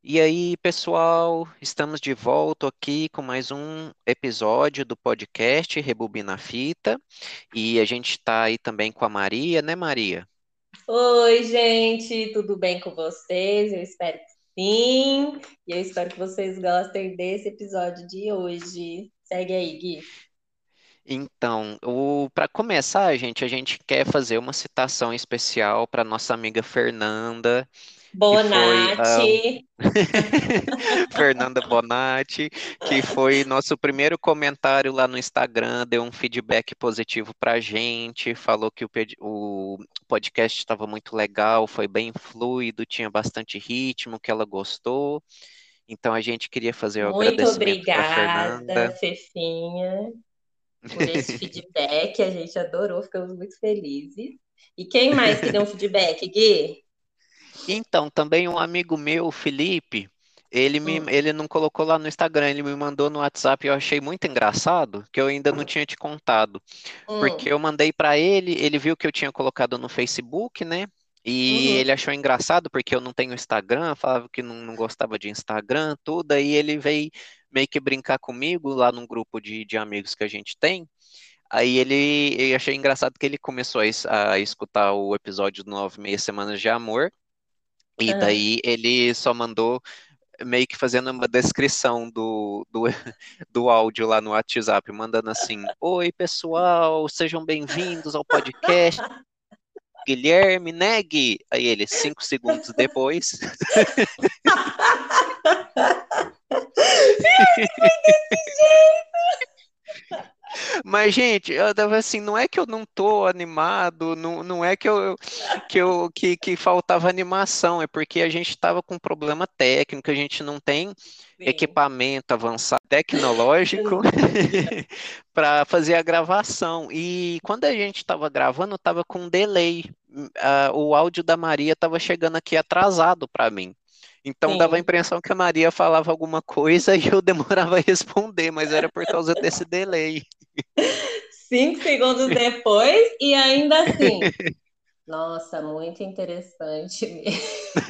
E aí, pessoal, estamos de volta aqui com mais um episódio do podcast Rebobina a Fita. E a gente está aí também com a Maria, né, Maria? Oi, gente, tudo bem com vocês? Eu espero que sim. E eu espero que vocês gostem desse episódio de hoje. Segue aí, Gui. Então, para começar, gente, a gente quer fazer uma citação especial para nossa amiga Fernanda, que foi Bonatti. Fernanda Bonatti, que foi nosso primeiro comentário lá no Instagram, deu um feedback positivo para a gente, falou que o podcast estava muito legal, foi bem fluido, tinha bastante ritmo, que ela gostou. Então a gente queria fazer o Muito agradecimento para obrigada, Fernanda. Fefinha, por esse feedback. A gente adorou, ficamos muito felizes. E quem mais que deu um feedback, Gui? Então, também um amigo meu, o Felipe, Hum, ele não colocou lá no Instagram, ele me mandou no WhatsApp, eu achei muito engraçado, que eu ainda não tinha te contado. Porque hum, eu mandei para ele, ele viu que eu tinha colocado no Facebook, né? E uhum. ele achou engraçado porque eu não tenho Instagram, falava que não gostava de Instagram, tudo. Aí ele veio meio que brincar comigo lá num grupo de amigos que a gente tem. Aí eu achei engraçado que ele começou a escutar o episódio do 9 Meia Semanas de Amor. E Ah. daí ele só mandou meio que fazendo uma descrição do áudio lá no WhatsApp, mandando assim: Oi, pessoal, sejam bem-vindos ao podcast Guilherme Neg. Aí ele, 5 segundos depois. Mas, gente, eu tava assim, não é que eu não tô animado, não é que faltava animação, é porque a gente estava com um problema técnico, a gente não tem Sim. equipamento avançado tecnológico para fazer a gravação. E quando a gente estava gravando, estava com um delay. O áudio da Maria estava chegando aqui atrasado para mim. Então dava a Sim. impressão que a Maria falava alguma coisa e eu demorava a responder, mas era por causa desse delay. 5 segundos depois, e ainda assim. Nossa, muito interessante mesmo.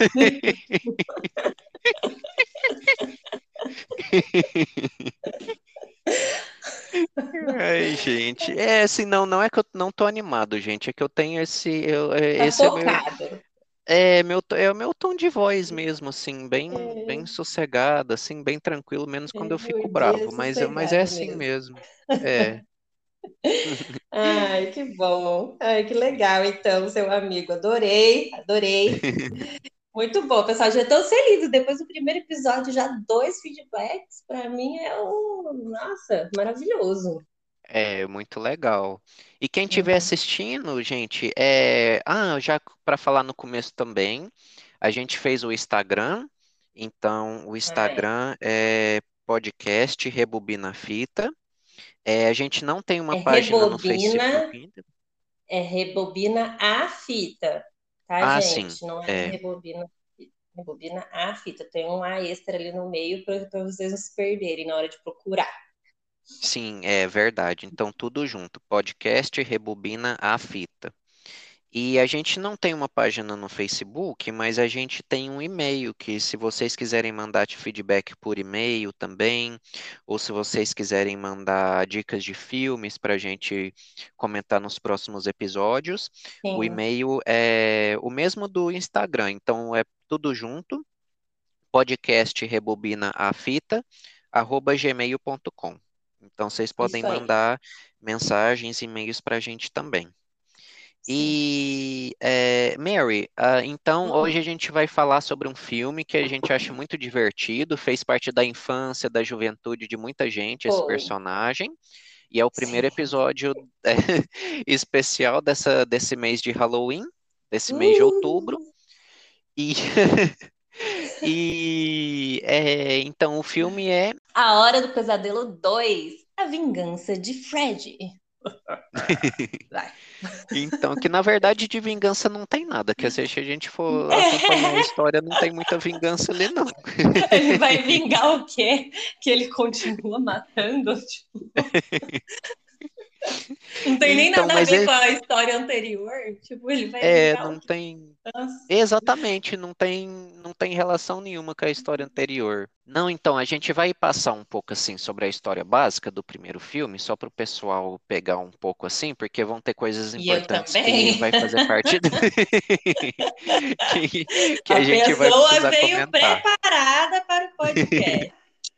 Ai, gente. É, assim, não é que eu não tô animado, gente. É que eu tenho Tá esse focado. é o meu tom de voz mesmo, assim, bem É, sossegado, assim, bem tranquilo, menos quando eu o fico dia é bravo. Mas é sossegado assim mesmo. mesmo. É. Ai, que bom. Ai, que legal, então, seu amigo. Adorei, adorei. Muito bom, pessoal. Já estou feliz. Depois do primeiro episódio, já dois feedbacks. Para mim é nossa, maravilhoso. É muito legal. E quem estiver Uhum. assistindo, gente, já para falar no começo também, a gente fez o Instagram, então o Ai, Instagram é podcast Rebobina a Fita. A gente não tem uma é página no rebobina, Facebook ainda. é rebobina a fita, tá, Ah, sim, gente? Não é é, rebobina, rebobina a fita. Tem um A extra ali no meio para vocês não se perderem na hora de procurar. sim, é verdade. Então tudo junto, podcast Rebobina a Fita. E a gente não tem uma página no Facebook, mas a gente tem um e-mail que, se vocês quiserem mandar feedback por e-mail também, ou se vocês quiserem mandar dicas de filmes para a gente comentar nos próximos episódios, o Sim, e-mail é o mesmo do Instagram, então é tudo junto, podcastrebobinaafita@gmail.com. Então vocês podem isso aí. mandar mensagens, e-mails para a gente também. Sim. E, Mary, então hoje a Hum, gente vai falar sobre um filme que a gente acha muito divertido, fez parte da infância, da juventude de muita gente, esse foi. personagem, e é o primeiro Sim. episódio especial desse mês de Halloween, desse mês de outubro. Uh, E, então o filme é. A Hora do Pesadelo 2, A Vingança de Fred. Vai. Então, que na verdade de vingança não tem nada, que se a gente for acompanhar a história, não tem muita vingança ali, não. Ele vai vingar o quê? Que ele continua matando? Tipo, Não tem nem Então, nada a mas ver com a história anterior. Tipo, ele vai brincar o não quê? tem. Nossa. Exatamente, não tem relação nenhuma com a história anterior. Não, então, a gente vai passar um pouco assim sobre a história básica do primeiro filme, só para o pessoal pegar um pouco assim, porque vão ter coisas E eu importantes que também. vai fazer parte que, que a A gente vai pessoa precisar veio comentar. preparada para o podcast.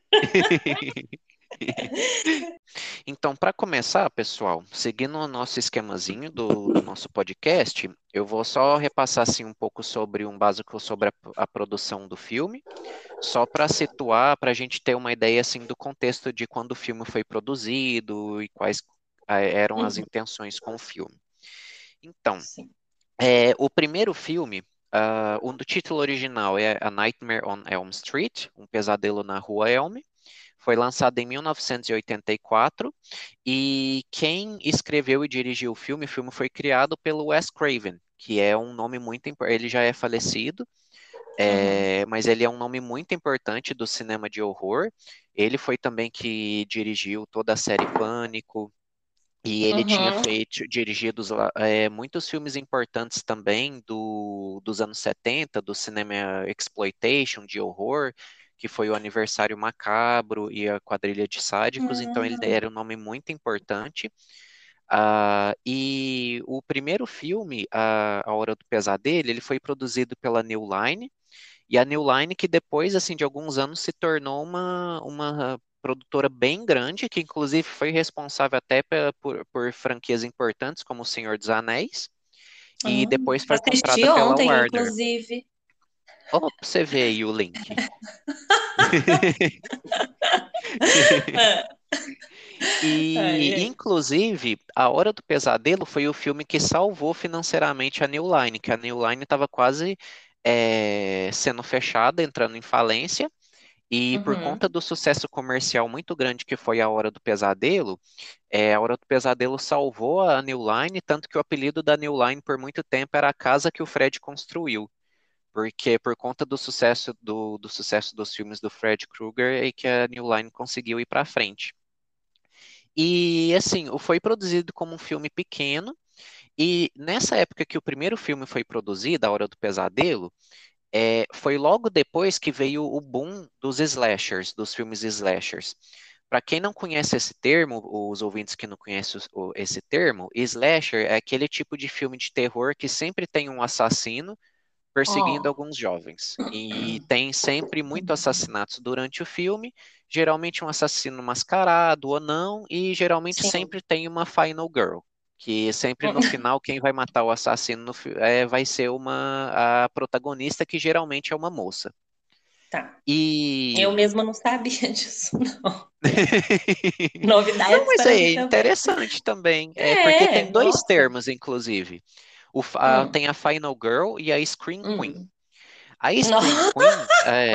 Então, para começar, pessoal, seguindo o nosso esquemazinho do nosso podcast, eu vou só repassar assim, um pouco sobre um básico sobre a produção do filme, só para situar, para a gente ter uma ideia assim do contexto de quando o filme foi produzido e quais eram as Uhum, intenções com o filme. Então, sim. o primeiro filme, o do título original é A Nightmare on Elm Street, Um Pesadelo na Rua Elm. Foi lançado em 1984 e quem escreveu e dirigiu o filme foi criado pelo Wes Craven, que é um nome muito importante. Ele já é falecido, Uhum, mas ele é um nome muito importante do cinema de horror. Ele foi também que dirigiu toda a série Pânico, e ele tinha uhum, feito, dirigido muitos filmes importantes também dos anos 70, do cinema exploitation, de horror, que foi o Aniversário Macabro e a Quadrilha de Sádicos, então ele uhum, era um nome muito importante. E o primeiro filme, A Hora do Pesadelo, ele foi produzido pela New Line, e a New Line, que depois, assim, de alguns anos, se tornou uma produtora bem grande, que inclusive foi responsável até por franquias importantes, como O Senhor dos Anéis, e depois foi Assisti comprada pela ontem, Warner. inclusive. Ó, pra você ver aí o link. Ai, E, ai. inclusive, A Hora do Pesadelo foi o filme que salvou financeiramente a New Line, que a New Line estava quase sendo fechada, entrando em falência. E por conta Uhum, do sucesso comercial muito grande que foi A Hora do Pesadelo, A Hora do Pesadelo salvou a New Line, tanto que o apelido da New Line por muito tempo era a casa que o Fred construiu, porque por conta do sucesso dos filmes do Fred Krueger é que a New Line conseguiu ir para frente. E assim, foi produzido como um filme pequeno, e nessa época que o primeiro filme foi produzido, A Hora do Pesadelo, foi logo depois que veio o boom dos slashers, dos filmes slashers. Para quem não conhece esse termo, os ouvintes que não conhecem esse termo, slasher é aquele tipo de filme de terror que sempre tem um assassino perseguindo ó, alguns jovens. E tem sempre muito assassinatos durante o filme, geralmente um assassino mascarado ou não, e geralmente sim. sempre tem uma final girl. Que sempre no final quem vai matar o assassino vai ser a protagonista, que geralmente é uma moça. Tá. E. Eu mesma não sabia disso, não. Não, Novidades mas para mim é também. interessante também. Porque tem dois Nossa. termos, inclusive. Hum, Tem a Final Girl e a Scream Queen. hum. A Scream Nossa, Queen,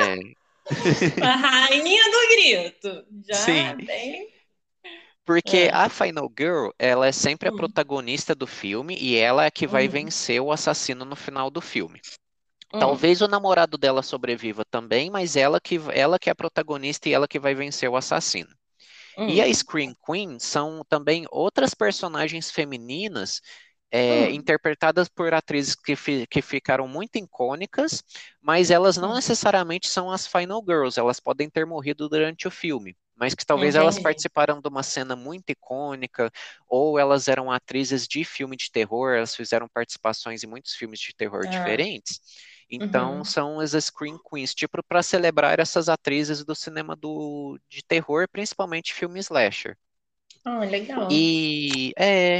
a rainha do grito. sim, Já bem. porque Ah, a Final Girl, ela é sempre a hum, protagonista do filme e ela é que vai hum, vencer o assassino no final do filme. hum, Talvez o namorado dela sobreviva também, mas ela que é a protagonista e ela que vai vencer o assassino. E a hum, Scream Queen são também outras personagens femininas hum, interpretadas por atrizes que ficaram muito icônicas, mas elas não hum. necessariamente são as Final Girls, elas podem ter morrido durante o filme, mas que talvez elas Entendi. participaram de uma cena muito icônica, ou elas eram atrizes de filme de terror, elas fizeram participações em muitos filmes de terror Ah, diferentes. Então, uhum. são as Scream Queens, tipo, para celebrar essas atrizes do cinema de terror, principalmente filme slasher. Ah, legal. E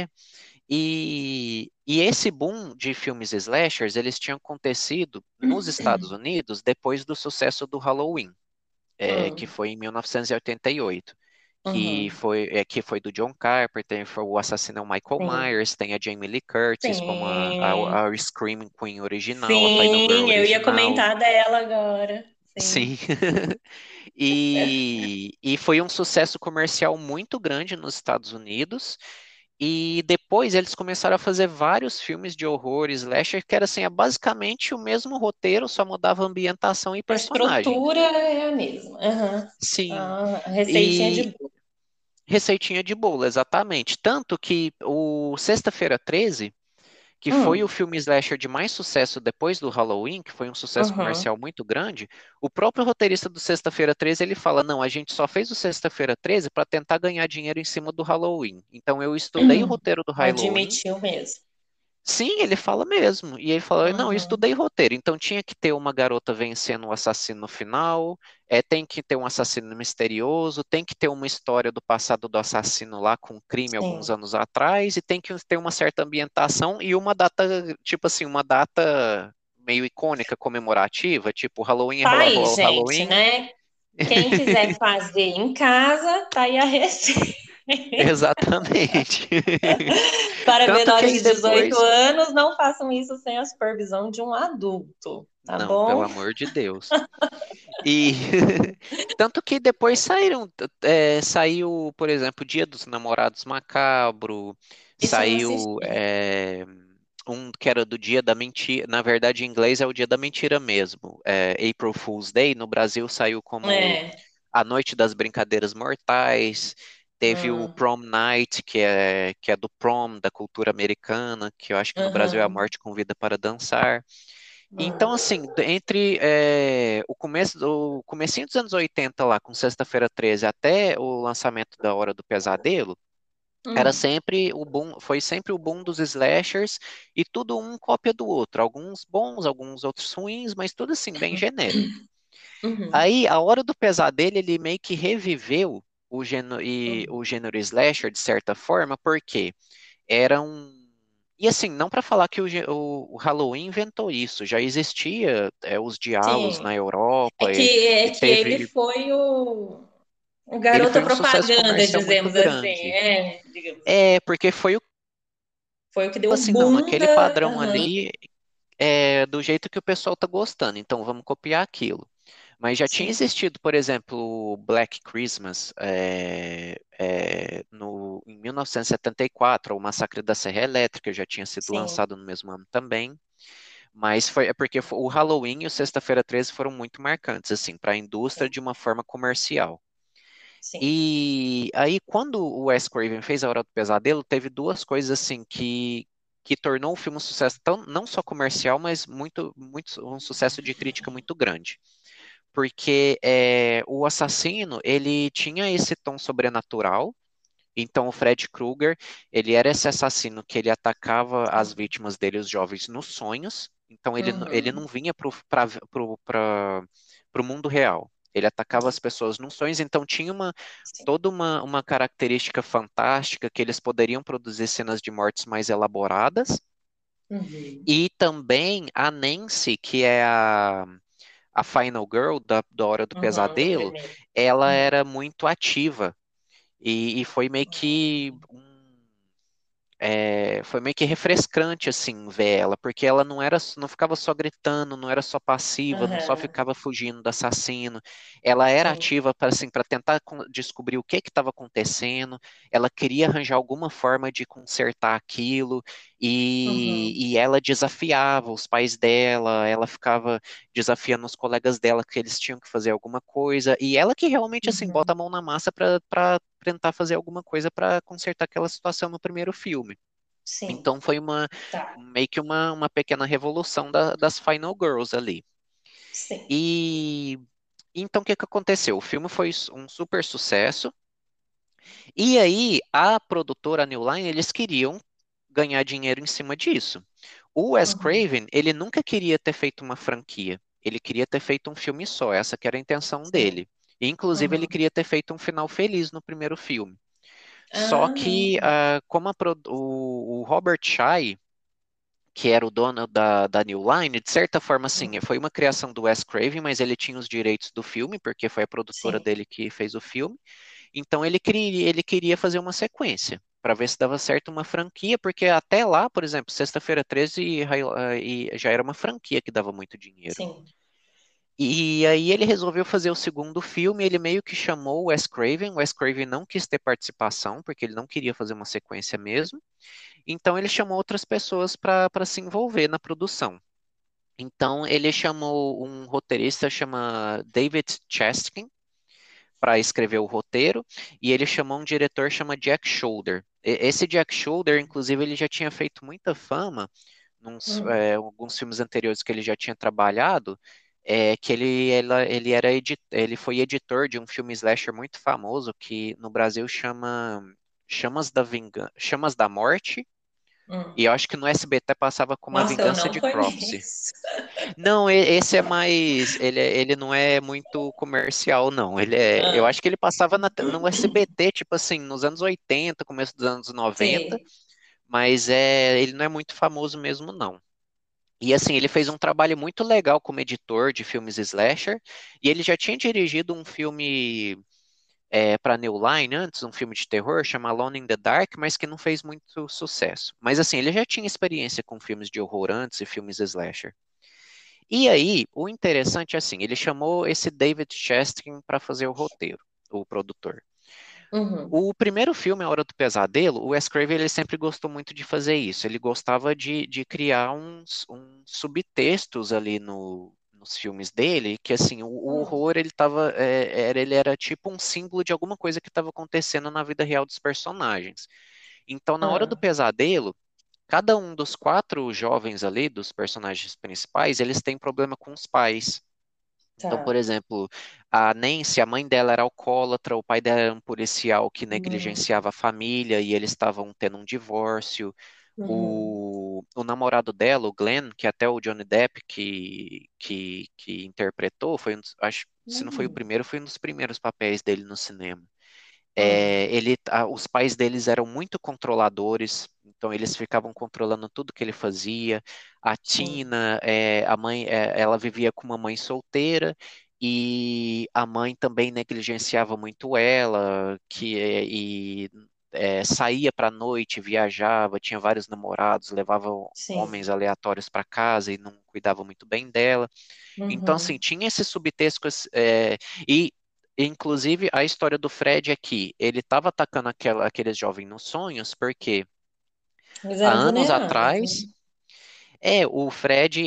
e esse boom de filmes slashers, eles tinham acontecido nos Estados Unidos depois do sucesso do Halloween, que Hum, foi em 1988, uhum. que foi do John Carpenter, foi o assassino é o Michael Sim, Myers, tem a Jamie Lee Curtis como sim, a Scream Queen original, a Final Girl sim. Eu ia original. comentar dela agora. Sim. Sim. E foi um sucesso comercial muito grande nos Estados Unidos. E depois eles começaram a fazer vários filmes de horror, slasher, que era assim, basicamente o mesmo roteiro, só mudava a ambientação e A personagens. estrutura é a mesma. Aham. Sim. A receitinha de E bolo. Receitinha de bolo, exatamente. Tanto que o Sexta-feira 13, que foi o Hum, filme slasher de mais sucesso depois do Halloween, que foi um sucesso uhum, comercial muito grande, o próprio roteirista do Sexta-feira 13, ele fala, não, a gente só fez o Sexta-feira 13 para tentar ganhar dinheiro em cima do Halloween. Então eu estudei o roteiro do Halloween. admitiu mesmo. Sim, ele fala mesmo. E ele fala, não, eu Uhum, estudei roteiro, então tinha que ter uma garota vencendo o assassino no final, tem que ter um assassino misterioso, tem que ter uma história do passado do assassino lá com um crime alguns sim. anos atrás, e tem que ter uma certa ambientação e uma data, tipo assim, uma data meio icônica, comemorativa, tipo Halloween é Tá aí, gente, Halloween. né? Quem quiser fazer em casa, tá aí a receita. Exatamente. Para Tanto que menores aí de 18 depois. anos, não façam isso sem a supervisão de um adulto, tá Não, pelo bom? amor de Deus. E tanto que depois saíram, saiu, por exemplo, Dia dos Namorados Macabro, Isso eu não saiu assisti. um que era do Dia da Mentira, na verdade em inglês é o Dia da Mentira mesmo, April Fool's Day, no Brasil saiu como É. A Noite das Brincadeiras Mortais, teve o Hum, Prom Night, que é do prom, da cultura americana, que eu acho que no Brasil é A uhum, Morte Convida para Dançar. Então, hum, assim, entre o comecinho dos anos 80 lá, com Sexta-feira 13, até o lançamento da Hora do Pesadelo, era hum, sempre o boom, foi sempre o boom dos slashers e tudo um cópia do outro, alguns bons, alguns outros ruins, mas tudo assim bem genérico. uhum, Aí, a Hora do Pesadelo, ele meio que reviveu o uhum, gênero slasher de certa forma, porque era um. E assim, não para falar que o Halloween inventou isso, já existia os diabos na sim. Europa É e que ele teve. foi o Ele garota foi um sucesso propaganda, comercial muito dizemos assim, grande. digamos assim. Porque foi o Foi o que deu o assim, não, boom naquele da. padrão Aham, ali, do jeito que o pessoal tá gostando, então vamos copiar aquilo. Mas já tinha sim, existido, por exemplo, o Black Christmas em 1974, o Massacre da Serra Elétrica já tinha sido sim, lançado no mesmo ano também. Mas é porque o Halloween e o Sexta-feira 13 foram muito marcantes, assim, para a indústria sim, de uma forma comercial. sim. E aí, quando o Wes Craven fez A Hora do Pesadelo, teve duas coisas, assim, que tornou o filme um sucesso, tão, não só comercial, mas um sucesso de crítica muito grande. Porque o assassino, ele tinha esse tom sobrenatural, então, o Fred Krueger, ele era esse assassino que ele atacava as Sim. vítimas dele, os jovens, nos sonhos. Então, ele não Uhum, vinha para o mundo real. Ele atacava as pessoas nos sonhos, então tinha sim. toda uma característica fantástica que eles poderiam produzir cenas de mortes mais elaboradas. Uhum, E também a Nancy, que é a Final Girl da Hora do uhum, do Pesadelo, primeiro. ela Uhum, era muito ativa. E foi meio que foi meio que refrescante assim ver ela, porque ela não ficava só gritando, não era só passiva, não só aham, ficava fugindo do assassino. Ela era sim. ativa para assim, para tentar descobrir o que estava acontecendo. Ela queria arranjar alguma forma de consertar aquilo Uhum, e ela desafiava os pais dela, ela ficava desafiando os colegas dela que eles tinham que fazer alguma coisa e ela que realmente assim bota uhum, a mão na massa para tentar fazer alguma coisa para consertar aquela situação no primeiro filme. sim. Então foi Tá. meio que uma pequena revolução das Final Girls ali. Sim. E então o que que aconteceu? O filme foi um super sucesso. E aí a produtora New Line, eles queriam ganhar dinheiro em cima disso. O Wes Uhum, Craven, ele nunca queria ter feito uma franquia. Ele queria ter feito um filme só, essa que era a intenção sim. dele. E, inclusive, ele Uhum. queria ter feito um final feliz no primeiro filme. Só Ah, que, como o Robert Shaye, que era o dono da New Line, de certa forma, assim, uhum, foi uma criação do Wes Craven, mas ele tinha os direitos do filme, porque foi a produtora sim. dele que fez o filme. Então ele queria fazer uma sequência, para ver se dava certo uma franquia, porque até lá, por exemplo, Sexta-feira 13 e já era uma franquia que dava muito dinheiro. Sim. E aí ele resolveu fazer o segundo filme, ele meio que chamou o Wes Craven não quis ter participação, porque ele não queria fazer uma sequência mesmo, então ele chamou outras pessoas para se envolver na produção. Então ele chamou um roteirista chama David Chaskin para escrever o roteiro, e ele chamou um diretor chama Jack Shoulder. Esse Jack Shoulder, inclusive, ele já tinha feito muita fama Hum, alguns filmes anteriores que ele já tinha trabalhado, que ele foi editor de um filme slasher muito famoso que no Brasil chama Chamas da Morte, hum. e eu acho que no SBT passava como A Nossa, eu Vingança não de Cropsy. conheço. Não, esse é mais, ele não é muito comercial, não. Eu Ah, acho que ele passava no SBT, tipo assim, nos anos 80, começo dos anos 90, sei. mas ele não é muito famoso mesmo, não. E assim, ele fez um trabalho muito legal como editor de filmes slasher, e ele já tinha dirigido um filme para New Line antes, um filme de terror chamado Alone in the Dark, mas que não fez muito sucesso. Mas assim, ele já tinha experiência com filmes de horror antes e filmes slasher. E aí, o interessante é assim, ele chamou esse David Chastain para fazer o roteiro, o produtor. Uhum. O primeiro filme, A Hora do Pesadelo, o Wes Craven ele sempre gostou muito de fazer isso. Ele gostava de criar uns subtextos ali nos filmes dele, que assim, o Hum, horror ele era tipo um símbolo de alguma coisa que estava acontecendo na vida real dos personagens. Então, na Hora do ah, Pesadelo, cada um dos quatro jovens ali, dos personagens principais, eles têm problema com os pais. Então, por tá. exemplo, a Nancy, a mãe dela era alcoólatra, o pai dela era um policial que Hum, negligenciava a família e eles estavam tendo um divórcio. uhum. O namorado dela, o Glenn, que até o Johnny Depp que interpretou, acho, se não foi o Hum, primeiro, foi um dos primeiros papéis dele no cinema. hum. Os pais deles eram muito controladores, então eles ficavam controlando tudo que ele fazia. A Sim, Tina, a mãe, ela vivia com uma mãe solteira e a mãe também negligenciava muito ela, saía para a noite, viajava, tinha vários namorados, levava sim. homens aleatórios para casa e não cuidava muito bem dela. Então, assim, Uhum. tinha esses subtextos, e, inclusive, a história do Fred é que ele estava atacando aqueles jovens nos sonhos, porque Eles há eram anos vulneráveis, né? atrás, o Fred,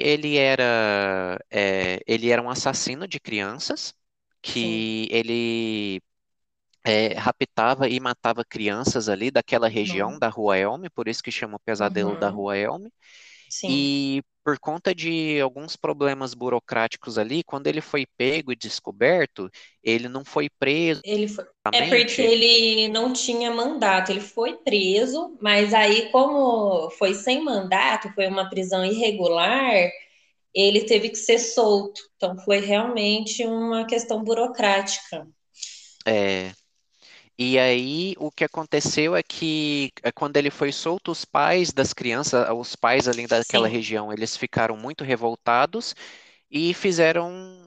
ele era um assassino de crianças, Sim. que ele raptava e matava crianças ali daquela região Uhum. da Rua Elm, por isso que chama o Pesadelo da Uhum. Rua Elm. Sim. E por conta de alguns problemas burocráticos ali, quando ele foi pego e descoberto, ele não foi preso Ele foi. É porque exatamente. ele não tinha mandato, ele foi preso, mas aí, como foi sem mandato, foi uma prisão irregular, ele teve que ser solto. Então, foi realmente uma questão burocrática. é, e aí o que aconteceu é que quando ele foi solto, os pais das crianças, os pais ali daquela Sim, região, eles ficaram muito revoltados e fizeram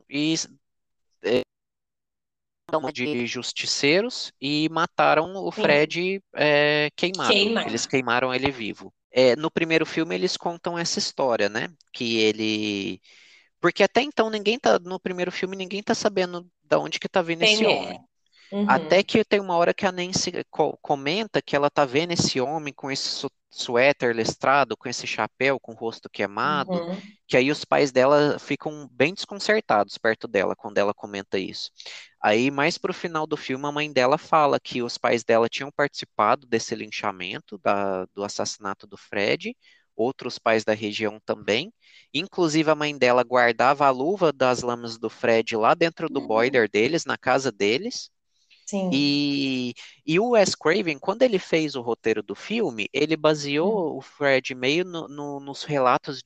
de justiceiros e mataram o sim. Fred queimado. Eles Queimar. queimaram ele vivo. No primeiro filme eles contam essa história, né? Porque até então no primeiro filme ninguém tá sabendo da onde que tá vindo esse Quem é? homem. Até Uhum. que tem uma hora que a Nancy comenta que ela tá vendo esse homem com esse suéter listrado, com esse chapéu, com o rosto queimado, Uhum. que aí os pais dela ficam bem desconcertados perto dela quando ela comenta isso. Aí, mais pro final do filme, a mãe dela fala que os pais dela tinham participado desse linchamento, do assassinato do Fred, outros pais da região também. Inclusive, a mãe dela guardava a luva das lâminas do Fred lá dentro do boiler deles, na casa deles. Sim. E, e o Wes Craven, quando ele fez o roteiro do filme, ele Hum. baseou o Fred meio nos relatos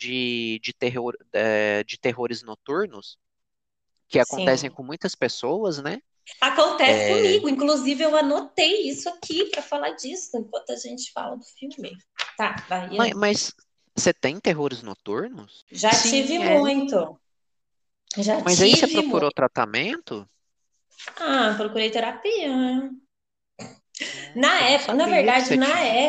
de terrores noturnos que acontecem Sim. com muitas pessoas, né? Acontece É, comigo, inclusive eu anotei isso aqui para falar disso enquanto a gente fala do filme. Tá, vai. E aí? mas você tem terrores noturnos? Já tive Sim, é. muito. Já Mas aí você tive procurou muito. tratamento? Ah, procurei terapia, né? Na Eu não época, na sabia que verdade, você tinha.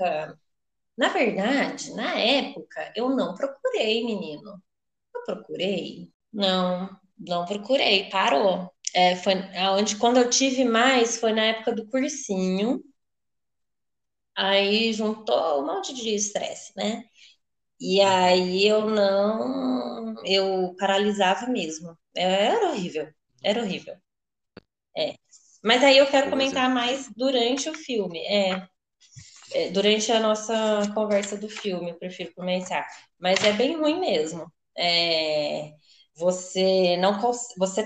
na época, eu não procurei, menino. Eu procurei? Não, não procurei, parou. Foi aonde quando eu tive mais foi na época do cursinho. Aí juntou um monte de estresse, né? E Uhum. aí eu paralisava mesmo. Era horrível, era horrível. É. Mas aí eu quero Coisa. comentar mais durante o filme. Durante a nossa conversa do filme, eu prefiro começar. Mas é bem ruim mesmo. Você não você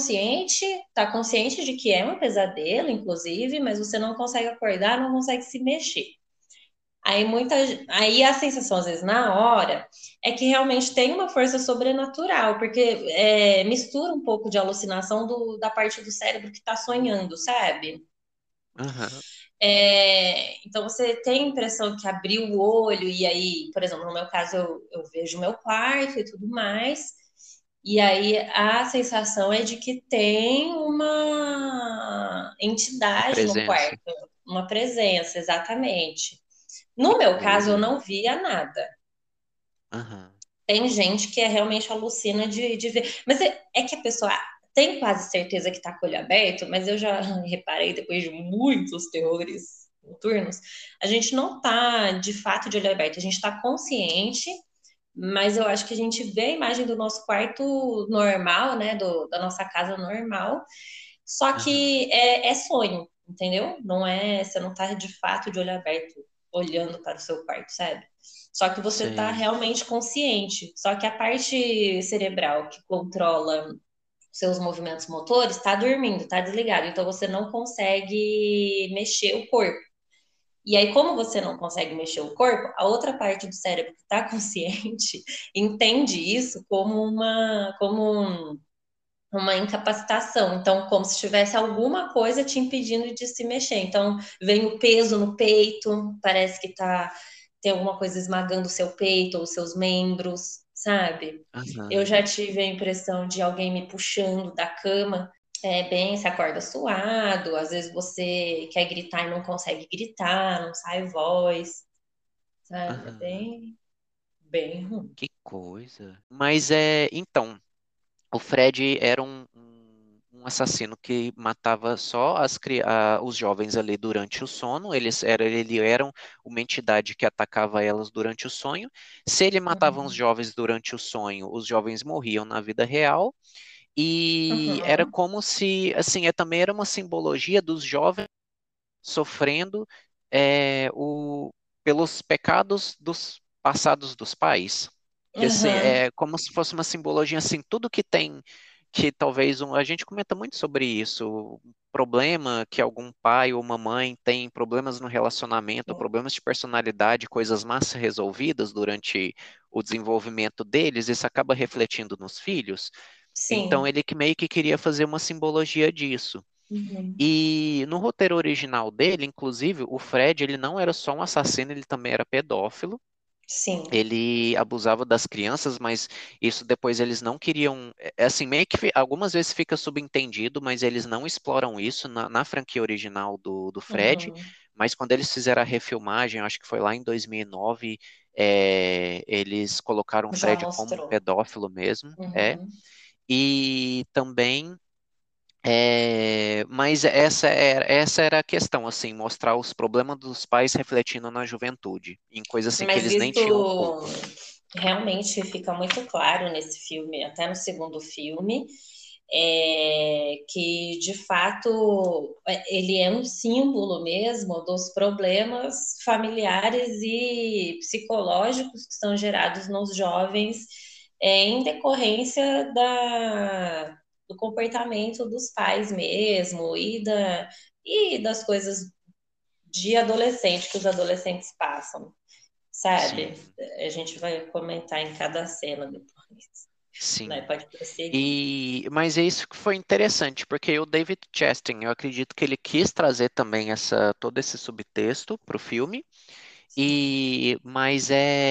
tá consciente de que é um pesadelo, inclusive, mas você não consegue acordar, não consegue se mexer. Aí aí a sensação às vezes na hora é que realmente tem uma força sobrenatural, porque mistura um pouco de alucinação da parte do cérebro que está sonhando, sabe? Aham, Então você tem a impressão que abriu o olho, e aí, por exemplo, no meu caso, eu vejo meu quarto e tudo mais, e aí a sensação é de que tem uma uma entidade no presença. quarto, uma presença, exatamente. Que No meu caso, eu coisa. não via nada. Aham, Tem gente que realmente alucina de ver. Mas é que a pessoa tem quase certeza que está com o olho aberto, mas eu já reparei, depois de muitos terrores noturnos, a gente não tá de fato de olho aberto, a gente está consciente, mas eu acho que a gente vê a imagem do nosso quarto normal, né? Da nossa casa normal, só aham. que é sonho, entendeu? Não é, você não tá de fato de olho aberto olhando para o seu quarto, sabe? Só que você tá Sei. realmente consciente. Só que a parte cerebral que controla seus movimentos motores está dormindo, está desligado. Então você não consegue mexer o corpo. E aí, como você não consegue mexer o corpo, a outra parte do cérebro que está consciente entende isso como uma incapacitação. Então, como se tivesse alguma coisa te impedindo de se mexer. Então, vem o peso no peito, parece que tem alguma coisa esmagando o seu peito ou os seus membros, sabe? Eu Aham. já tive a impressão de alguém me puxando da cama. Você acorda suado, às vezes você quer gritar e não consegue gritar, não sai voz, sabe? É Aham. bem ruim. Que coisa. Mas então, o Fred era um assassino que matava só os jovens ali durante o sono. Ele eram uma entidade que atacava elas durante o sonho. Se ele matava os Uhum. jovens durante o sonho, os jovens morriam na vida real. E era Uhum. como se, assim, também era uma simbologia dos jovens sofrendo pelos pecados dos passados dos pais. Que assim, Uhum. é como se fosse uma simbologia assim, tudo que tem que talvez a gente comenta muito sobre isso, um problema que algum pai ou uma mãe tem, problemas no relacionamento, problemas de personalidade, coisas mal resolvidas durante o desenvolvimento deles, isso acaba refletindo nos filhos. Então Sim. ele que meio que queria fazer uma simbologia disso. Uhum. E no roteiro original dele, inclusive, o Fred, ele não era só um assassino, ele também era pedófilo. Sim. Ele abusava das crianças, mas isso depois eles não queriam. Assim, meio que algumas vezes fica subentendido, mas eles não exploram isso na franquia original do Fred. Uhum. Mas quando eles fizeram a refilmagem, acho que foi lá em 2009, eles colocaram o Já Fred como um mostrou. pedófilo mesmo. Uhum. E também mas essa era a questão, assim, mostrar os problemas dos pais refletindo na juventude, em coisas assim que Mas eles nem tinham isso culpa. realmente fica muito claro nesse filme, até no segundo filme, que de fato ele é um símbolo mesmo dos problemas familiares e psicológicos que são gerados nos jovens em decorrência do comportamento dos pais mesmo e das coisas de adolescente que os adolescentes passam, sabe? Sim, A gente vai comentar em cada cena depois, né? sim. Pode prosseguir. Mas é isso que foi interessante, porque o David Chastain, eu acredito que ele quis trazer também todo esse subtexto para o filme, mas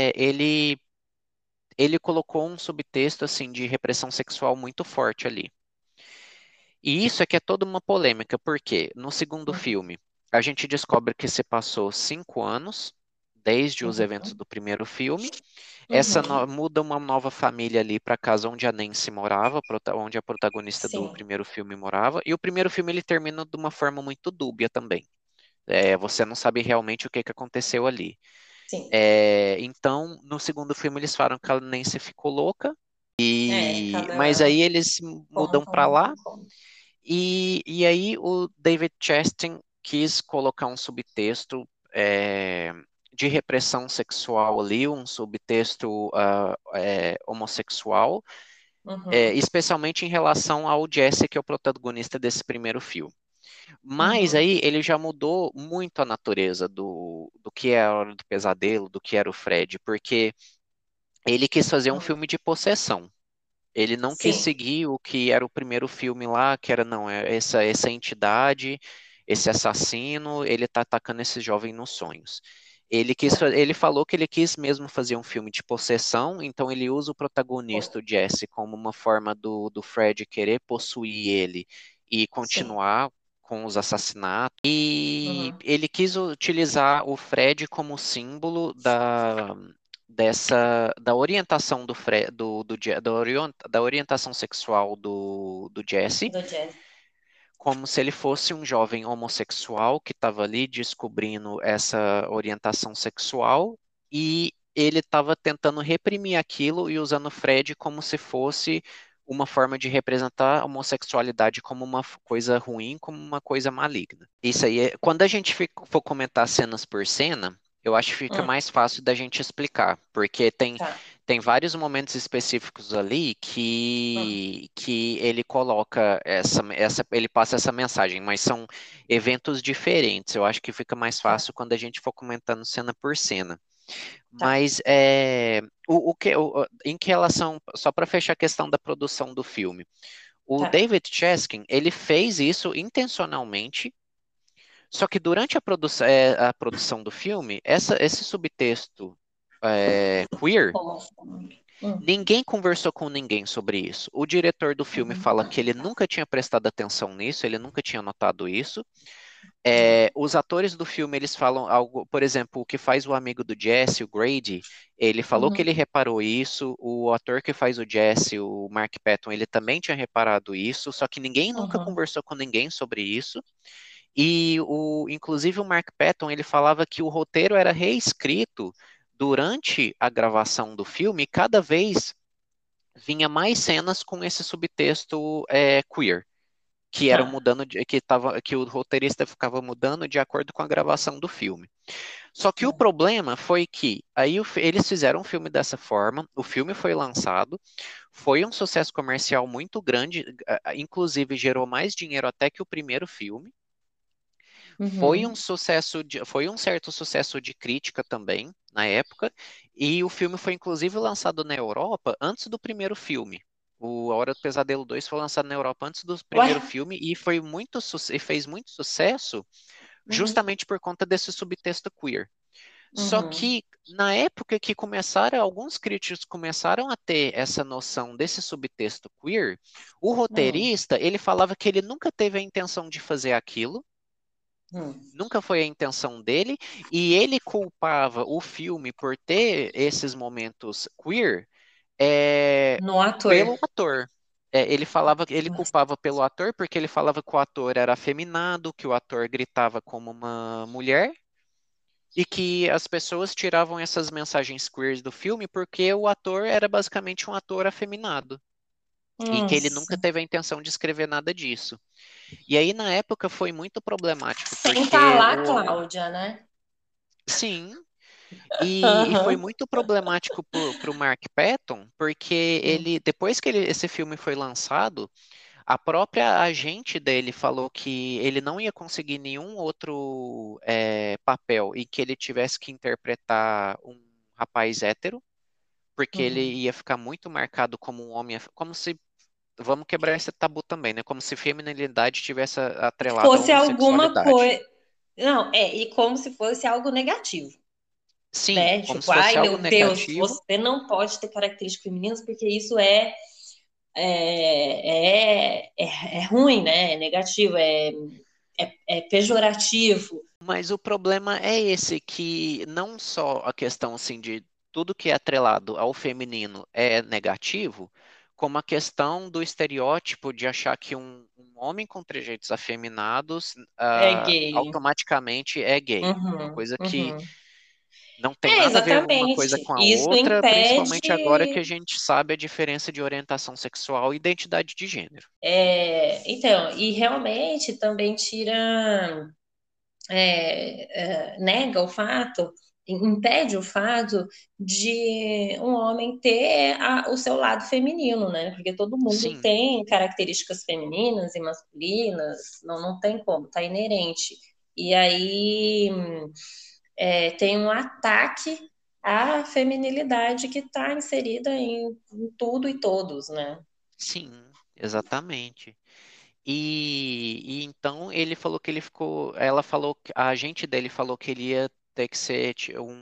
ele colocou um subtexto assim de repressão sexual muito forte ali. E isso é que é toda uma polêmica, porque no segundo Uhum, filme a gente descobre que se passou 5 anos desde os eventos uhum, do primeiro filme. uhum. Muda uma nova família ali para a casa onde a Nancy morava, onde a protagonista do Sim, primeiro filme morava. E o primeiro filme ele termina de uma forma muito dúbia também. Você não sabe realmente o que que aconteceu ali. sim. Então, no segundo filme eles falam que a Nancy ficou louca, mas Cada aí eles mudam conta para uma lá. conta. E aí o David Chastain quis colocar um subtexto de repressão sexual ali, um subtexto homossexual, Uhum, especialmente em relação ao Jesse, que é o protagonista desse primeiro filme. Mas uhum, aí ele já mudou muito a natureza do que é a Hora do Pesadelo, do que era o Fred, porque ele quis fazer um uhum. filme de possessão. Ele não quis Sim, seguir o que era o primeiro filme lá, que era, não, essa entidade, esse assassino, ele tá atacando esse jovem nos sonhos. tá, Ele falou que ele quis mesmo fazer um filme de possessão, então ele usa o protagonista, o Jesse, como uma forma do Fred querer possuir ele e sim. continuar com os assassinatos. E Uhum. ele quis utilizar o Fred como símbolo da orientação do, Fre, do Je- da orientação sexual do Jesse, Do jazz. como se ele fosse um jovem homossexual que estava ali descobrindo essa orientação sexual e ele estava tentando reprimir aquilo e usando o Fred como se fosse uma forma de representar a homossexualidade como uma coisa ruim, como uma coisa maligna. Isso aí, quando a gente for comentar cenas por cena, eu acho que fica Hum, mais fácil da gente explicar, porque tá. tem vários momentos específicos ali Hum, que ele coloca ele passa essa mensagem, mas são eventos diferentes. Eu acho que fica mais tá, fácil quando a gente for comentando cena por cena. tá, Mas em que relação, só para fechar a questão da produção do filme, o tá. David Chaskin, ele fez isso intencionalmente, só que durante a produção do filme, esse subtexto queer. Homofóbico. Ninguém conversou com ninguém sobre isso. O diretor do filme Uhum, fala que ele nunca tinha prestado atenção nisso, ele nunca tinha notado isso. uhum, Os atores do filme, eles falam algo, por exemplo, o que faz o amigo do Jesse, o Grady, ele falou que ele uhum, reparou isso. O ator que faz o Jesse, o Mark Patton, ele também tinha reparado isso, só que ninguém nunca uhum. conversou com ninguém sobre isso. E inclusive o Mark Patton, ele falava que o roteiro era reescrito durante a gravação do filme, e cada vez vinha mais cenas com esse subtexto queer, que eram Tá. mudando, que o roteirista ficava mudando de acordo com a gravação do filme. Só que o Tá. problema foi que aí eles fizeram um filme dessa forma, o filme foi lançado, foi um sucesso comercial muito grande, inclusive gerou mais dinheiro até que o primeiro filme. Uhum. Foi um certo sucesso de crítica também na época, e o filme foi inclusive lançado na Europa antes do primeiro filme. A Hora do Pesadelo 2 foi lançado na Europa antes do Ué? primeiro filme e e fez muito sucesso Uhum, justamente por conta desse subtexto queer. Só uhum. que na época que alguns críticos começaram a ter essa noção desse subtexto queer, o Hum, roteirista, ele falava que ele nunca teve a intenção de fazer aquilo, hum. nunca foi a intenção dele, e ele culpava o filme por ter esses momentos queer No ator. pelo ator. Ele falava que ele Nossa. culpava pelo ator porque ele falava que o ator era afeminado, que o ator gritava como uma mulher, e que as pessoas tiravam essas mensagens queers do filme porque o ator era basicamente um ator afeminado. E que ele Nossa. nunca teve a intenção de escrever nada disso. E aí, na época, foi muito problemático, Sem porque falar, Cláudia, né? sim, e foi Aham. muito problemático para o Mark Patton, porque Hum. depois que esse filme foi lançado, a própria agente dele falou que ele não ia conseguir nenhum outro papel e que ele tivesse que interpretar um rapaz hétero, porque ele Uhum. ia ficar muito marcado como um homem, como se, vamos quebrar esse tabu também, né? Como se feminilidade tivesse atrelada à Fosse alguma homossexualidade. coisa. Não, e como se fosse algo negativo, Sim, né? como se Tipo, ai fosse algo meu Deus, negativo. você não pode ter características femininas porque isso é ruim, né? É negativo, é pejorativo. Mas o problema é esse, que não só a questão assim de tudo que é atrelado ao feminino é negativo, como a questão do estereótipo de achar que um homem com trejeitos afeminados É gay. automaticamente é gay. Uma Uhum, coisa que uhum. Não tem É, nada a ver uma coisa exatamente. com a E isso outra, impede. principalmente agora que a gente sabe a diferença de orientação sexual e identidade de gênero. Então, e realmente também tira. Nega o fato, impede o fato de um homem ter o seu lado feminino, né? Porque todo mundo Sim, tem características femininas e masculinas, não tem como, tá inerente. E aí tem um ataque à feminilidade que está inserida em tudo e todos, né? sim, exatamente. E então ele falou que ele ficou, ela falou, a agente dele falou que ele ia ter que ser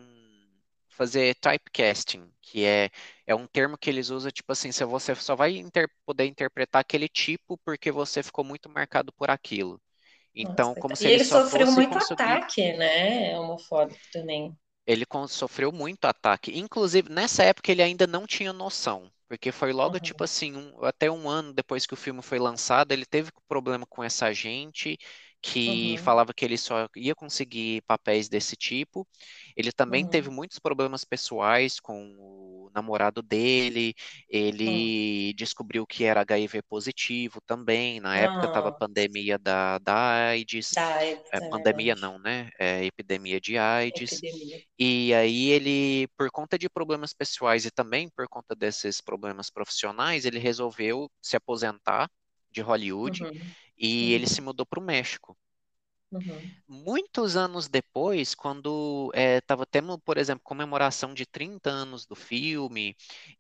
fazer typecasting, que é um termo que eles usam, tipo assim, se você só vai poder interpretar aquele tipo porque você ficou muito marcado por aquilo. Nossa, Então, como e se ele ele só sofreu fosse muito conseguir. ataque, né? Homofóbico também. Ele sofreu muito ataque. Inclusive, nessa época ele ainda não tinha noção, porque foi logo tipo Uhum, assim, até um ano depois que o filme foi lançado, ele teve problema com essa agente que uhum, falava que ele só ia conseguir papéis desse tipo. Ele também teve uhum, muitos problemas pessoais com o namorado dele. uhum. Ele descobriu que era HIV positivo também. Na época estava a Ah, pandemia da AIDS. da AIDS, É, é pandemia verdade. não, né? É, epidemia de AIDS. Epidemia. E aí ele, por conta de problemas pessoais e também por conta desses problemas profissionais, ele resolveu se aposentar de Hollywood Uhum, e ele se uhum, mudou para o México. uhum, Muitos anos depois, quando estava tendo, por exemplo, comemoração de 30 anos do filme,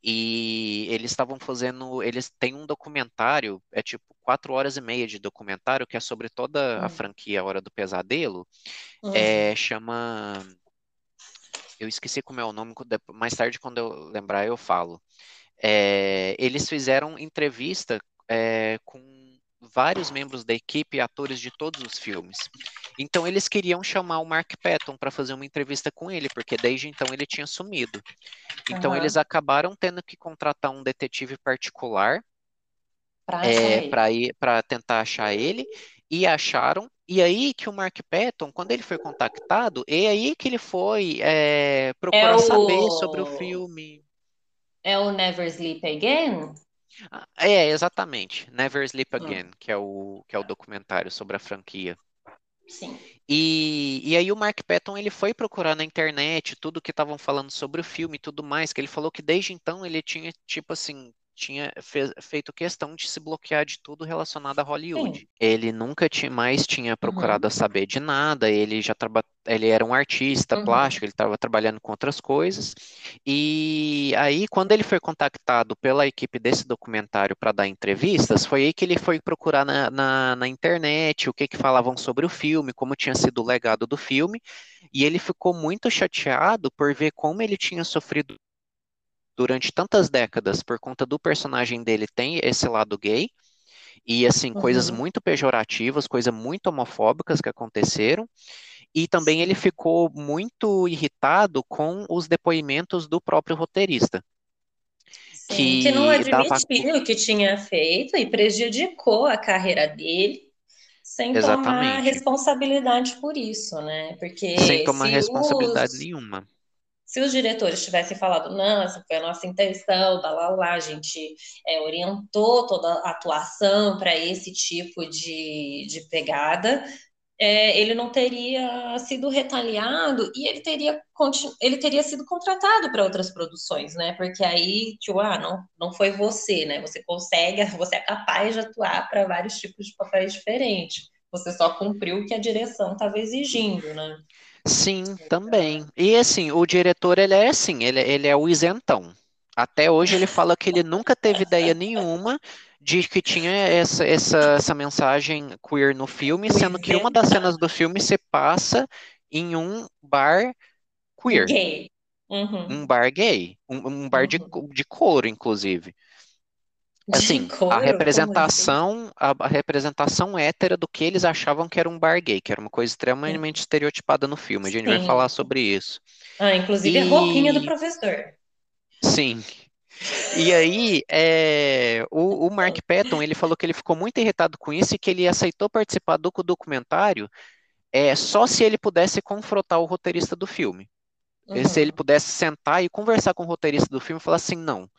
e eles estavam fazendo, eles têm um documentário, é tipo 4 horas e meia de documentário, que é sobre toda a uhum, franquia Hora do Pesadelo, uhum, chama, eu esqueci como é o nome, mais tarde quando eu lembrar eu falo. Eles fizeram entrevista com vários membros da equipe e atores de todos os filmes. Então eles queriam chamar o Mark Patton para fazer uma entrevista com ele, porque desde então ele tinha sumido. Então eles aham. acabaram tendo que contratar um detetive particular Pra achar ele. para ir para tentar achar ele e acharam. E aí que o Mark Patton, quando ele foi contactado, é aí que ele foi É procurar saber sobre o o, filme. é o Never Sleep Again? Exatamente. Never Sleep Hum, Again, que é o documentário sobre a franquia. sim. E aí o Mark Patton ele foi procurar na internet tudo que estavam falando sobre o filme e tudo mais, que ele falou que desde então ele tinha, tipo assim, tinha feito questão de se bloquear de tudo relacionado a Sim. Hollywood. Ele nunca mais tinha procurado Uhum, a saber de nada, ele era um artista uhum, plástico, ele estava trabalhando com outras coisas. E aí, quando ele foi contactado pela equipe desse documentário para dar entrevistas, foi aí que ele foi procurar na internet o que falavam sobre o filme, como tinha sido o legado do filme, e ele ficou muito chateado por ver como ele tinha sofrido durante tantas décadas por conta do personagem dele tem esse lado gay, e assim, coisas uhum. muito pejorativas, coisas muito homofóbicas que aconteceram, e também ele Sim. ficou muito irritado com os depoimentos do próprio roteirista Sim, que não que dava admitiu o que tinha feito e prejudicou a carreira dele sem tomar exatamente, responsabilidade por isso, né? sem Porque tomar responsabilidade nenhuma. se os diretores tivessem falado, não, essa foi a nossa intenção, a gente orientou toda a atuação para esse tipo de pegada, ele não teria sido retaliado e ele teria sido contratado para outras produções, né? Porque aí, tipo, não foi você, né? Você consegue, você é capaz de atuar para vários tipos de papéis diferentes. Você só cumpriu o que a direção estava exigindo, né? Sim, também. Então, E assim, o diretor, ele é assim, ele é o isentão. Até hoje ele fala que ele nunca teve ideia nenhuma de que tinha essa mensagem queer no filme, o sendo que uma das cenas do filme se passa em um bar queer, gay. um Uhum, bar gay, um bar de, uhum. de couro, inclusive. De Assim, a couro? Como assim? representação, a representação hétera do que eles achavam que era um bar gay, que era uma coisa extremamente estereotipada no filme. A gente vai falar Sim. sobre isso. Ah, inclusive a roupinha do E professor. sim, e aí o Mark Patton ele falou que ele ficou muito irritado com isso e que ele aceitou participar do documentário só se ele pudesse confrontar o roteirista do filme. Se ele Uhum, pudesse sentar e conversar com o roteirista do filme e falar assim, não,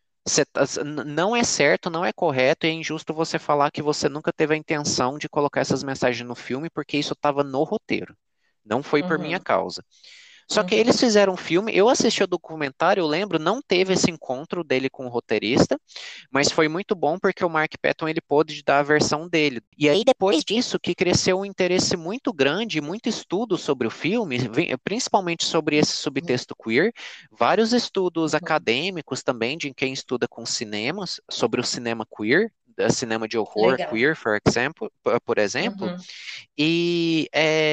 não é certo, não é correto e é injusto você falar que você nunca teve a intenção de colocar essas mensagens no filme porque isso estava no roteiro. Não foi por minha uhum, causa. Só que eles uhum, fizeram um filme, eu assisti o documentário, eu lembro, não teve esse encontro dele com o roteirista, mas foi muito bom porque o Mark Patton ele pôde dar a versão dele. E aí depois disso que cresceu um interesse muito grande, muito estudo sobre o filme, principalmente sobre esse subtexto queer, vários estudos uhum. acadêmicos também de quem estuda com cinemas, sobre o cinema queer, cinema de horror Legal. queer, por exemplo, Uhum. e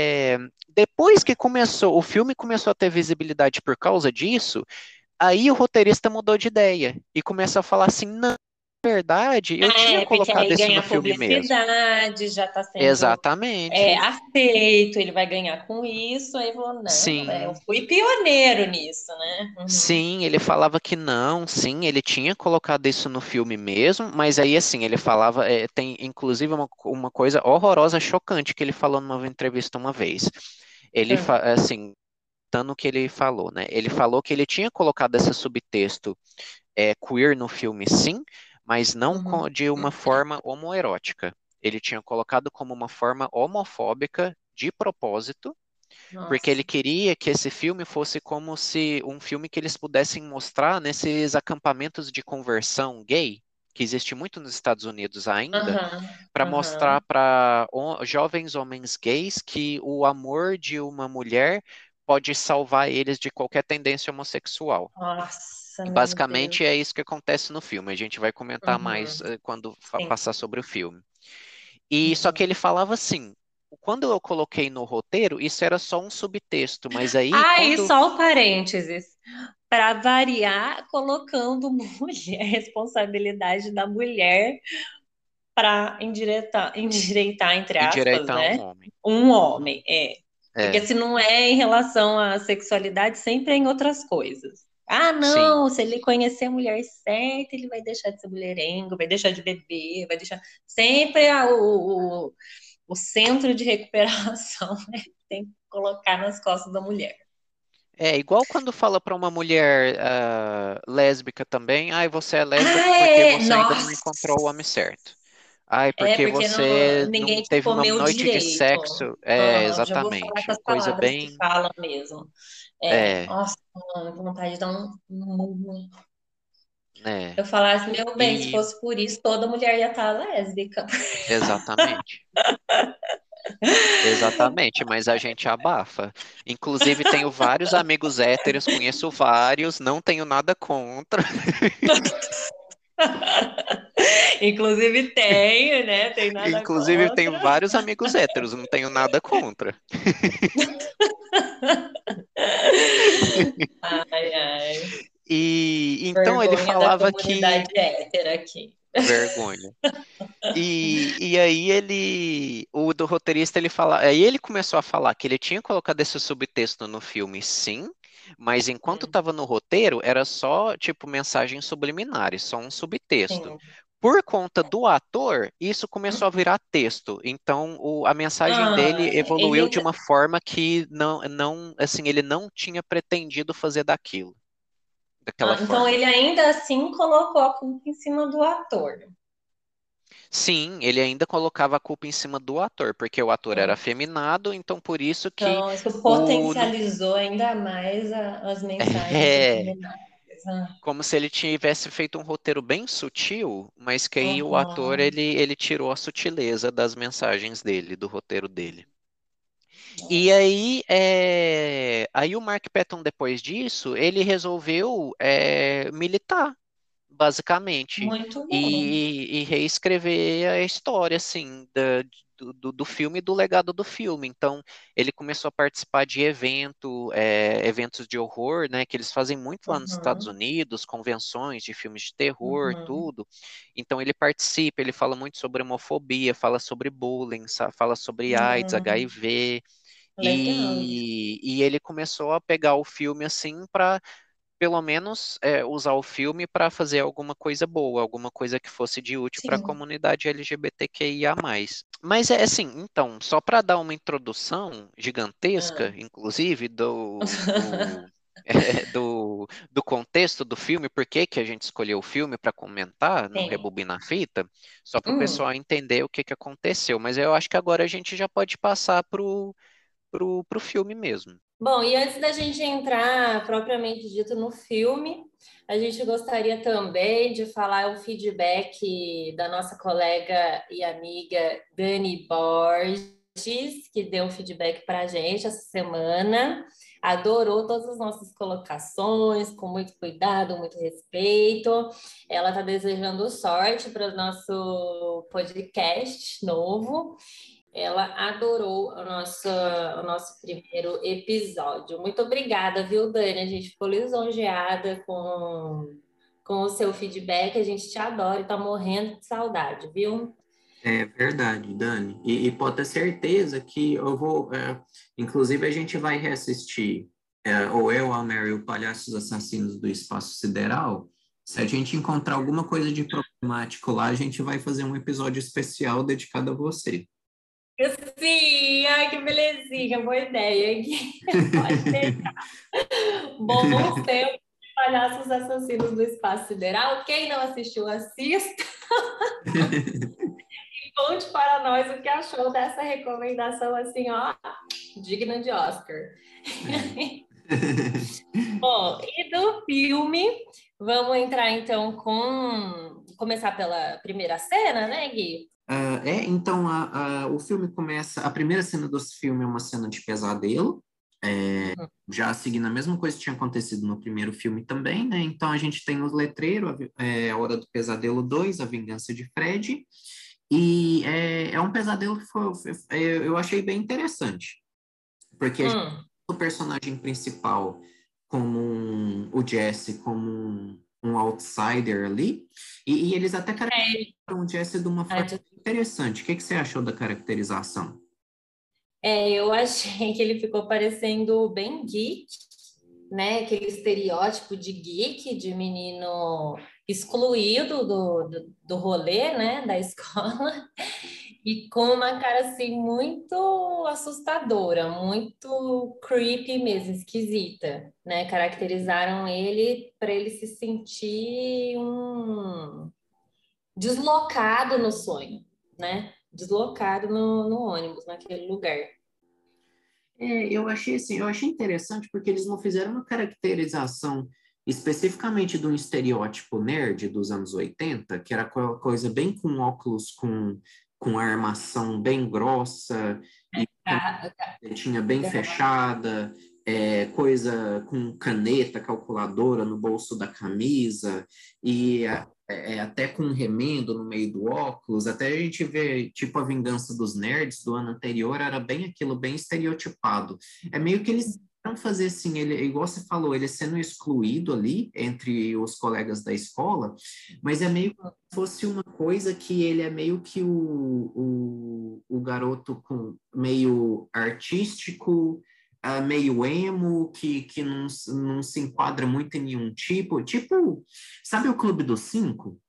depois que começou, o filme começou a ter visibilidade por causa disso, aí o roteirista mudou de ideia e começou a falar assim, não, na verdade, eu tinha É, porque colocado aí isso no ganha filme mesmo. publicidade, já está sendo Exatamente. aceito, ele vai ganhar com isso. Aí falou, não, eu Sim, fui pioneiro nisso, né? Uhum, sim, ele falava que não, sim, ele tinha colocado isso no filme mesmo, mas aí assim, ele falava, tem inclusive uma coisa horrorosa, chocante que ele falou numa entrevista uma vez. uhum, Assim, o que ele falou, né? Ele falou que ele tinha colocado esse subtexto queer no filme, sim, mas não uhum. de uma forma homoerótica. Ele tinha colocado como uma forma homofóbica de propósito, porque ele Nossa. queria que esse filme fosse como se um filme que eles pudessem mostrar nesses acampamentos de conversão gay, que existe muito nos Estados Unidos ainda, Aham, para mostrar aham. para jovens homens gays que o amor de uma mulher pode salvar eles de qualquer tendência homossexual. Nossa, meu Deus. Basicamente é isso que acontece no filme. A gente vai comentar mais Uhum, quando sim. passar sobre o filme. E só que Uhum. ele falava assim: quando eu coloquei no roteiro, isso era só um subtexto, mas aí Ah, e quando só o parênteses. Para variar, colocando mulher, responsabilidade da mulher para endireitar, entre aspas, endireitar um né? homem. Um homem, é. Porque É, se não é em relação à sexualidade, sempre é em outras coisas. Ah, sim. não, se ele conhecer a mulher certa, ele vai deixar de ser mulherengo, vai deixar de beber, vai deixar. Sempre é o centro de recuperação, né? Tem que colocar nas costas da mulher. É igual quando fala para uma mulher lésbica também, ai, você é lésbica Ah, porque é! você ainda não Nossa! encontrou o homem certo. Ai, É, porque porque não, você não ninguém te teve uma comeu noite de direito. sexo. É, Aham, já vou falar com exatamente. as Coisa palavras que bem. falam mesmo. É, É, nossa, mano, que vontade de dar um murro. né? Eu falasse, meu bem, se E fosse por isso, toda mulher ia estar lésbica. exatamente. Exatamente, mas a gente abafa. Inclusive, tenho vários amigos héteros, conheço vários, não tenho nada contra. Inclusive tenho, né? Tem nada Inclusive, tenho contra. vários amigos héteros, não tenho nada contra. Ai, ai. E então ele Vergonha da falava que comunidade hétera aqui. vergonha. E aí o do roteirista, ele fala, aí ele começou a falar que ele tinha colocado esse subtexto no filme, sim, mas enquanto Hum, estava no roteiro, era só, tipo, mensagens subliminares, só um subtexto. sim. Por conta do ator, isso começou a virar texto. Então, a mensagem dele Ah, evoluiu ele. de uma forma que não, assim, ele não tinha pretendido fazer daquela Então forma. ele ainda assim colocou a culpa em cima do ator. Sim, ele ainda colocava a culpa em cima do ator, porque o ator era Hum. afeminado, então por isso que Então, isso o não- potencializou ainda mais as mensagens é subliminares. Ah, como se ele tivesse feito um roteiro bem sutil, mas que aí o ator uhum. ele tirou a sutileza das mensagens dele, do roteiro dele. E Nossa. aí, aí o Mark Patton, depois disso, ele resolveu militar, basicamente, Muito bom. e reescrever a história, assim, do filme e do legado do filme. Então, ele começou a participar de eventos de horror, né, que eles fazem muito lá nos Estados Uhum. Unidos, convenções de filmes de terror, Uhum. tudo. Então, ele participa, ele fala muito sobre homofobia, fala sobre bullying, fala sobre AIDS, Hum, HIV, legal isso. e ele começou a pegar o filme assim para pelo menos usar o filme para fazer alguma coisa boa, alguma coisa que fosse de útil para a Sim. comunidade LGBTQIA+. Mas é assim, então, só para dar uma introdução gigantesca, Ah. inclusive, do contexto do filme, por que que a gente escolheu o filme para comentar no Sim. Rebobina a Fita, só para o Hum. pessoal entender o que que aconteceu. Mas eu acho que agora a gente já pode passar pro filme mesmo. Bom, e antes da gente entrar propriamente dito no filme, a gente gostaria também de falar o feedback da nossa colega e amiga Dani Borges, que deu um feedback para a gente essa semana. Adorou todas as nossas colocações, com muito cuidado, muito respeito. Ela está desejando sorte para o nosso podcast novo. Ela adorou o nosso primeiro episódio. Muito obrigada, viu, Dani? A gente ficou lisonjeada com o seu feedback. A gente te adora e tá morrendo de saudade, viu? É verdade, Dani. E pode ter certeza que eu vou. Inclusive, a gente vai reassistir, ou eu, a Mary, o Palhaços Assassinos do Espaço Sideral. Se a gente encontrar alguma coisa de problemático lá, a gente vai fazer um episódio especial dedicado a você. Sim, ai que belezinha, boa ideia. Pode deixar. Bons tempos de Palhaços Assassinos do Espaço Sideral. Quem não assistiu, assista. Conte para nós o que achou dessa recomendação assim, ó, digna de Oscar. Bom, e do filme, vamos entrar então com. Começar pela primeira cena, né, Gui? Então, o filme começa. A primeira cena do filme é uma cena de pesadelo. Uhum. Já seguindo a mesma coisa que tinha acontecido no primeiro filme também, né? Então a gente tem no letreiro A Hora do Pesadelo 2, A Vingança de Fred, e é um pesadelo que eu achei bem interessante, porque a gente Hum. tem o personagem principal como o Jesse como um outsider ali, e eles até caracterizaram o Jesse de uma forma É, interessante. O que que você achou da caracterização? eu achei que ele ficou parecendo bem geek, né? Aquele estereótipo de geek, de menino excluído do rolê, né? Da escola. E com uma cara assim muito assustadora, muito creepy mesmo, esquisita, né? Caracterizaram ele para ele se sentir deslocado no sonho, né? Deslocado no ônibus, naquele lugar. Eu achei assim, eu achei interessante porque eles não fizeram uma caracterização especificamente de um estereótipo nerd dos anos 80, que era aquela coisa bem com óculos com armação bem grossa e Ah, tinha bem fechada, coisa com caneta calculadora no bolso da camisa, e até com um remendo no meio do óculos. Até a gente vê, tipo, a Vingança dos Nerds do ano anterior, era bem aquilo, bem estereotipado. É meio que eles vão fazer assim, ele, igual você falou, ele sendo excluído ali entre os colegas da escola, mas é meio fosse uma coisa que ele é meio que o garoto meio artístico, meio emo, que não se enquadra muito em nenhum tipo, sabe o Clube dos Cinco?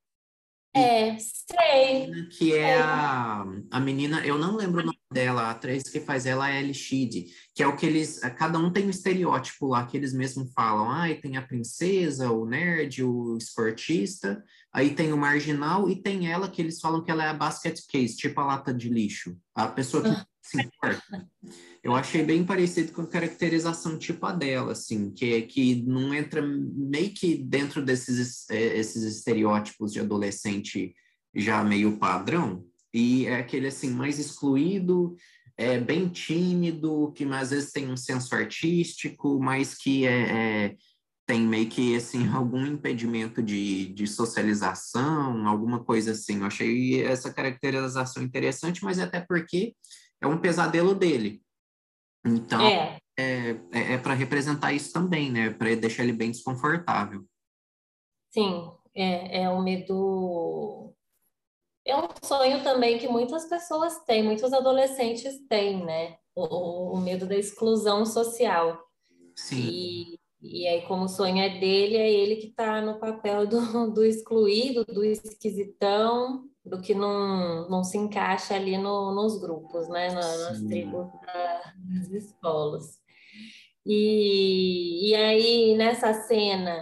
sei, Que é sei. a menina, eu não lembro o nome dela, a atriz que faz ela é Ellie Sheedy, que é o que eles, cada um tem um estereótipo lá que eles mesmos falam, tem a princesa, o nerd, o esportista, aí tem o marginal e tem ela que eles falam que ela é a basket case, tipo a lata de lixo, a pessoa que não se importa. Eu achei bem parecido com a caracterização tipo a dela, assim, que não entra meio que dentro esses estereótipos de adolescente já meio padrão, e é aquele assim mais excluído, bem tímido, que às vezes tem um senso artístico, mas que tem meio que assim algum impedimento de socialização, alguma coisa assim. Eu achei essa caracterização interessante, mas até porque é um pesadelo dele. Então, É, é para representar isso também, né? Para deixar ele bem desconfortável. sim, é um medo. É um sonho também que muitas pessoas têm, muitos adolescentes têm, né? O medo da exclusão social. Sim, E aí, como o sonho é dele, é ele que está no papel do excluído, do esquisitão, do que não se encaixa ali nos grupos, né? Nas sim. tribos das escolas. E aí, nessa cena,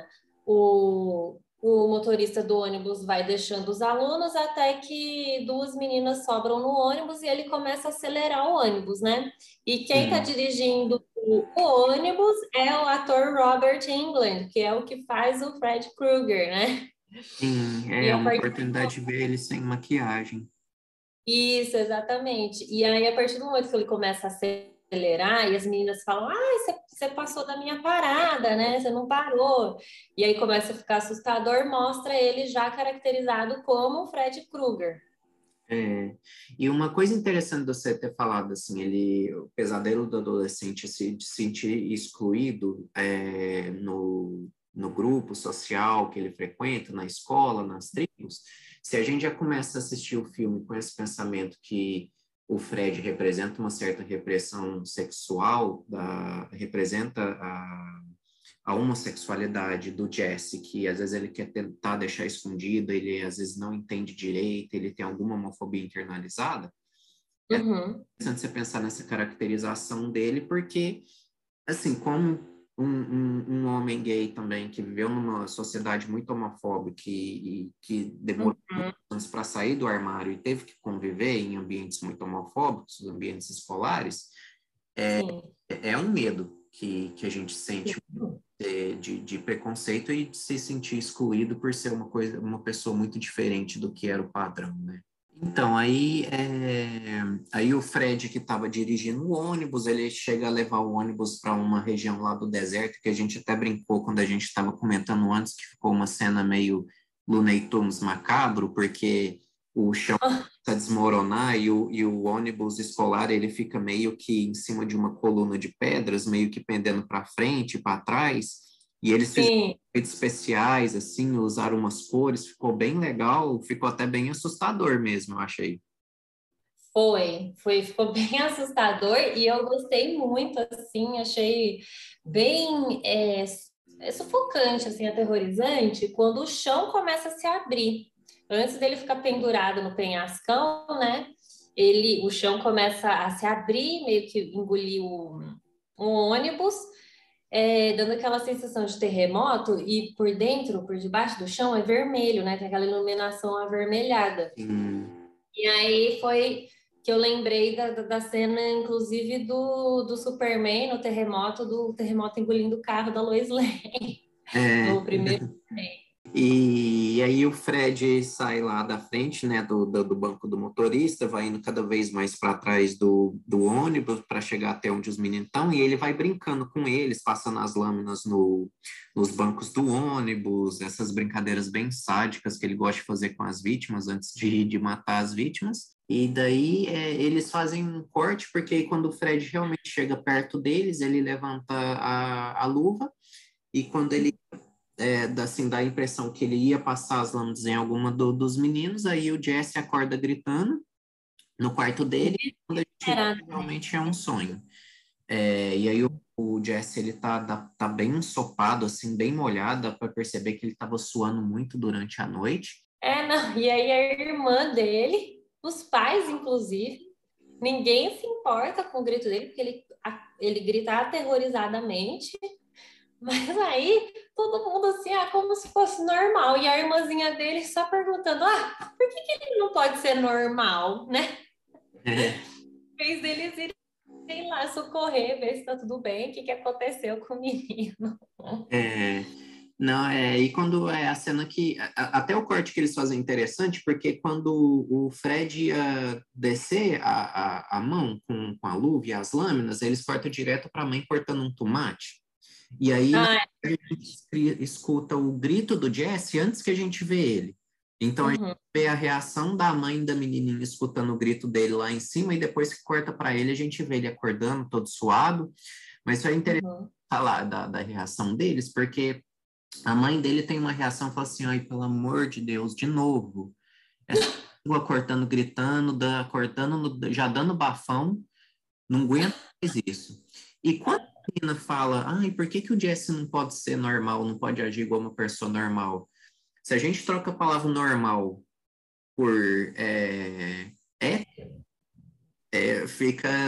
o motorista do ônibus vai deixando os alunos até que duas meninas sobram no ônibus e ele começa a acelerar o ônibus, né? E quem está dirigindo o ônibus é o ator Robert Englund, que é o que faz o Fred Krueger, né? Sim, E é a uma partir oportunidade de ver ele sem maquiagem. Isso, exatamente. E aí, a partir do momento que ele começa a acelerar, e as meninas falam: Ah, você passou da minha parada, né? Você não parou. E aí começa a ficar assustador, mostra ele já caracterizado como o Fred Krueger. É, e uma coisa interessante de você ter falado, assim, o pesadelo do adolescente se sentir excluído no grupo social que ele frequenta, na escola, nas tribos, se a gente já começa a assistir o filme com esse pensamento que o Fred representa uma certa repressão sexual, representa a homossexualidade do Jesse, que às vezes ele quer tentar deixar escondido, ele às vezes não entende direito, ele tem alguma homofobia internalizada, é Uhum. interessante você pensar nessa caracterização dele, porque, assim, como um homem gay também, que viveu numa sociedade muito homofóbica e que demorou Uhum. anos para sair do armário e teve que conviver em ambientes muito homofóbicos, ambientes escolares, Sim. é um medo que a gente sente de preconceito e de se sentir excluído por ser uma pessoa muito diferente do que era o padrão, né? Então, aí o Fred, que estava dirigindo o ônibus, ele chega a levar o ônibus para uma região lá do deserto, que a gente até brincou quando a gente estava comentando antes, que ficou uma cena meio Looney Tunes macabro, porque o chão a desmoronar e o ônibus escolar ele fica meio que em cima de uma coluna de pedras, meio que pendendo para frente, para trás, e eles fizeram Sim. efeitos especiais, assim, usaram umas cores, ficou bem legal, ficou até bem assustador mesmo, eu achei. Ficou bem assustador e eu gostei muito, assim, achei bem sufocante, assim, aterrorizante, quando o chão começa a se abrir. Antes dele ficar pendurado no penhascão, né? O chão começa a se abrir, meio que engolir um ônibus, dando aquela sensação de terremoto, e por dentro, por debaixo do chão, é vermelho, né? Tem aquela iluminação avermelhada. Sim. E aí foi que eu lembrei da cena, inclusive, do Superman no terremoto, do terremoto engolindo o carro da Lois Lane, É, no primeiro Superman. e aí o Fred sai lá da frente, né, do banco do motorista, vai indo cada vez mais para trás do ônibus para chegar até onde os meninos estão, e ele vai brincando com eles, passando as lâminas nos bancos do ônibus, essas brincadeiras bem sádicas que ele gosta de fazer com as vítimas antes de matar as vítimas. E daí eles fazem um corte, porque aí quando o Fred realmente chega perto deles, ele levanta a luva, e quando ele assim, dá a impressão que ele ia passar as lâminas em alguma dos meninos, aí o Jesse acorda gritando no quarto dele, quando a gente vê Era, que realmente é um sonho. E aí o Jesse, ele tá bem ensopado, assim, bem molhado, dá para perceber que ele estava suando muito durante a noite. não, e aí a irmã dele, os pais, inclusive, ninguém se importa com o grito dele, porque ele grita aterrorizadamente. Mas aí todo mundo assim, como se fosse normal. E a irmãzinha dele só perguntando: por que ele não pode ser normal, né? É, Fez deles irem lá socorrer, ver se tá tudo bem, o que aconteceu com o menino. é, não, e quando é a cena que. Até o corte que eles fazem é interessante, porque quando o Fred ia descer a mão com a luva e as lâminas, eles cortam direto para a mãe cortando um tomate. E aí Ah, a gente escuta o grito do Jesse antes que a gente vê ele. Então a gente uhum, vê a reação da mãe da menininha escutando o grito dele lá em cima, e depois que corta para ele, a gente vê ele acordando todo suado. Mas foi interessante uhum. falar da reação deles, porque a mãe dele tem uma reação, fala assim: ai, pelo amor de Deus, de novo. Essa pessoa cortando, gritando, cortando, já dando bafão, não aguento mais isso. E quando a menina fala, ai, por que o Jesse não pode ser normal, não pode agir igual uma pessoa normal? Se a gente troca a palavra normal por fica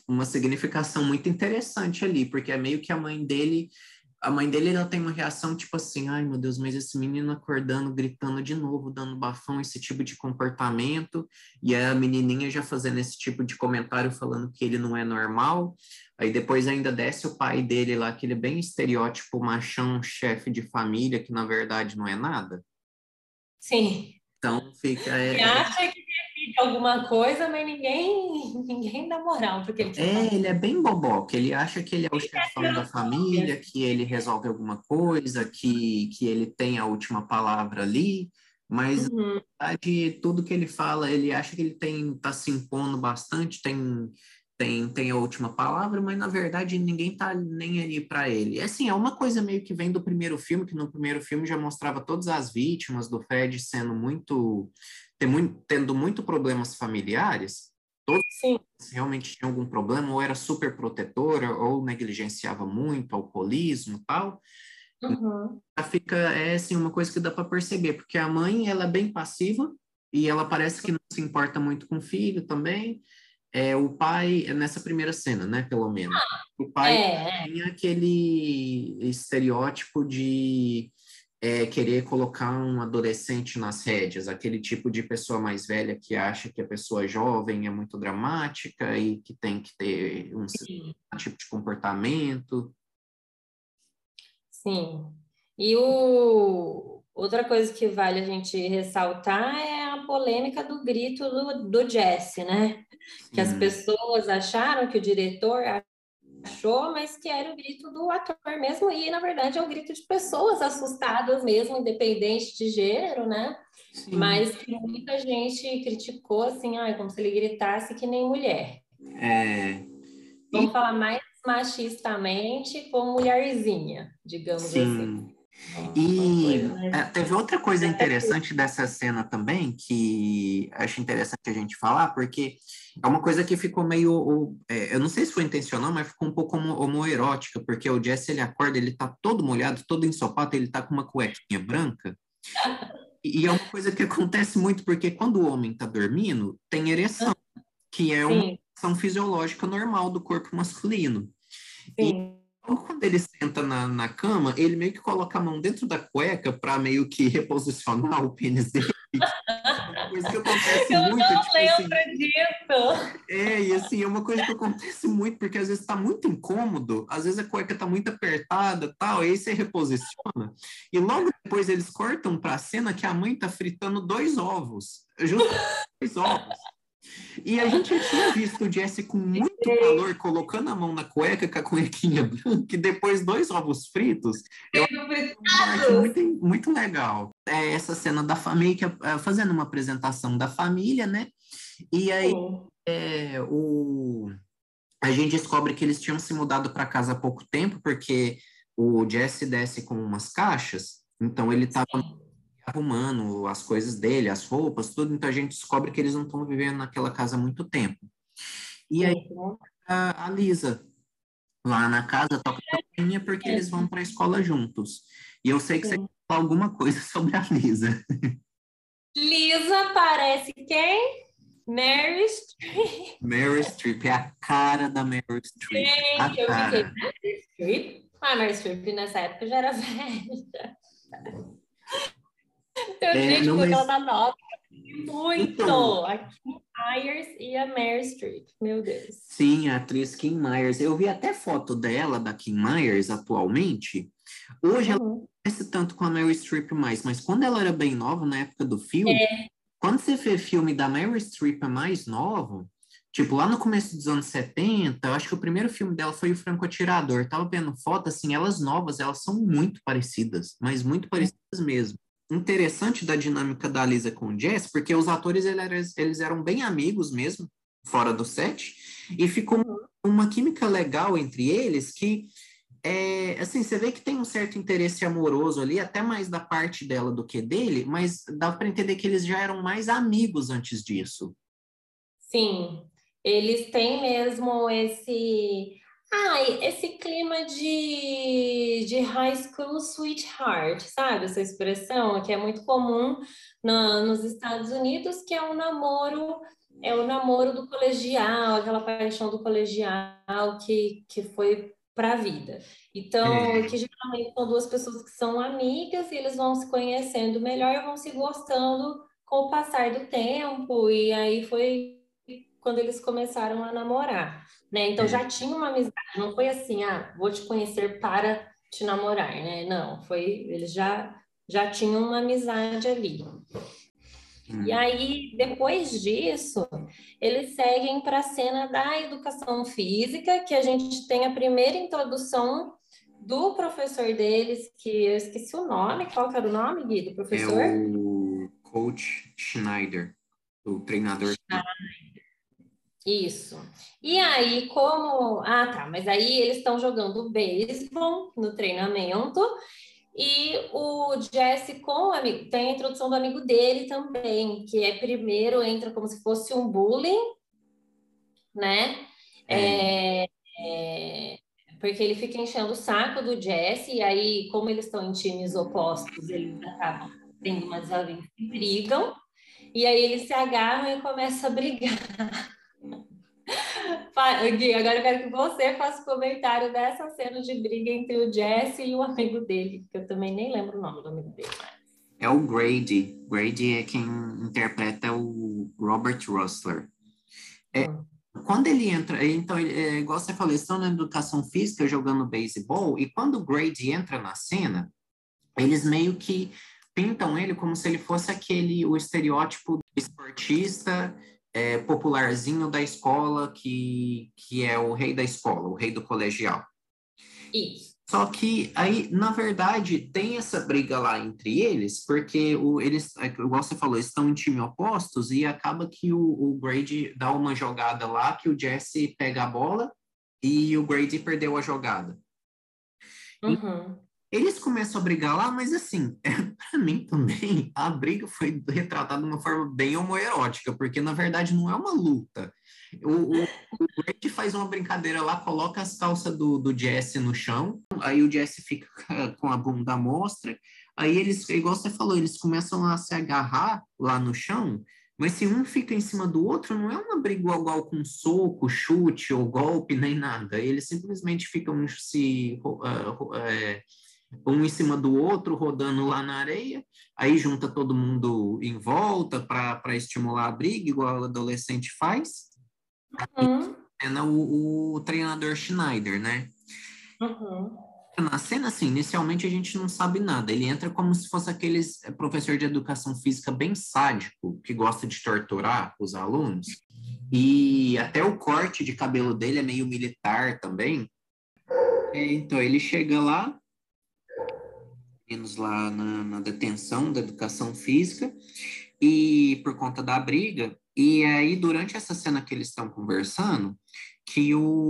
uma significação muito interessante ali, porque é meio que a mãe dele ela tem uma reação tipo assim, ai meu Deus, mas esse menino acordando, gritando de novo, dando bafão, esse tipo de comportamento, e a menininha já fazendo esse tipo de comentário falando que ele não é normal, aí depois ainda desce o pai dele lá, que ele é bem estereótipo, machão, chefe de família, que na verdade não é nada. Sim. Então fica, E acha que decide alguma coisa, mas ninguém dá moral porque ele quer falar. ele é bem boboca, ele acha que ele é o chefão da família, que ele resolve alguma coisa, que ele tem a última palavra ali, mas Uhum. na verdade, tudo que ele fala, ele acha que ele tá se impondo bastante, tem a última palavra, mas na verdade ninguém tá nem aí para ele. Assim, é uma coisa meio que vem do primeiro filme, que no primeiro filme já mostrava todas as vítimas do Fred sendo tendo muito problemas familiares. Sim. Se realmente tinha algum problema, ou era super protetora, ou negligenciava muito, alcoolismo e tal, Uhum. fica, assim, uma coisa que dá para perceber, porque a mãe, ela é bem passiva, e ela parece que não se importa muito com o filho também, o pai, nessa primeira cena, né, pelo menos, o pai É. tem aquele estereótipo de querer colocar um adolescente nas rédeas, aquele tipo de pessoa mais velha que acha que a pessoa jovem é muito dramática e que tem que ter um tipo de comportamento. Sim. E outra coisa que vale a gente ressaltar é a polêmica do grito do Jesse, né? Que as Sim, pessoas acharam que o diretor achou, mas que era o grito do ator mesmo, e na verdade é um grito de pessoas assustadas mesmo, independente de gênero, né? sim. Mas que muita gente criticou assim, ah, como se ele gritasse que nem mulher. É, e Vamos falar mais machistamente como mulherzinha, digamos assim. sim. Uma coisa, E né? teve outra coisa interessante dessa cena também, que acho interessante a gente falar, porque é uma coisa que ficou meio, eu não sei se foi intencional, mas ficou um pouco homoerótica, porque o Jesse, ele acorda, ele tá todo molhado, todo ensopado, ele tá com uma cuequinha branca, e é uma coisa que acontece muito, porque quando o homem tá dormindo, tem ereção, que é uma Sim, ação fisiológica normal do corpo masculino. sim. Então, quando ele senta na cama, ele meio que coloca a mão dentro da cueca para meio que reposicionar o pênis dele. É uma coisa que acontece Eu muito, não tipo assim, lembro disso. e assim, é uma coisa que acontece muito, porque às vezes tá muito incômodo, às vezes a cueca tá muito apertada, tal, e aí você reposiciona, e logo depois eles cortam para a cena que a mãe tá fritando dois ovos, justo dois ovos. E a gente já tinha visto o Jesse com muito calor, colocando a mão na cueca com a cuequinha branca, e depois dois ovos fritos. Eu acho uma parte muito, muito legal. É essa cena da família, fazendo uma apresentação da família, né? E aí Sim, a gente descobre que eles tinham se mudado para casa há pouco tempo, porque o Jesse desce com umas caixas, então ele estava sim, arrumando as coisas dele, as roupas, tudo, então a gente descobre que eles não estão vivendo naquela casa há muito tempo. E aí sim. a Lisa lá na casa toca campainha porque eles vão para a escola juntos. E eu sei que você quer Sim. falar alguma coisa sobre a Lisa. Lisa parece quem? Mary Streep. Meryl Streep é a cara da Meryl Streep, a Gente, eu fiquei, cara. Mary Streep? Ah, Mary Streep nessa época já era velha. Então, gente, Não, como é que ela mas tá nova? Muito! então, A Kim Myers e a Mary Streep. Meu Deus. sim, a atriz Kim Myers. Eu vi até foto dela, da Kim Myers, atualmente. Hoje ela não Uhum. parece tanto com a Meryl Streep mais, mas quando ela era bem nova, na época do filme, É, quando você vê filme da Meryl Streep mais nova, tipo lá no começo dos anos 70, eu acho que o primeiro filme dela foi O Franco Atirador. Tava vendo foto, assim, elas novas, elas são muito parecidas, mas muito parecidas mesmo. Interessante da dinâmica da Lisa com o Jess, porque os atores eles eram bem amigos mesmo, fora do set, e ficou uhum. uma química legal entre eles que assim, você vê que tem um certo interesse amoroso ali, até mais da parte dela do que dele, mas dá para entender que eles já eram mais amigos antes disso. Sim, eles têm mesmo esse clima de high school sweetheart, sabe? Essa expressão que é muito comum nos Estados Unidos, que é um namoro é o namoro do colegial, aquela paixão do colegial que foi para a vida. Então, É, que geralmente são duas pessoas que são amigas e eles vão se conhecendo melhor e vão se gostando com o passar do tempo. E aí foi quando eles começaram a namorar, né? Então é. já tinha uma amizade, não foi assim, ah, vou te conhecer para te namorar, né? Não, foi, eles já tinham uma amizade ali. E Hum. aí, depois disso, eles seguem para a cena da educação física, que a gente tem a primeira introdução do professor deles, que eu esqueci o nome, qual que era o nome, Gui, do É professor? o Coach Schneider, o treinador. Isso. E aí, como. Ah, tá, mas aí eles estão jogando beisebol no treinamento. E o Jesse com o amigo, tem a introdução do amigo dele também, que é primeiro entra como se fosse um bullying, né? É, É, porque ele fica enchendo o saco do Jesse, e aí, como eles estão em times opostos, eles acabam tendo uma desavença e brigam, e aí eles se agarram e começam a brigar. Gui, agora eu quero que você faça o comentário dessa cena de briga entre o Jesse e o amigo dele, que eu também nem lembro o nome do amigo dele. é o Grady. Grady é quem interpreta o Robert Russler. É, Hum. quando ele entra, então, igual você falou, eles estão na educação física jogando beisebol, e quando o Grady entra na cena, eles meio que pintam ele como se ele fosse o estereótipo do esportista popularzinho da escola, que é o rei da escola, o rei do colegial. Isso. Só que aí, na verdade, tem essa briga lá entre eles, porque igual você falou, eles estão em time opostos e acaba que o Grady dá uma jogada lá que o Jesse pega a bola e o Grady perdeu a jogada. Uhum. Eles começam a brigar lá, mas assim, para mim também, a briga foi retratada de uma forma bem homoerótica, porque na verdade não é uma luta. O Greg faz uma brincadeira lá, coloca as calças do Jesse no chão, aí o Jesse fica com a bunda à mostra, aí eles, igual você falou, eles começam a se agarrar lá no chão, mas se um fica em cima do outro, não é uma briga igual com soco, chute ou golpe, nem nada. Eles simplesmente ficam um em cima do outro, rodando lá na areia, aí junta todo mundo em volta para estimular a briga, igual o adolescente faz. Uhum. É o treinador Schneider, né? Uhum. Na cena, assim, inicialmente a gente não sabe nada. Ele entra como se fosse aqueles professor de educação física bem sádico, que gosta de torturar os alunos. E até o corte de cabelo dele é meio militar também. Então, ele chega lá, meninos lá na detenção da educação física, e por conta da briga, e aí durante essa cena que eles estão conversando, que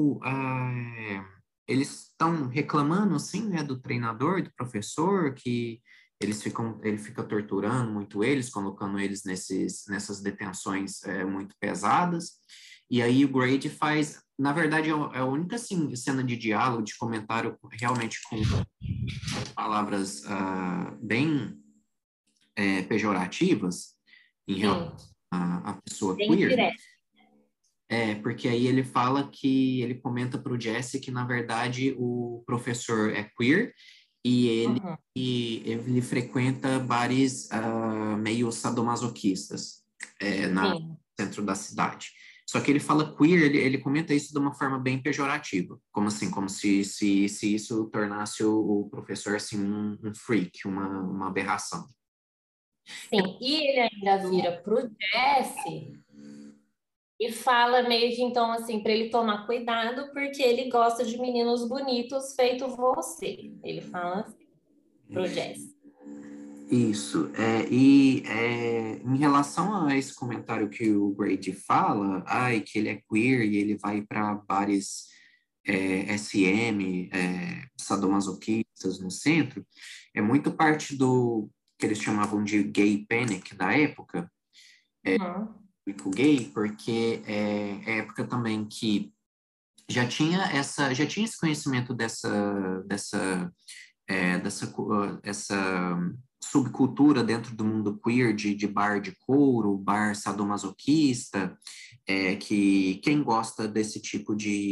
eles estão reclamando, assim, né, do treinador, do professor, que ele fica torturando muito eles, colocando eles nessas detenções muito pesadas, e aí o Grady faz, na verdade, é a única, assim, cena de diálogo, de comentário realmente com palavras bem pejorativas em relação Sim, à pessoa bem queer, direto. porque aí ele fala que ele comenta para o Jesse que, na verdade, o professor é queer Uhum. e ele frequenta bares meio sadomasoquistas no Sim, centro da cidade. Só que ele fala queer, ele comenta isso de uma forma bem pejorativa, como assim, como se isso tornasse o professor assim um freak, uma aberração. sim. E ele ainda vira pro Jesse e fala meio que então assim para ele tomar cuidado porque ele gosta de meninos bonitos feito você. Ele fala assim pro Jesse. Isso, em relação a esse comentário que o Grady fala, que ele é queer e ele vai para bares SM, sadomasoquistas no centro, é muito parte do que eles chamavam de gay panic da época, Uhum. público gay, porque é época também que já tinha esse conhecimento dessa subcultura dentro do mundo queer de bar de couro, bar sadomasoquista, que quem gosta desse tipo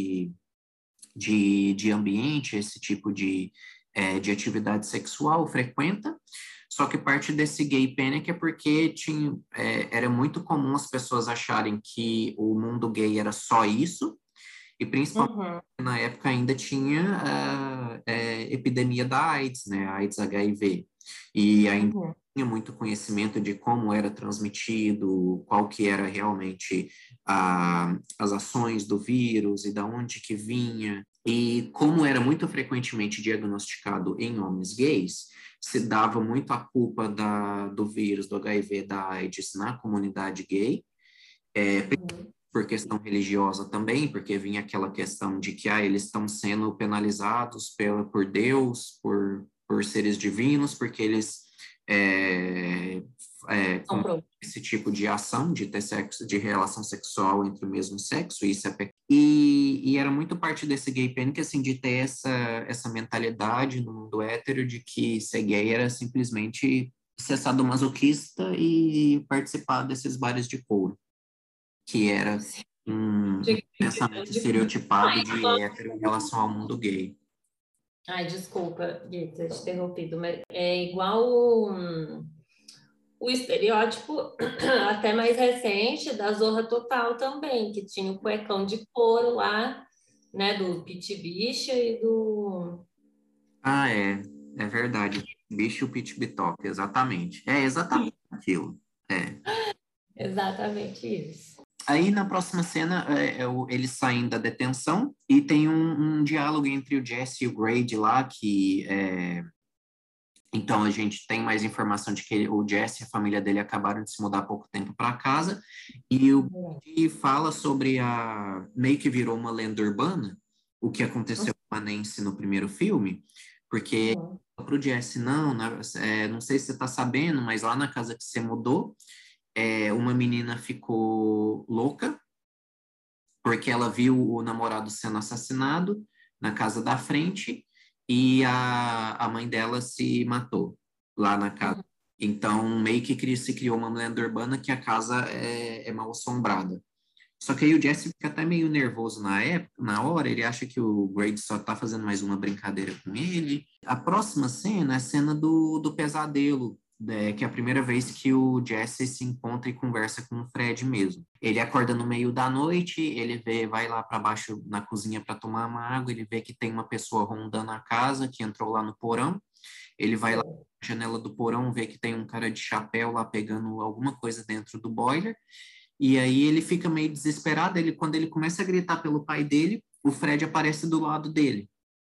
de ambiente, esse tipo de atividade sexual frequenta, só que parte desse gay panic é porque era muito comum as pessoas acharem que o mundo gay era só isso, e principalmente Uhum. na época ainda tinha a epidemia da AIDS, né, a AIDS HIV, e ainda Uhum. tinha muito conhecimento de como era transmitido, qual que era realmente as ações do vírus e da onde que vinha, e como era muito frequentemente diagnosticado em homens gays, se dava muito a culpa do vírus, do HIV, da AIDS na comunidade gay, Uhum. por questão religiosa também, porque vinha aquela questão de que eles estão sendo penalizados por Deus, por seres divinos, porque eles com Comprou. esse tipo de ação, de ter sexo, de relação sexual entre o mesmo sexo, isso é e era muito parte desse gay panic, assim, de ter essa mentalidade no mundo hétero de que ser gay era simplesmente ser sadomasoquista e participar desses bares de couro, que era um De- pensamento de- estereotipado de hétero em relação ao mundo gay. Ai, desculpa, Gui, ter te interrompido, mas é igual o estereótipo até mais recente da Zorra Total também, que tinha o cuecão de couro lá, né, do Pit Bicha e do... É verdade. Bicho Pit Bitoque, exatamente. É exatamente aquilo. É. Exatamente isso. Aí na próxima cena, eles saem da detenção e tem um diálogo entre o Jesse e o Grady lá, então a gente tem mais informação de que o Jesse e a família dele acabaram de se mudar há pouco tempo para casa, e o Grady fala sobre meio que virou uma lenda urbana, o que aconteceu com a Nancy no primeiro filme, porque Uhum. para o Jesse, não sei se você está sabendo, mas lá na casa que você mudou, uma menina ficou louca porque ela viu o namorado sendo assassinado na casa da frente e a mãe dela se matou lá na casa. Então, meio que se criou uma lenda urbana que a casa é mal assombrada. Só que aí o Jesse fica até meio nervoso na hora, ele acha que o Grady só tá fazendo mais uma brincadeira com ele. A próxima cena é a cena do pesadelo, que é a primeira vez que o Jesse se encontra e conversa com o Fred mesmo. Ele acorda no meio da noite, vai lá para baixo na cozinha para tomar uma água, ele vê que tem uma pessoa rondando a casa, que entrou lá no porão. Ele vai lá na janela do porão, vê que tem um cara de chapéu lá pegando alguma coisa dentro do boiler. E aí ele fica meio desesperado, quando ele começa a gritar pelo pai dele, o Fred aparece do lado dele.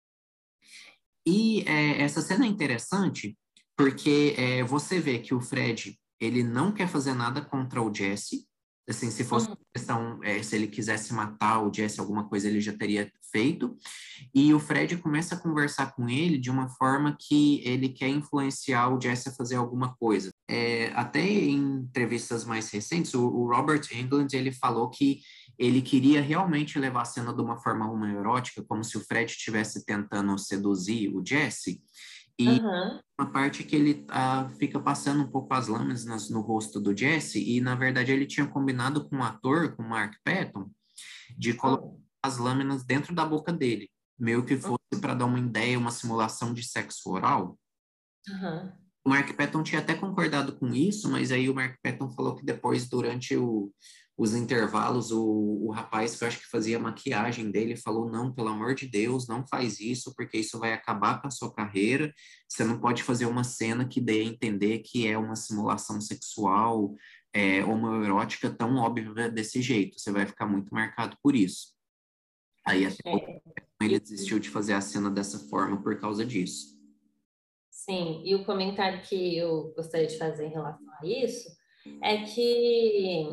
E essa cena é interessante porque você vê que o Fred, ele não quer fazer nada contra o Jesse. Assim, se fosse questão, se ele quisesse matar o Jesse, alguma coisa ele já teria feito. E o Fred começa a conversar com ele de uma forma que ele quer influenciar o Jesse a fazer alguma coisa. Até em entrevistas mais recentes, o Robert Englund, ele falou que ele queria realmente levar a cena de uma forma homoerótica, como se o Fred estivesse tentando seduzir o Jesse, e Uhum. uma parte que ele fica passando um pouco as lâminas no rosto do Jesse, e na verdade ele tinha combinado com o ator, com o Mark Patton, de colocar as lâminas dentro da boca dele, meio que fosse para dar uma ideia, uma simulação de sexo oral. Uhum. O Mark Patton tinha até concordado com isso, mas aí o Mark Patton falou que depois, durante os intervalos, o rapaz que eu acho que fazia a maquiagem dele falou, não, pelo amor de Deus, não faz isso, porque isso vai acabar com a sua carreira, você não pode fazer uma cena que dê a entender que é uma simulação sexual, homoerótica tão óbvia desse jeito, você vai ficar muito marcado por isso. Aí até ele desistiu de fazer a cena dessa forma por causa disso. Sim, e o comentário que eu gostaria de fazer em relação a isso é que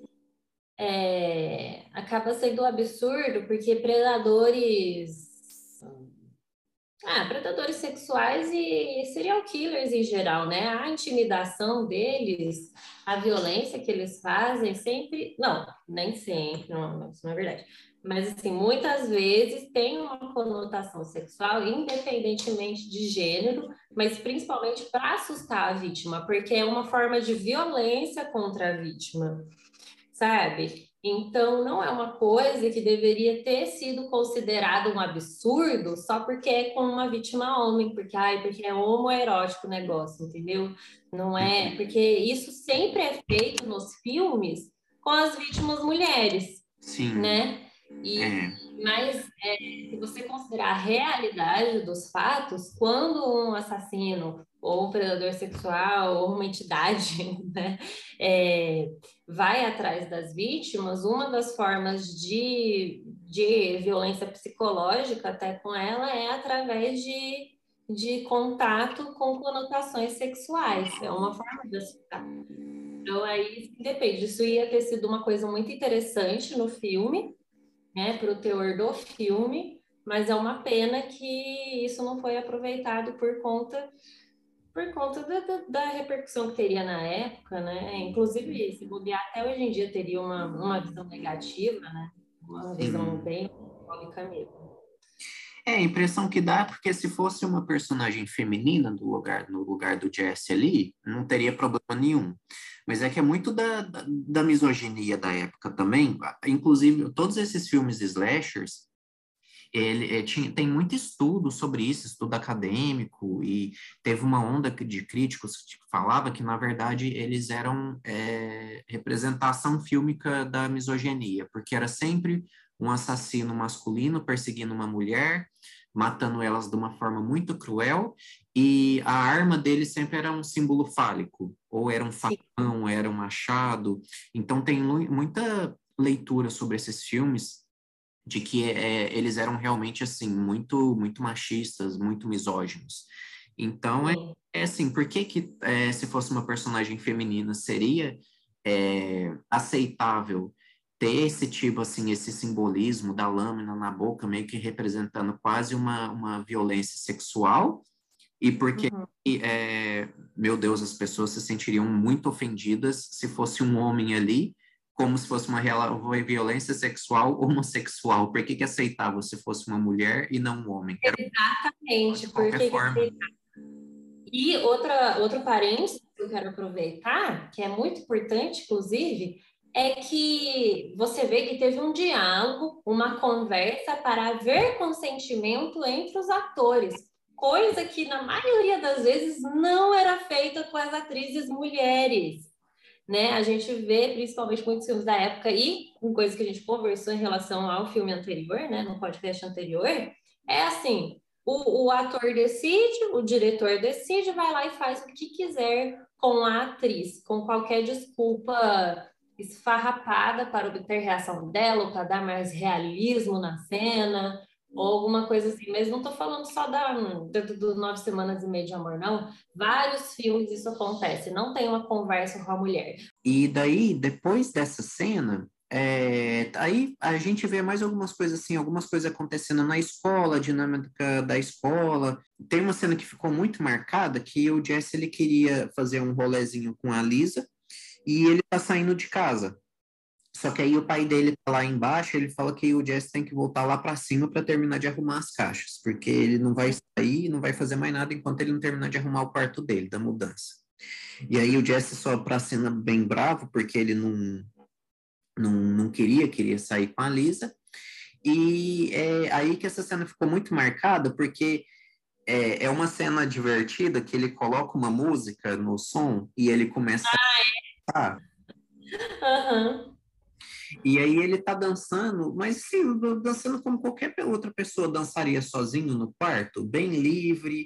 acaba sendo um absurdo porque predadores sexuais e serial killers em geral, né? A intimidação deles, a violência que eles fazem sempre, não, nem sempre, não, isso não é verdade. Mas, assim, muitas vezes tem uma conotação sexual, independentemente de gênero, mas principalmente para assustar a vítima, porque é uma forma de violência contra a vítima, sabe? Então, não é uma coisa que deveria ter sido considerado um absurdo só porque é com uma vítima homem, porque é homoerótico o negócio, entendeu? Não é, porque isso sempre é feito nos filmes com as vítimas mulheres, Sim, né? E, é, mas se você considerar a realidade dos fatos, quando um assassino ou um predador sexual ou uma entidade, né, vai atrás das vítimas, uma das formas de violência psicológica até com ela é através de contato com conotações sexuais. É uma forma de assustar. Então, aí depende. Isso ia ter sido uma coisa muito interessante no filme, né, para o teor do filme, mas é uma pena que isso não foi aproveitado por conta da repercussão que teria na época, né? Inclusive, se bobear, até hoje em dia teria uma visão negativa, né? Uma visão sim. bem homofóbica mesmo. É, a impressão que dá é porque se fosse uma personagem feminina no lugar do Jesse ali, não teria problema nenhum. Mas é que é muito da misoginia da época também. Inclusive, todos esses filmes slashers, tem muito estudo sobre isso, estudo acadêmico, e teve uma onda de críticos que falava que, na verdade, eles eram representação fílmica da misoginia, porque era sempre um assassino masculino perseguindo uma mulher, matando elas de uma forma muito cruel, e a arma dele sempre era um símbolo fálico, ou era um Sim, facão, era um machado. Então, tem muita leitura sobre esses filmes de que eles eram realmente assim muito machistas, muito misóginos. Então sim. é assim, por que se fosse uma personagem feminina seria aceitável ter esse tipo assim, esse simbolismo da lâmina na boca, meio que representando quase uma violência sexual, e porque Uhum. meu Deus, as pessoas se sentiriam muito ofendidas se fosse um homem ali, como se fosse uma violência sexual homossexual. Por que aceitava se fosse uma mulher e não um homem? Era Exatamente, de qualquer porque forma. e outro parênteses que eu quero aproveitar, que é muito importante, inclusive, é que você vê que teve um diálogo, uma conversa para haver consentimento entre os atores, coisa que na maioria das vezes não era feita com as atrizes mulheres, né? A gente vê principalmente muitos filmes da época e uma coisa que a gente conversou em relação ao filme anterior, né, no podcast anterior, é assim, o ator decide, o diretor decide, vai lá e faz o que quiser com a atriz, com qualquer desculpa esfarrapada para obter reação dela, ou para dar mais realismo na cena, ou alguma coisa assim. Mas não estou falando só do Nove Semanas e Meia de Amor, não. Vários filmes isso acontece. Não tem uma conversa com a mulher. E daí, depois dessa cena, aí a gente vê mais algumas coisas assim, algumas coisas acontecendo na escola, a dinâmica da escola. Tem uma cena que ficou muito marcada, que o Jesse ele queria fazer um rolezinho com a Lisa, e ele tá saindo de casa. Só que aí o pai dele tá lá embaixo, ele fala que o Jesse tem que voltar lá para cima para terminar de arrumar as caixas, porque ele não vai sair, não vai fazer mais nada enquanto ele não terminar de arrumar o quarto dele, da mudança. E aí o Jesse sobe pra cena bem bravo, porque ele não queria sair com a Lisa. E é aí que essa cena ficou muito marcada, porque é uma cena divertida que ele coloca uma música no som e ele começa a Aham. e aí ele tá dançando, mas sim, dançando como qualquer outra pessoa dançaria sozinho no quarto, bem livre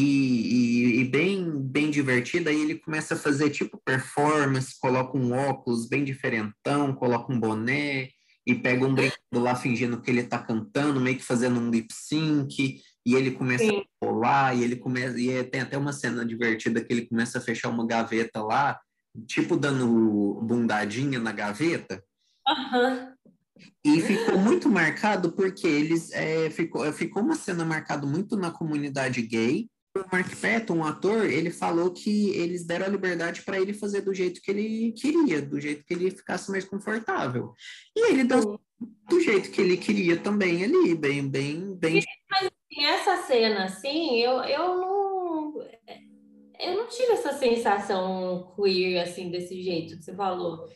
e bem divertido. Aí ele começa a fazer tipo performance, coloca um óculos bem diferentão, coloca um boné e pega um brinquedo lá fingindo que ele tá cantando, meio que fazendo um lip sync, e ele começa Sim. a rolar, e ele começa, tem até uma cena divertida que ele começa a fechar uma gaveta lá, tipo dando bundadinha na gaveta. Aham. E ficou muito marcado porque ficou uma cena marcada muito na comunidade gay. O Mark Patton, o ator, ele falou que eles deram a liberdade para ele fazer do jeito que ele queria, do jeito que ele ficasse mais confortável. E ele dançou Sim. do jeito que ele queria também ali, bem. E essa cena, assim, eu não tive essa sensação queer, assim, desse jeito que você falou.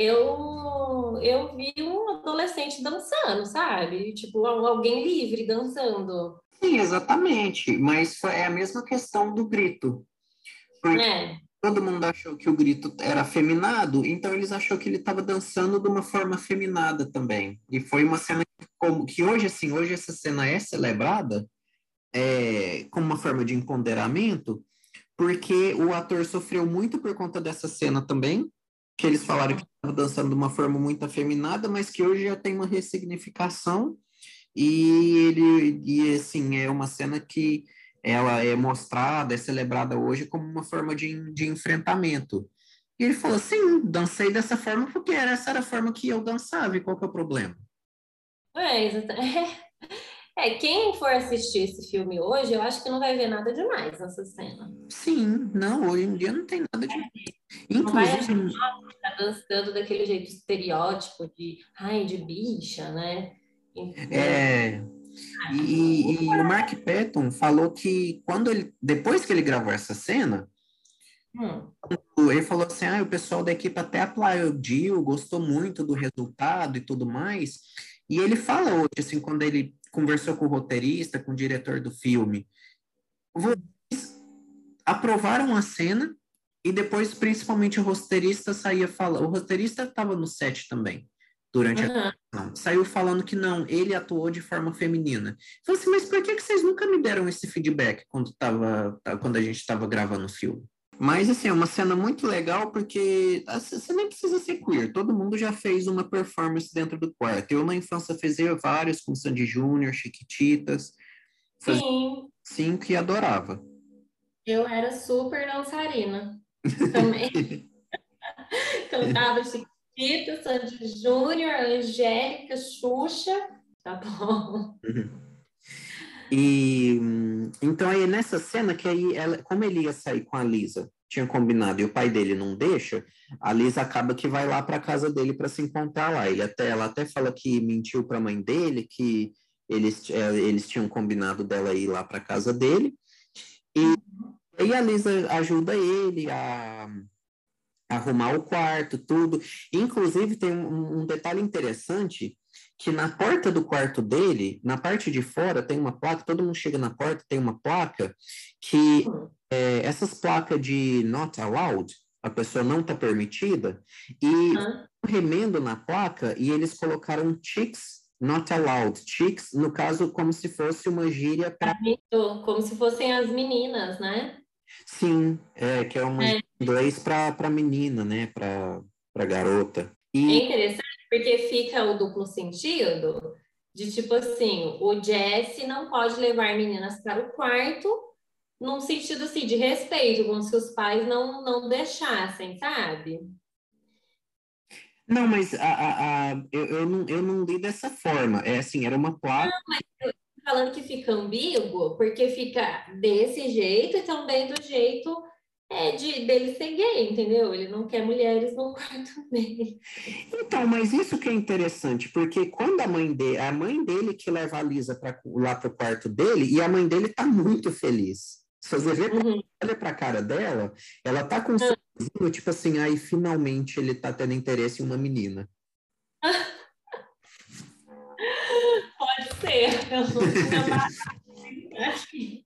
Eu vi um adolescente dançando, sabe? Tipo, alguém livre dançando. Sim, exatamente, mas é a mesma questão do grito, porque É. todo mundo achou que o grito era afeminado, então eles achou que ele estava dançando de uma forma afeminada também. E foi uma cena que hoje, assim, hoje essa cena é celebrada como uma forma de empoderamento, porque o ator sofreu muito por conta dessa cena também, que eles falaram que estava dançando de uma forma muito afeminada, mas que hoje já tem uma ressignificação e assim, é uma cena que ela é mostrada, é celebrada hoje como uma forma de enfrentamento. E ele falou, sim, dancei dessa forma porque essa era a forma que eu dançava, e qual que é o problema? Quem for assistir esse filme hoje, eu acho que não vai ver nada demais nessa cena. Sim, não, hoje em dia não tem nada de... Não vai achar Inclusive, que tá dançando daquele jeito estereótipo de bicha, né? é, e o Mark Patton falou que depois que ele gravou essa cena, Hum, ele falou assim, o pessoal da equipe até aplaudiu, gostou muito do resultado e tudo mais. E ele fala hoje, assim, quando ele conversou com o roteirista, com o diretor do filme, vocês aprovaram a cena e depois, principalmente, o roteirista saía falando. O roteirista estava no set também, durante a aham. gravação. Saiu falando que não, ele atuou de forma feminina. Falei assim, mas por que vocês nunca me deram esse feedback quando a gente estava gravando o filme? Mas, assim, é uma cena muito legal porque você nem precisa ser queer. Todo mundo já fez uma performance dentro do quarto. Eu, na infância, fazia vários com Sandy Júnior, Chiquititas. Fazia Sim, 5 e adorava. eu era super dançarina. Também cantava Chiquitita, Sandy Júnior, Angélica, Xuxa. Tá bom. E então aí nessa cena que aí como ele ia sair com a Lisa, tinha combinado e o pai dele não deixa, a Lisa acaba que vai lá para casa dele para se encontrar lá. Ela até fala que mentiu para a mãe dele que eles tinham combinado dela ir lá para casa dele. E aí a Lisa ajuda ele a arrumar o quarto, tudo. Inclusive, tem um detalhe interessante, que na porta do quarto dele, na parte de fora, tem uma placa, todo mundo chega na porta, tem uma placa, que essas placas de not allowed, a pessoa não está permitida, e Hã? remendo na placa, e eles colocaram chicks not allowed. Chicks, no caso, como se fosse uma gíria para... Como se fossem as meninas, né? Sim, que é uma É, inglês para menina, né? Para garota. é E interessante porque fica o duplo sentido de tipo assim, o Jesse não pode levar meninas para o quarto num sentido assim de respeito, como se os pais não deixassem, sabe? não, mas eu não li dessa forma. É assim, era uma placa. Falando que fica ambíguo, porque fica desse jeito e também do jeito dele ser gay, entendeu? Ele não quer mulheres no quarto dele. Então, mas isso que é interessante, porque quando a mãe dele que leva a Lisa lá pro quarto dele, e a mãe dele tá muito feliz. Se você vê, quando Uhum. olha pra cara dela, ela tá com um sorrisinho, tipo assim, aí finalmente ele tá tendo interesse em uma menina. Pode ser, eu não tinha parado aqui.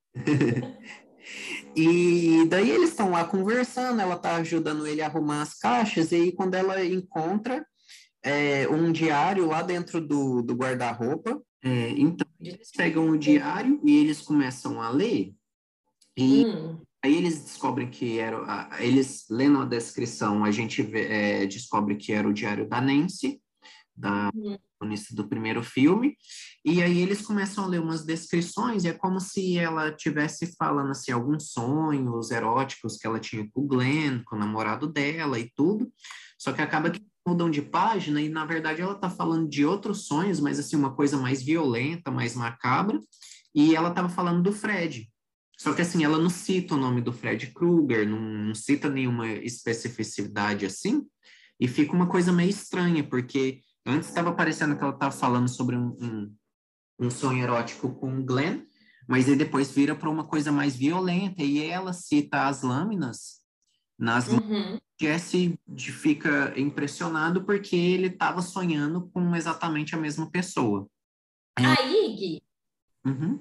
E daí eles estão lá conversando, ela tá ajudando ele a arrumar as caixas, e aí quando ela encontra um diário lá dentro do guarda-roupa, então eles pegam o diário e eles começam a ler, e Hum, aí eles descobrem que eles lendo a descrição, a gente descobre que era o diário da Nancy, da hum, protagonista do primeiro filme, e aí eles começam a ler umas descrições, e é como se ela tivesse falando assim, alguns sonhos eróticos que ela tinha com o Glenn, com o namorado dela e tudo, só que acaba que mudam de página, e na verdade ela está falando de outros sonhos, mas assim, uma coisa mais violenta, mais macabra, e ela estava falando do Fred. Só que assim, ela não cita o nome do Fred Krueger, não cita nenhuma especificidade assim, e fica uma coisa meio estranha, porque Antes estava parecendo que ela estava falando sobre um sonho erótico com o Glenn, mas aí depois vira para uma coisa mais violenta, e ela cita as lâminas nas mãos. Uhum. Jesse fica impressionado porque ele estava sonhando com exatamente a mesma pessoa. Aí, Gui, Uhum.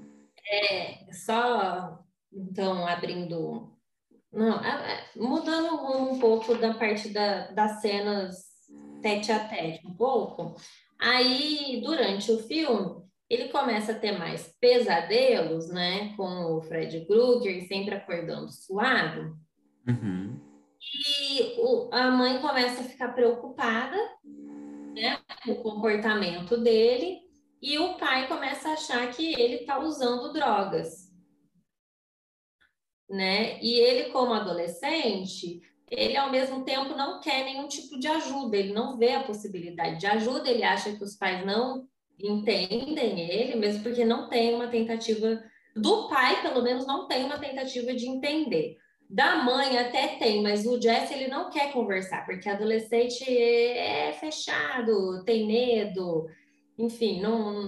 só então abrindo. Não, mudando um pouco da parte das cenas tete a tete, um pouco. Aí, durante o filme, ele começa a ter mais pesadelos, né? Com o Fred Krueger sempre acordando suado. Uhum. E a mãe começa a ficar preocupada, né, com o comportamento dele. E o pai começa a achar que ele está usando drogas, né? E ele, como adolescente, ele ao mesmo tempo não quer nenhum tipo de ajuda, ele não vê a possibilidade de ajuda, ele acha que os pais não entendem ele, mesmo porque não tem uma tentativa do pai, pelo menos não tem uma tentativa de entender. Da mãe até tem, mas o Jesse ele não quer conversar, porque adolescente é fechado, tem medo, enfim,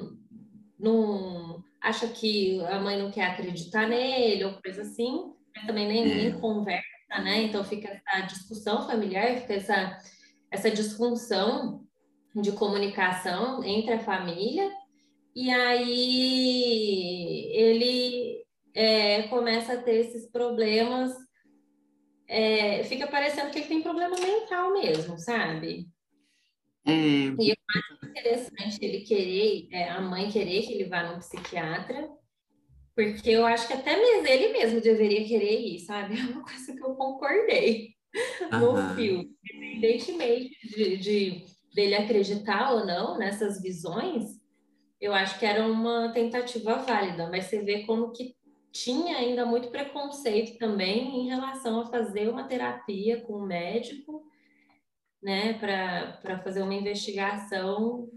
não acha que a mãe não quer acreditar nele ou coisa assim, mas também nem É, conversa, né? Então fica essa discussão familiar, fica essa disfunção de comunicação entre a família, e aí ele começa a ter esses problemas, fica parecendo que ele tem problema mental mesmo, sabe? é, E eu acho interessante ele querer, a mãe querer que ele vá no psiquiatra, porque eu acho que até mesmo ele mesmo deveria querer ir, sabe? É uma coisa que eu concordei no aham. filme. Independentemente dele acreditar ou não nessas visões, eu acho que era uma tentativa válida, mas você vê como que tinha ainda muito preconceito também em relação a fazer uma terapia com o médico, né, para fazer uma investigação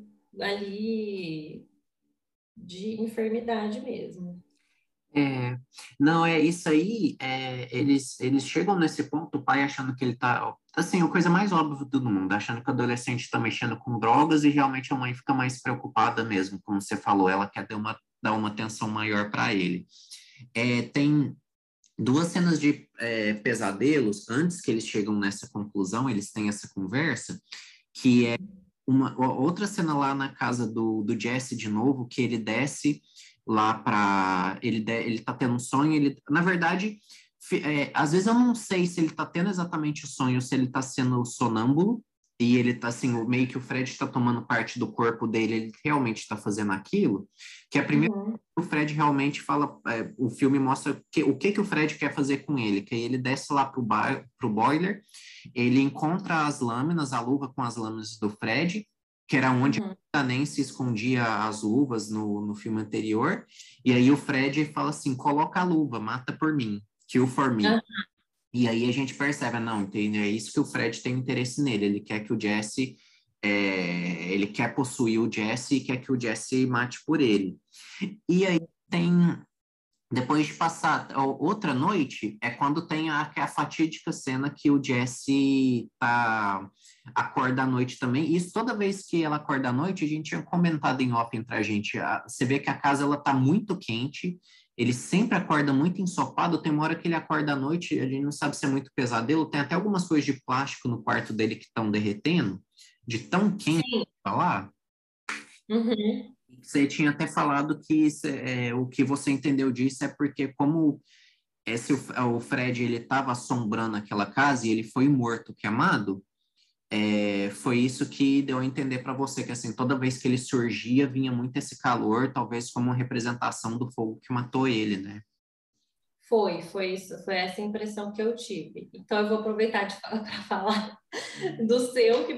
ali de enfermidade mesmo. É, não, é isso aí, eles chegam nesse ponto, o pai achando que ele tá, assim, a coisa mais óbvia do mundo, achando que o adolescente está mexendo com drogas e realmente a mãe fica mais preocupada mesmo, como você falou, ela quer dar uma atenção maior para ele. Tem duas cenas de pesadelos, antes que eles chegam nessa conclusão, eles têm essa conversa, que é outra cena lá na casa do Jesse de novo, que ele desce lá para ele tá tendo um sonho, ele na verdade às vezes eu não sei se ele tá tendo exatamente o sonho, se ele tá sendo sonâmbulo e ele tá assim, meio que o Fred está tomando parte do corpo dele, ele realmente está fazendo aquilo, que é a primeira Uhum. o Fred realmente fala, o filme mostra o que o Fred quer fazer com ele, que aí ele desce lá pro boiler, ele encontra as lâminas, a luva com as lâminas do Fred, que era onde Uhum. a Nancy escondia as luvas no filme anterior, e aí o Fred fala assim, coloca a luva, mata por mim, kill for me. E aí a gente percebe, não, entende? É isso que o Fred tem interesse nele, ele quer que o Jesse, ele quer possuir o Jesse e quer que o Jesse mate por ele. E aí tem, depois de passar outra noite, é quando tem que é a fatídica cena que o Jesse acorda à noite também. Isso toda vez que ela acorda à noite, a gente tinha comentado em off entre a gente. Você vê que a casa ela tá muito quente, ele sempre acorda muito ensopado. Tem uma hora que ele acorda à noite, a gente não sabe se é muito pesadelo. Tem até algumas coisas de plástico no quarto dele que estão derretendo, de tão quente que Sim. tá lá. Uhum. Você tinha até falado que o que você entendeu disso é porque como se o Fred ele estava assombrando aquela casa e ele foi morto, queimado, foi isso que deu a entender para você que assim toda vez que ele surgia vinha muito esse calor, talvez como uma representação do fogo que matou ele, né? Foi isso, foi essa impressão que eu tive. Então eu vou aproveitar para falar do seu que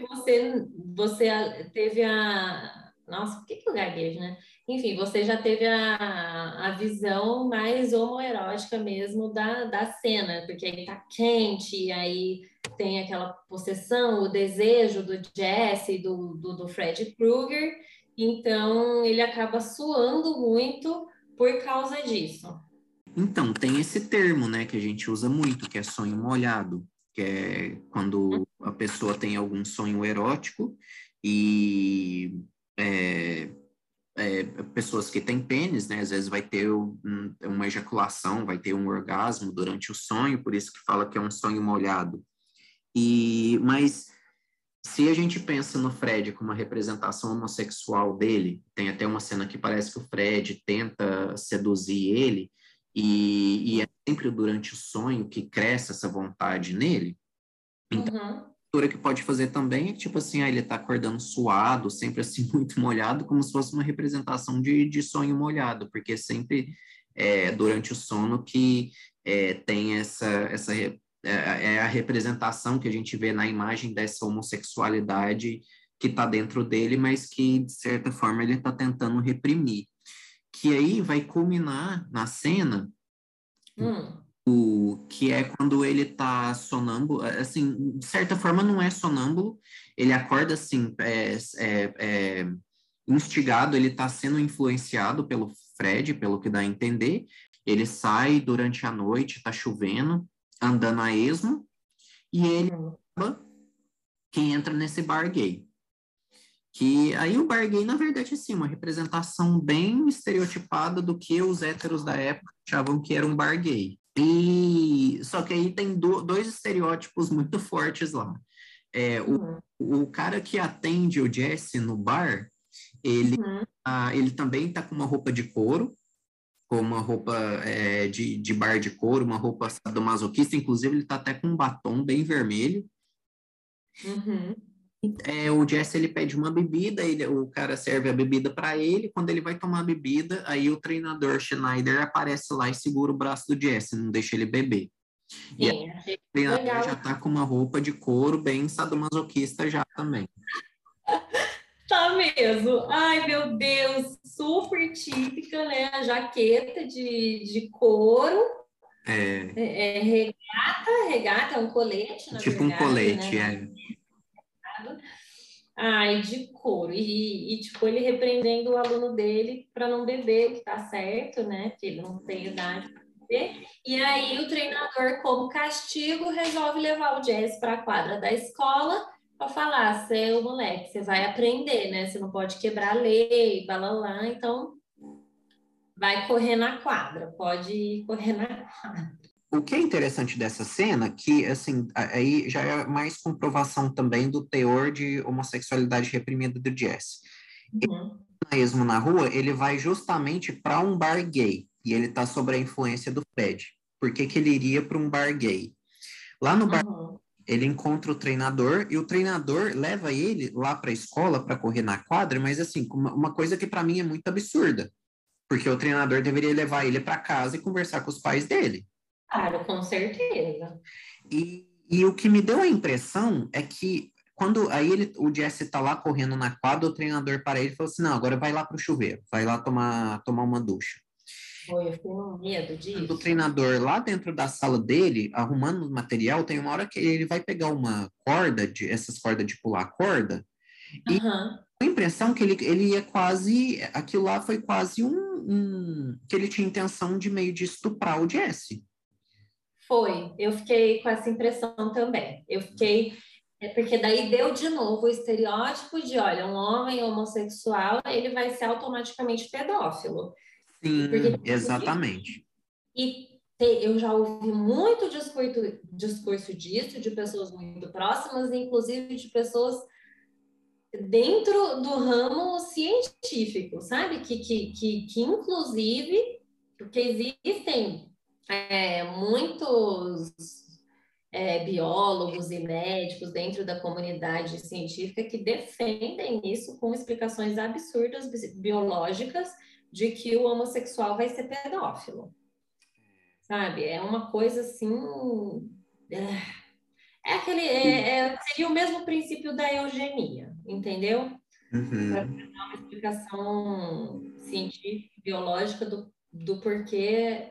você teve nossa, por que eu gaguejo, né? Enfim, você já teve a visão mais homoerótica mesmo da cena, porque aí tá quente, e aí tem aquela possessão, o desejo do Jesse, do Fred Krueger, então ele acaba suando muito por causa disso. Então, tem esse termo, né, que a gente usa muito, que é sonho molhado, que é quando a pessoa tem algum sonho erótico E é, pessoas que têm pênis, né, às vezes vai ter uma ejaculação, vai ter um orgasmo durante o sonho, por isso que fala que é um sonho molhado. Mas se a gente pensa no Fred como uma representação homossexual dele, tem até uma cena que parece que o Fred tenta seduzir ele, e é sempre durante o sonho que cresce essa vontade nele. Então, Uhum. leitura que pode fazer também é que, tipo assim, ele tá acordando suado, sempre assim, muito molhado, como se fosse uma representação de sonho molhado, porque sempre durante o sono que tem é a representação que a gente vê na imagem dessa homossexualidade que tá dentro dele, mas que, de certa forma, ele tá tentando reprimir. Que aí vai culminar na cena Hum. que é quando ele tá sonâmbulo, assim, de certa forma não é sonâmbulo, ele acorda assim, instigado, ele tá sendo influenciado pelo Fred, pelo que dá a entender, ele sai durante a noite, tá chovendo, andando a esmo, e ele Uhum. acaba que entra nesse bar gay. Que aí o bar gay, na verdade, assim, uma representação bem estereotipada do que os héteros da época achavam que era um bar gay. E só que aí tem dois estereótipos muito fortes lá. Uhum. O cara que atende o Jesse no bar, ele, Uhum. ele também tá com uma roupa de couro, com uma roupa de bar de couro, uma roupa sadomasoquista, inclusive ele tá até com um batom bem vermelho. Uhum. O Jesse ele pede uma bebida, o cara serve a bebida para ele. Quando ele vai tomar a bebida, aí o treinador Schneider aparece lá e segura o braço do Jesse, não deixa ele beber. E aí Sim, achei o treinador legal. já tá com uma roupa de couro bem sadomasoquista já também. Tá mesmo. Ai, meu Deus, super típica, né? A jaqueta de couro, É, regata é um colete, na tipo um verdade, colete, né? Ai, de couro. Tipo, ele repreendendo o aluno dele para não beber, o que tá certo, né? Porque ele não tem idade para beber. E aí o treinador, como castigo, resolve levar o Jazz para a quadra da escola para falar: seu moleque, você vai aprender, né? Você não pode quebrar a lei, blá, blá, blá. Então, vai correr na quadra, pode ir correr na quadra. O que é interessante dessa cena, que, assim, aí já é mais comprovação também do teor de homossexualidade reprimida do Jesse. Uhum. Mesmo na rua, ele vai justamente para um bar gay, e ele tá sob a influência do Fred. Por que que ele iria para um bar gay? Lá no bar, Uhum. ele encontra o treinador, e o treinador leva ele lá para a escola para correr na quadra, mas, assim, uma coisa que para mim é muito absurda, porque o treinador deveria levar ele para casa e conversar com os pais dele. Claro, com certeza. E o que me deu a impressão é que quando aí o Jesse tá lá correndo na quadra, o treinador para ele e falou assim: não, agora vai lá pro chuveiro, vai lá tomar uma ducha. Foi, eu fiquei com medo Do disso. treinador lá dentro da sala dele, arrumando o material, tem uma hora que ele vai pegar uma corda, essas cordas de pular corda, e Aham. a impressão que ele ia quase, aquilo lá foi quase que ele tinha intenção de meio de estuprar o Jesse. Foi, eu fiquei com essa impressão também. Eu fiquei, porque daí deu de novo o estereótipo de, olha, um homem homossexual, ele vai ser automaticamente pedófilo. Porque Sim, exatamente. eu já ouvi muito discurso disso de pessoas muito próximas, inclusive de pessoas dentro do ramo científico, sabe? Que inclusive, porque existem muitos biólogos e médicos dentro da comunidade científica que defendem isso com explicações absurdas biológicas de que o homossexual vai ser pedófilo, sabe? É uma coisa assim. Seria o mesmo princípio da eugenia, entendeu? Para Uhum. dar uma explicação científica, biológica do porquê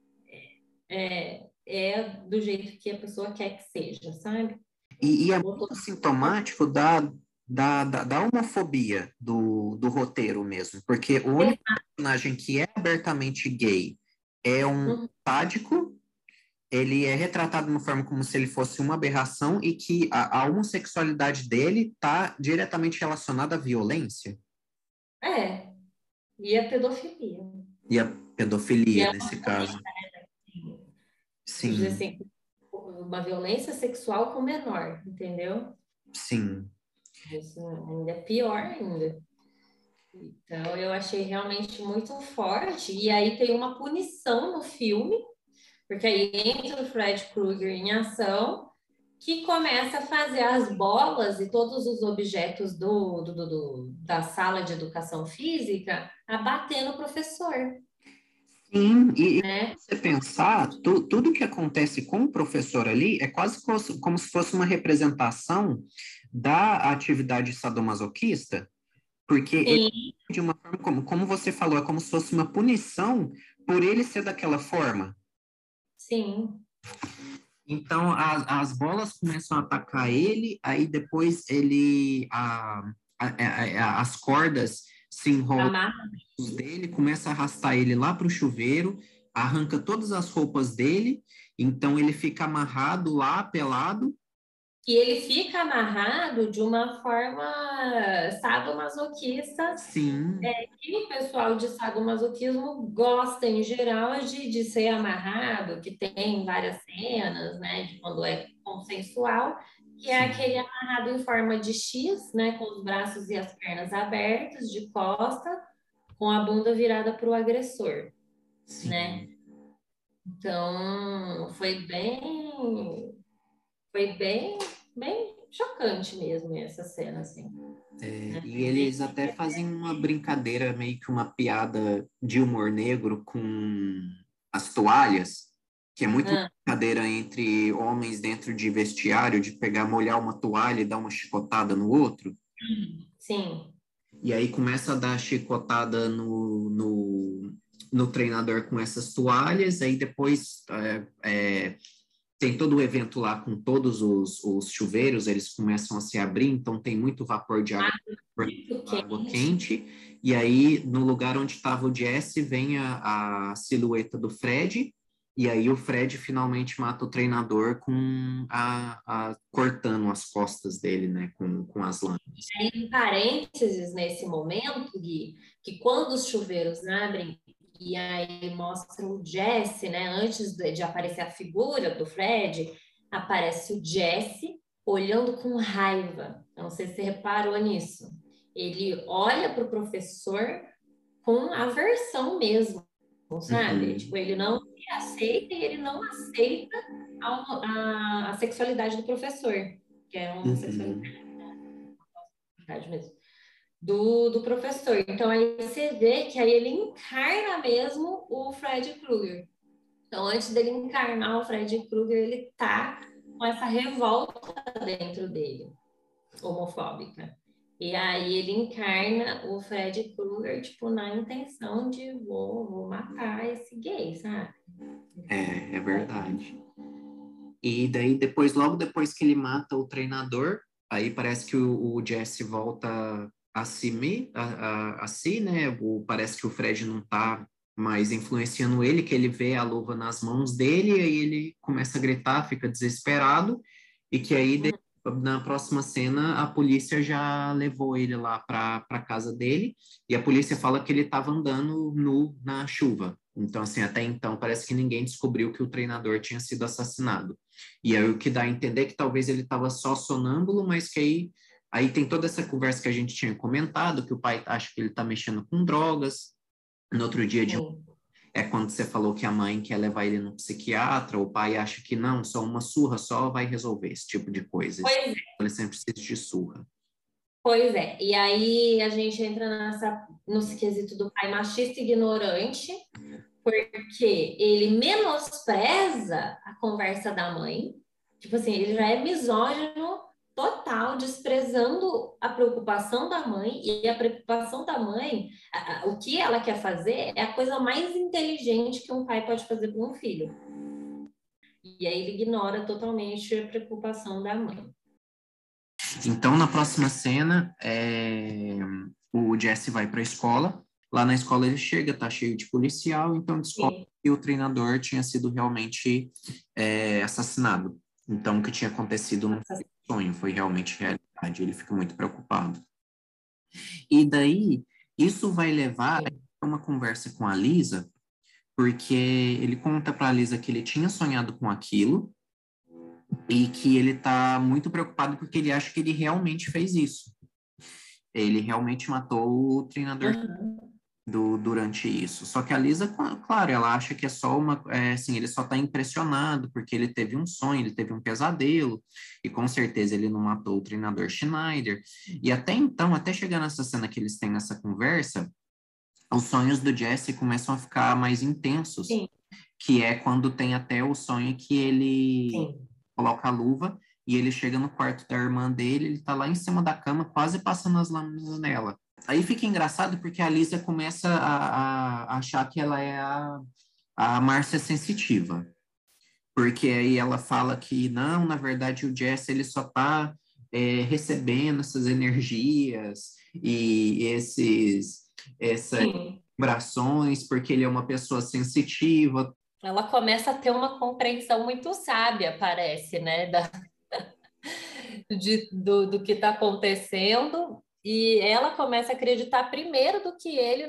do jeito que a pessoa quer que seja, sabe? E é Botou- muito sintomático da homofobia do roteiro mesmo, porque o único personagem que é abertamente gay é um sádico ele é retratado de uma forma como se ele fosse uma aberração e que a homossexualidade dele está diretamente relacionada à violência É, e a pedofilia. e à E pedofilia, é nesse caso. dizer Sim, assim, uma violência sexual com menor, entendeu? sim. Isso ainda é pior ainda. Então, eu achei realmente muito forte. E aí tem uma punição no filme, porque aí entra o Fred Krueger em ação, que começa a fazer as bolas e todos os objetos da sala de educação física a bater no professor, Sim, e né? se você pensar, tudo que acontece com o professor ali é quase como se fosse uma representação da atividade sadomasoquista, porque ele, Sim, de uma forma, como você falou, é como se fosse uma punição por ele ser daquela forma. sim. Então, as bolas começam a atacar ele, aí depois as cordas se enrolam Amar. dele, começa a arrastar ele lá para o chuveiro, arranca todas as roupas dele, então ele fica amarrado lá, pelado. E ele fica amarrado de uma forma sadomasoquista, Sim, que o pessoal de sadomasoquismo gosta, em geral, de ser amarrado, que tem várias cenas, né, de quando é consensual, que é sim, aquele amarrado em forma de X, né, com os braços e as pernas abertas, de costa, com a bunda virada para o agressor, né? sim. Então, foi bem chocante mesmo essa cena, assim, É, né? e eles até fazem uma brincadeira, meio que uma piada de humor negro com as toalhas, que é muito uma Ah, brincadeira entre homens dentro de vestiário, de pegar, molhar uma toalha e dar uma chicotada no outro. sim. E aí começa a dar chicotada no treinador com essas toalhas, aí depois tem todo o evento lá com todos os chuveiros, eles começam a se abrir, então tem muito vapor de água, Muito água quente. quente, e aí no lugar onde estava o Jesse vem a silhueta do Fred, e aí o Fred finalmente mata o treinador com cortando as costas dele, né, com as lâminas. Em parênteses, nesse momento, Gui, que quando os chuveiros abrem e aí mostram o Jesse, né? Antes de aparecer a figura do Fred, aparece o Jesse olhando com raiva. Não sei se você reparou nisso. Ele olha para o professor com aversão mesmo, sabe? Tipo, Uhum, ele não se aceita e ele não aceita a sexualidade do professor, que é uma sexualidade uhum. mesmo do professor. Então aí você vê que aí ele encarna mesmo o Fred Krueger. Então antes dele encarnar o Fred Krueger, ele tá com essa revolta dentro dele, homofóbica. E aí ele encarna o Fred Krueger, tipo, na intenção de vou matar esse gay, sabe? É verdade. E daí depois, logo depois que ele mata o treinador, aí parece que o Jesse volta a si, né? Parece que o Fred não tá mais influenciando ele, que ele vê a luva nas mãos dele, e aí ele começa a gritar, fica desesperado, e que aí na próxima cena a polícia já levou ele lá para casa dele, e a polícia fala que ele estava andando nu na chuva. Então, assim, até então parece que ninguém descobriu que o treinador tinha sido assassinado. E aí o que dá a entender é que talvez ele estava só sonâmbulo, mas que aí tem toda essa conversa que a gente tinha comentado, que o pai acha que ele está mexendo com drogas. No outro dia Sim. é quando você falou que a mãe quer levar ele no psiquiatra, o pai acha que não, só uma surra só vai resolver esse tipo de coisa. Pois Ele sempre precisa de surra. Pois é, e aí a gente entra no quesito do pai machista e ignorante, porque ele menospreza a conversa da mãe, tipo assim, ele já é misógino total, desprezando a preocupação da mãe, e a preocupação da mãe, o que ela quer fazer é a coisa mais inteligente que um pai pode fazer com um filho. E aí ele ignora totalmente a preocupação da mãe. Então, na próxima cena, o Jesse vai para a escola Lá na escola ele chega, tá cheio de policial, então descobre Sim. que o treinador tinha sido realmente assassinado. Então, o que tinha acontecido não foi sonho, foi realmente realidade. Ele fica muito preocupado. E daí, isso vai levar Sim. a uma conversa com a Lisa, porque ele conta para a Lisa que ele tinha sonhado com aquilo e que ele está muito preocupado porque ele acha que ele realmente fez isso. Ele realmente matou o treinador Uhum. durante isso. Só que a Lisa, claro, ela acha que é só assim, ele só está impressionado porque ele teve um sonho, ele teve um pesadelo, e com certeza ele não matou o treinador Schneider. E até então, até chegar nessa cena que eles têm essa conversa, os sonhos do Jesse começam a ficar mais intensos, Sim. que é quando tem até o sonho que ele Sim. coloca a luva e ele chega no quarto da irmã dele, ele tá lá em cima da cama, quase passando as lâminas nela. Aí fica engraçado porque a Lisa começa a achar que ela é a Márcia sensitiva. Porque aí ela fala que não, na verdade o Jesse ele só tá recebendo essas energias e essas Sim. vibrações porque ele é uma pessoa sensitiva. Ela começa a ter uma compreensão muito sábia, parece, né, do que está acontecendo, e ela começa a acreditar primeiro do que ele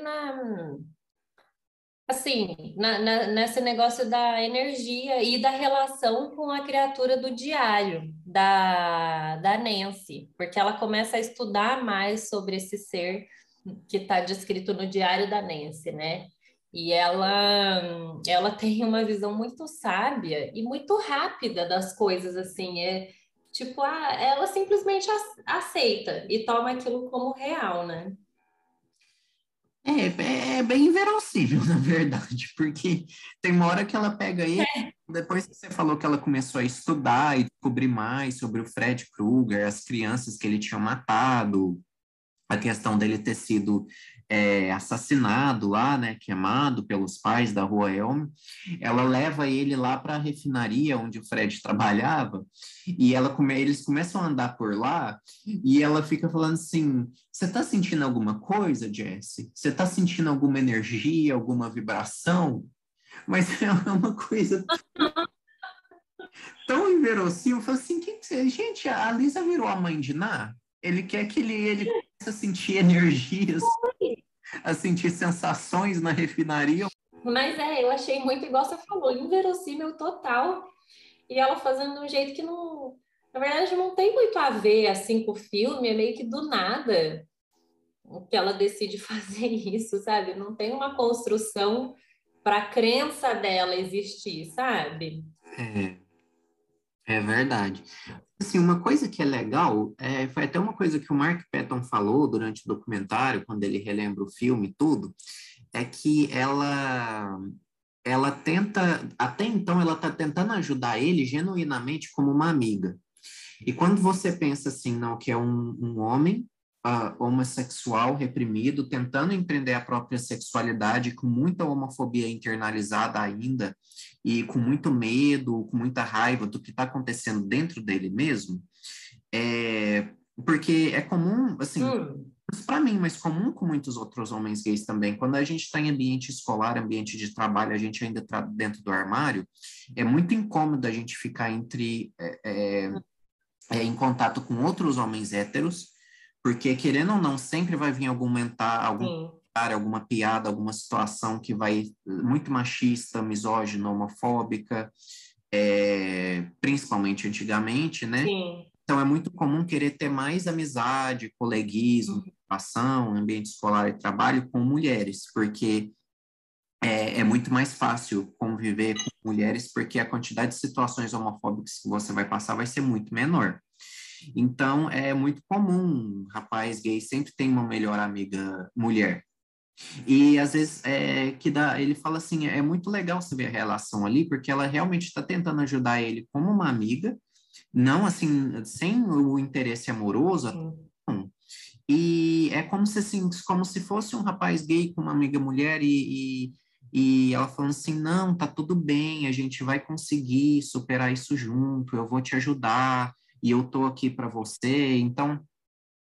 assim, nesse negócio da energia e da relação com a criatura do diário, da Nancy, porque ela começa a estudar mais sobre esse ser que está descrito no diário da Nancy, né? E ela tem uma visão muito sábia e muito rápida das coisas, assim, tipo, ela simplesmente aceita e toma aquilo como real, né? É bem inverossímil, na verdade, porque tem uma hora que ela pega ele, depois que você falou que ela começou a estudar e descobrir mais sobre o Fred Krueger, as crianças que ele tinha matado, a questão dele ter sido assassinado lá, né, queimado pelos pais da Rua Elm, ela leva ele lá para a refinaria onde o Fred trabalhava, e eles começam a andar por lá, e ela fica falando assim, você está sentindo alguma coisa, Jesse? Você está sentindo alguma energia, alguma vibração? Mas é uma coisa tão inverossímil, eu falo assim, gente, a Lisa virou a mãe de Ná? Ele quer que ele comece a sentir energias, a sentir sensações na refinaria. Mas eu achei muito, igual você falou, inverossímil total. E ela fazendo de um jeito que não, na verdade, não tem muito a ver assim com o filme, é meio que do nada que ela decide fazer isso, sabe? Não tem uma construção para a crença dela existir, sabe? É, é verdade. Assim, uma coisa que é legal, foi até uma coisa que o Mark Patton falou durante o documentário, quando ele relembra o filme e tudo, é que ela tenta, até então ela está tentando ajudar ele genuinamente como uma amiga. E quando você pensa assim, não, que é um homem homossexual reprimido, tentando empreender a própria sexualidade, com muita homofobia internalizada ainda, e com muito medo, com muita raiva do que está acontecendo dentro dele mesmo, porque é comum, assim, para mim, mas comum com muitos outros homens gays também. Quando a gente está em ambiente escolar, ambiente de trabalho, a gente ainda está dentro do armário, é muito incômodo a gente ficar em contato com outros homens héteros, porque, querendo ou não, sempre vai vir algum Sim, comentário, alguma piada, alguma situação que vai muito machista, misógino, homofóbica, principalmente antigamente, né? sim. Então, é muito comum querer ter mais amizade, coleguismo, ação, ambiente escolar e trabalho com mulheres, porque é muito mais fácil conviver com mulheres, porque a quantidade de situações homofóbicas que você vai passar vai ser muito menor. Então, é muito comum, rapaz gay sempre tem uma melhor amiga mulher. E às vezes ele fala assim, é muito legal você ver a relação ali, porque ela realmente está tentando ajudar ele como uma amiga, não assim, sem o interesse amoroso, Sim. não. E é como se, assim, como se fosse um rapaz gay com uma amiga mulher e ela falando assim, não, tá tudo bem, a gente vai conseguir superar isso junto, eu vou te ajudar, e eu tô aqui para você. Então,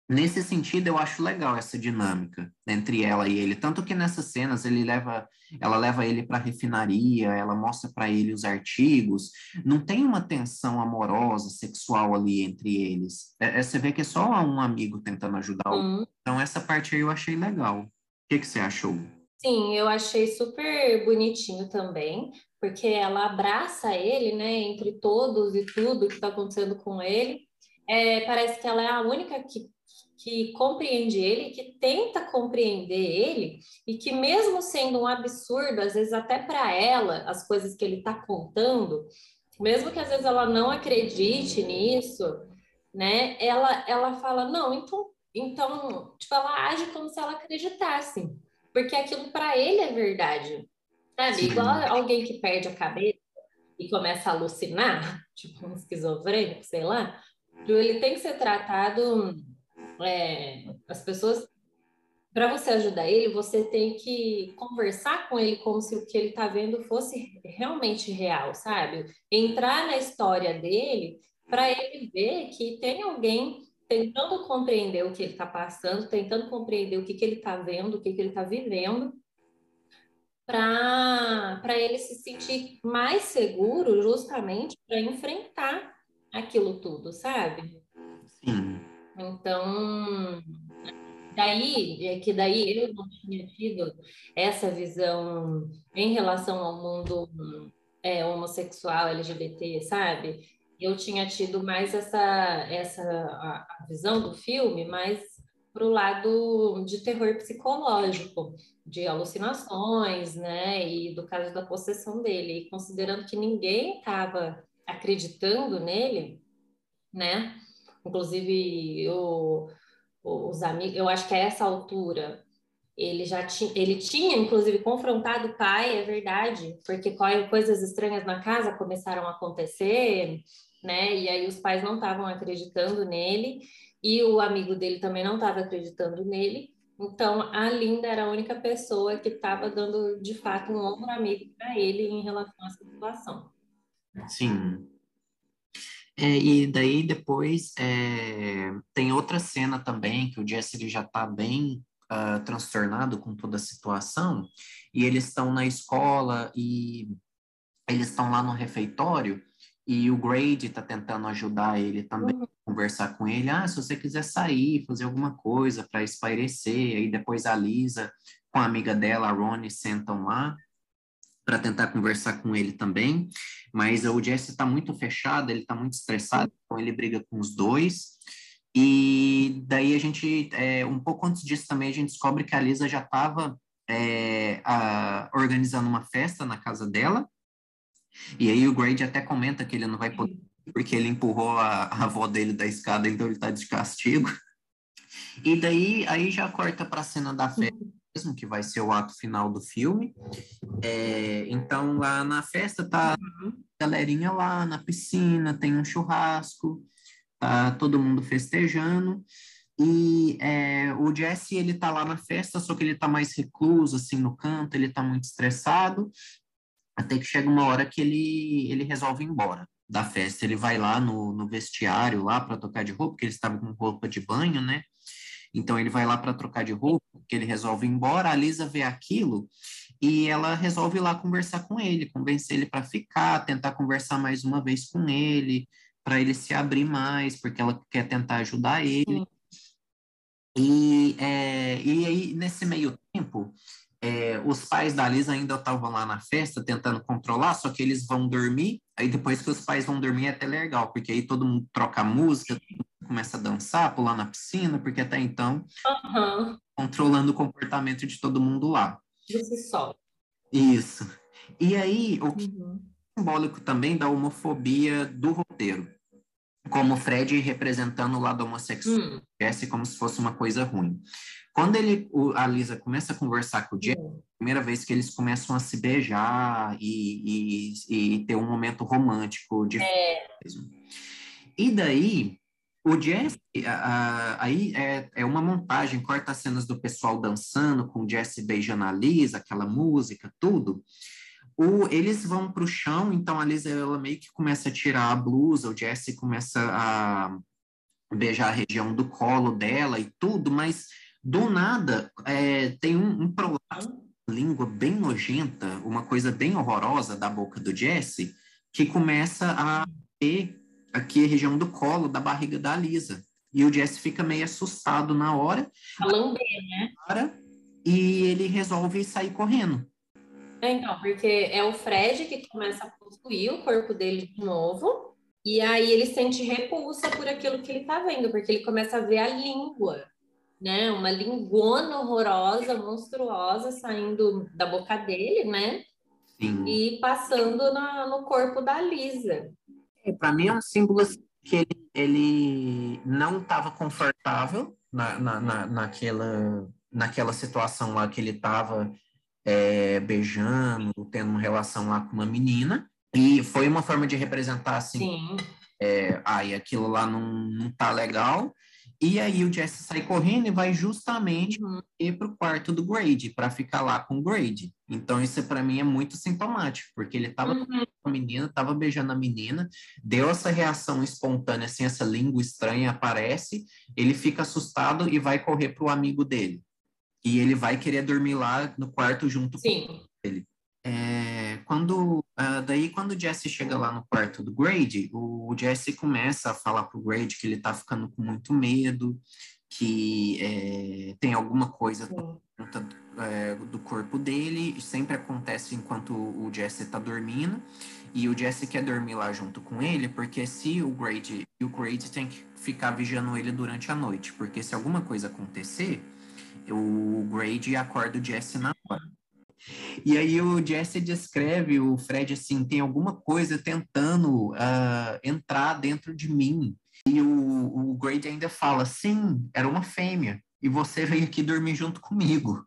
Nesse sentido, eu acho legal essa dinâmica entre ela e ele. Tanto que nessas cenas ela leva ele para a refinaria, ela mostra para ele os artigos. Não tem uma tensão amorosa, sexual ali entre eles. Você vê que é só um amigo tentando ajudar o. Hum. Então, essa parte aí eu achei legal. O que você achou? Sim, eu achei super bonitinho também, porque ela abraça ele, né, entre todos e tudo que está acontecendo com ele. Parece que ela é a única que compreende ele, que tenta compreender ele, e que mesmo sendo um absurdo, às vezes até para ela, as coisas que ele está contando, mesmo que às vezes ela não acredite nisso, né, ela fala, não, então, tipo, ela age como se ela acreditasse, porque aquilo para ele é verdade, sabe? Igual Sim, alguém que perde a cabeça e começa a alucinar, tipo um esquizofrênico, sei lá, ele tem que ser tratado, as pessoas, para você ajudar ele, você tem que conversar com ele como se o que ele está vendo fosse realmente real, sabe? Entrar na história dele para ele ver que tem alguém tentando compreender o que ele está passando, tentando compreender o que ele está vendo, o que ele está vivendo, para ele se sentir mais seguro, justamente para enfrentar aquilo tudo, sabe? sim, Então, daí eu não tinha tido essa visão em relação ao mundo homossexual, LGBT, sabe? Eu tinha tido mais a visão do filme mais pro lado de terror psicológico, de alucinações, né? E do caso da possessão dele. E considerando que ninguém estava acreditando nele, né? Inclusive, os amigos, eu acho que a essa altura ele tinha inclusive confrontado o pai, é verdade, porque coisas estranhas na casa começaram a acontecer, né? E aí os pais não estavam acreditando nele e o amigo dele também não estava acreditando nele. Então a Linda era a única pessoa que estava dando de fato um ombro amigo para ele em relação a essa situação. sim. E daí depois tem outra cena também que o Jesse ele já está bem transtornado com toda a situação e eles estão na escola e eles estão lá no refeitório e o Grady está tentando ajudar ele também, Uhum. conversar com ele. Ah, se você quiser sair, fazer alguma coisa para espairecer. Aí depois a Lisa com a amiga dela, a Ronnie, sentam lá para tentar conversar com ele também, mas o Jesse está muito fechado, ele está muito estressado, então ele briga com os dois. E daí a gente, um pouco antes disso também, a gente descobre que a Lisa já estava organizando uma festa na casa dela, e aí o Grady até comenta que ele não vai poder, porque ele empurrou a avó dele da escada, então ele está de castigo. E daí, aí já corta para a cena da festa mesmo, que vai ser o ato final do filme. Então, lá na festa tá a galerinha lá na piscina, tem um churrasco, tá todo mundo festejando. E o Jesse, ele tá lá na festa, só que ele tá mais recluso, assim, no canto, ele tá muito estressado, até que chega uma hora que ele resolve ir embora da festa. Ele vai lá no vestiário, lá para trocar de roupa, porque ele estava com roupa de banho, né? Então ele vai lá para trocar de roupa, porque ele resolve ir embora. A Lisa vê aquilo e ela resolve ir lá conversar com ele, convencer ele para ficar, tentar conversar mais uma vez com ele, para ele se abrir mais, porque ela quer tentar ajudar ele. Sim. E aí, nesse meio tempo, os pais da Lisa ainda estavam lá na festa tentando controlar, só que eles vão dormir. Aí depois que os pais vão dormir é até legal, porque aí todo mundo troca música, todo mundo começa a dançar, pular na piscina, porque até então Aham. controlando o comportamento de todo mundo lá. Você solta. Isso. E aí, o que Uhum. é simbólico também da homofobia do roteiro, como o Fred representando o lado homossexual, Hum. Jesse como se fosse uma coisa ruim. Quando a Lisa começa a conversar com o Jesse, primeira vez que eles começam a se beijar e ter um momento romântico de mesmo. E daí, o Jesse, aí é uma montagem, corta as cenas do pessoal dançando, com o Jesse beijando a Lisa, aquela música, tudo. Eles vão para o chão, então a Lisa ela meio que começa a tirar a blusa, o Jesse começa beijar a região do colo dela e tudo, mas do nada tem um prolapso da língua bem nojenta, uma coisa bem horrorosa da boca do Jesse, que começa a ter aqui a região do colo, da barriga da Lisa. E o Jesse fica meio assustado na hora, A lamber, né? e ele resolve sair correndo. Então, porque é o Fred que começa a possuir o corpo dele de novo, e aí ele sente repulsa por aquilo que ele tá vendo, porque ele começa a ver a língua, né? Uma linguona horrorosa, monstruosa, saindo da boca dele, né? Sim. E passando no corpo da Lisa. Para mim é um símbolo assim, que ele não estava confortável naquela situação lá que ele estava beijando, tendo uma relação lá com uma menina, e foi uma forma de representar assim, Sim. Aquilo lá não tá legal, e aí o Jesse sai correndo e vai justamente ir pro quarto do Grady, para ficar lá com o Grady. Então isso para mim é muito sintomático, porque ele tava com a menina, tava beijando a menina, deu essa reação espontânea, assim, essa língua estranha aparece, ele fica assustado e vai correr pro amigo dele. E ele vai querer dormir lá no quarto junto com ele. Quando o Jesse chega lá no quarto do Grady, o Jesse começa a falar pro Grady que ele tá ficando com muito medo, que tem alguma coisa do corpo dele, sempre acontece enquanto o Jesse tá dormindo, e o Jesse quer dormir lá junto com ele, porque se o Grady tem que ficar vigiando ele durante a noite, porque se alguma coisa acontecer, o Grady acorda o Jesse na hora. E aí o Jesse descreve o Fred assim, tem alguma coisa tentando entrar dentro de mim. E o Grady ainda fala, sim, era uma fêmea, e você veio aqui dormir junto comigo.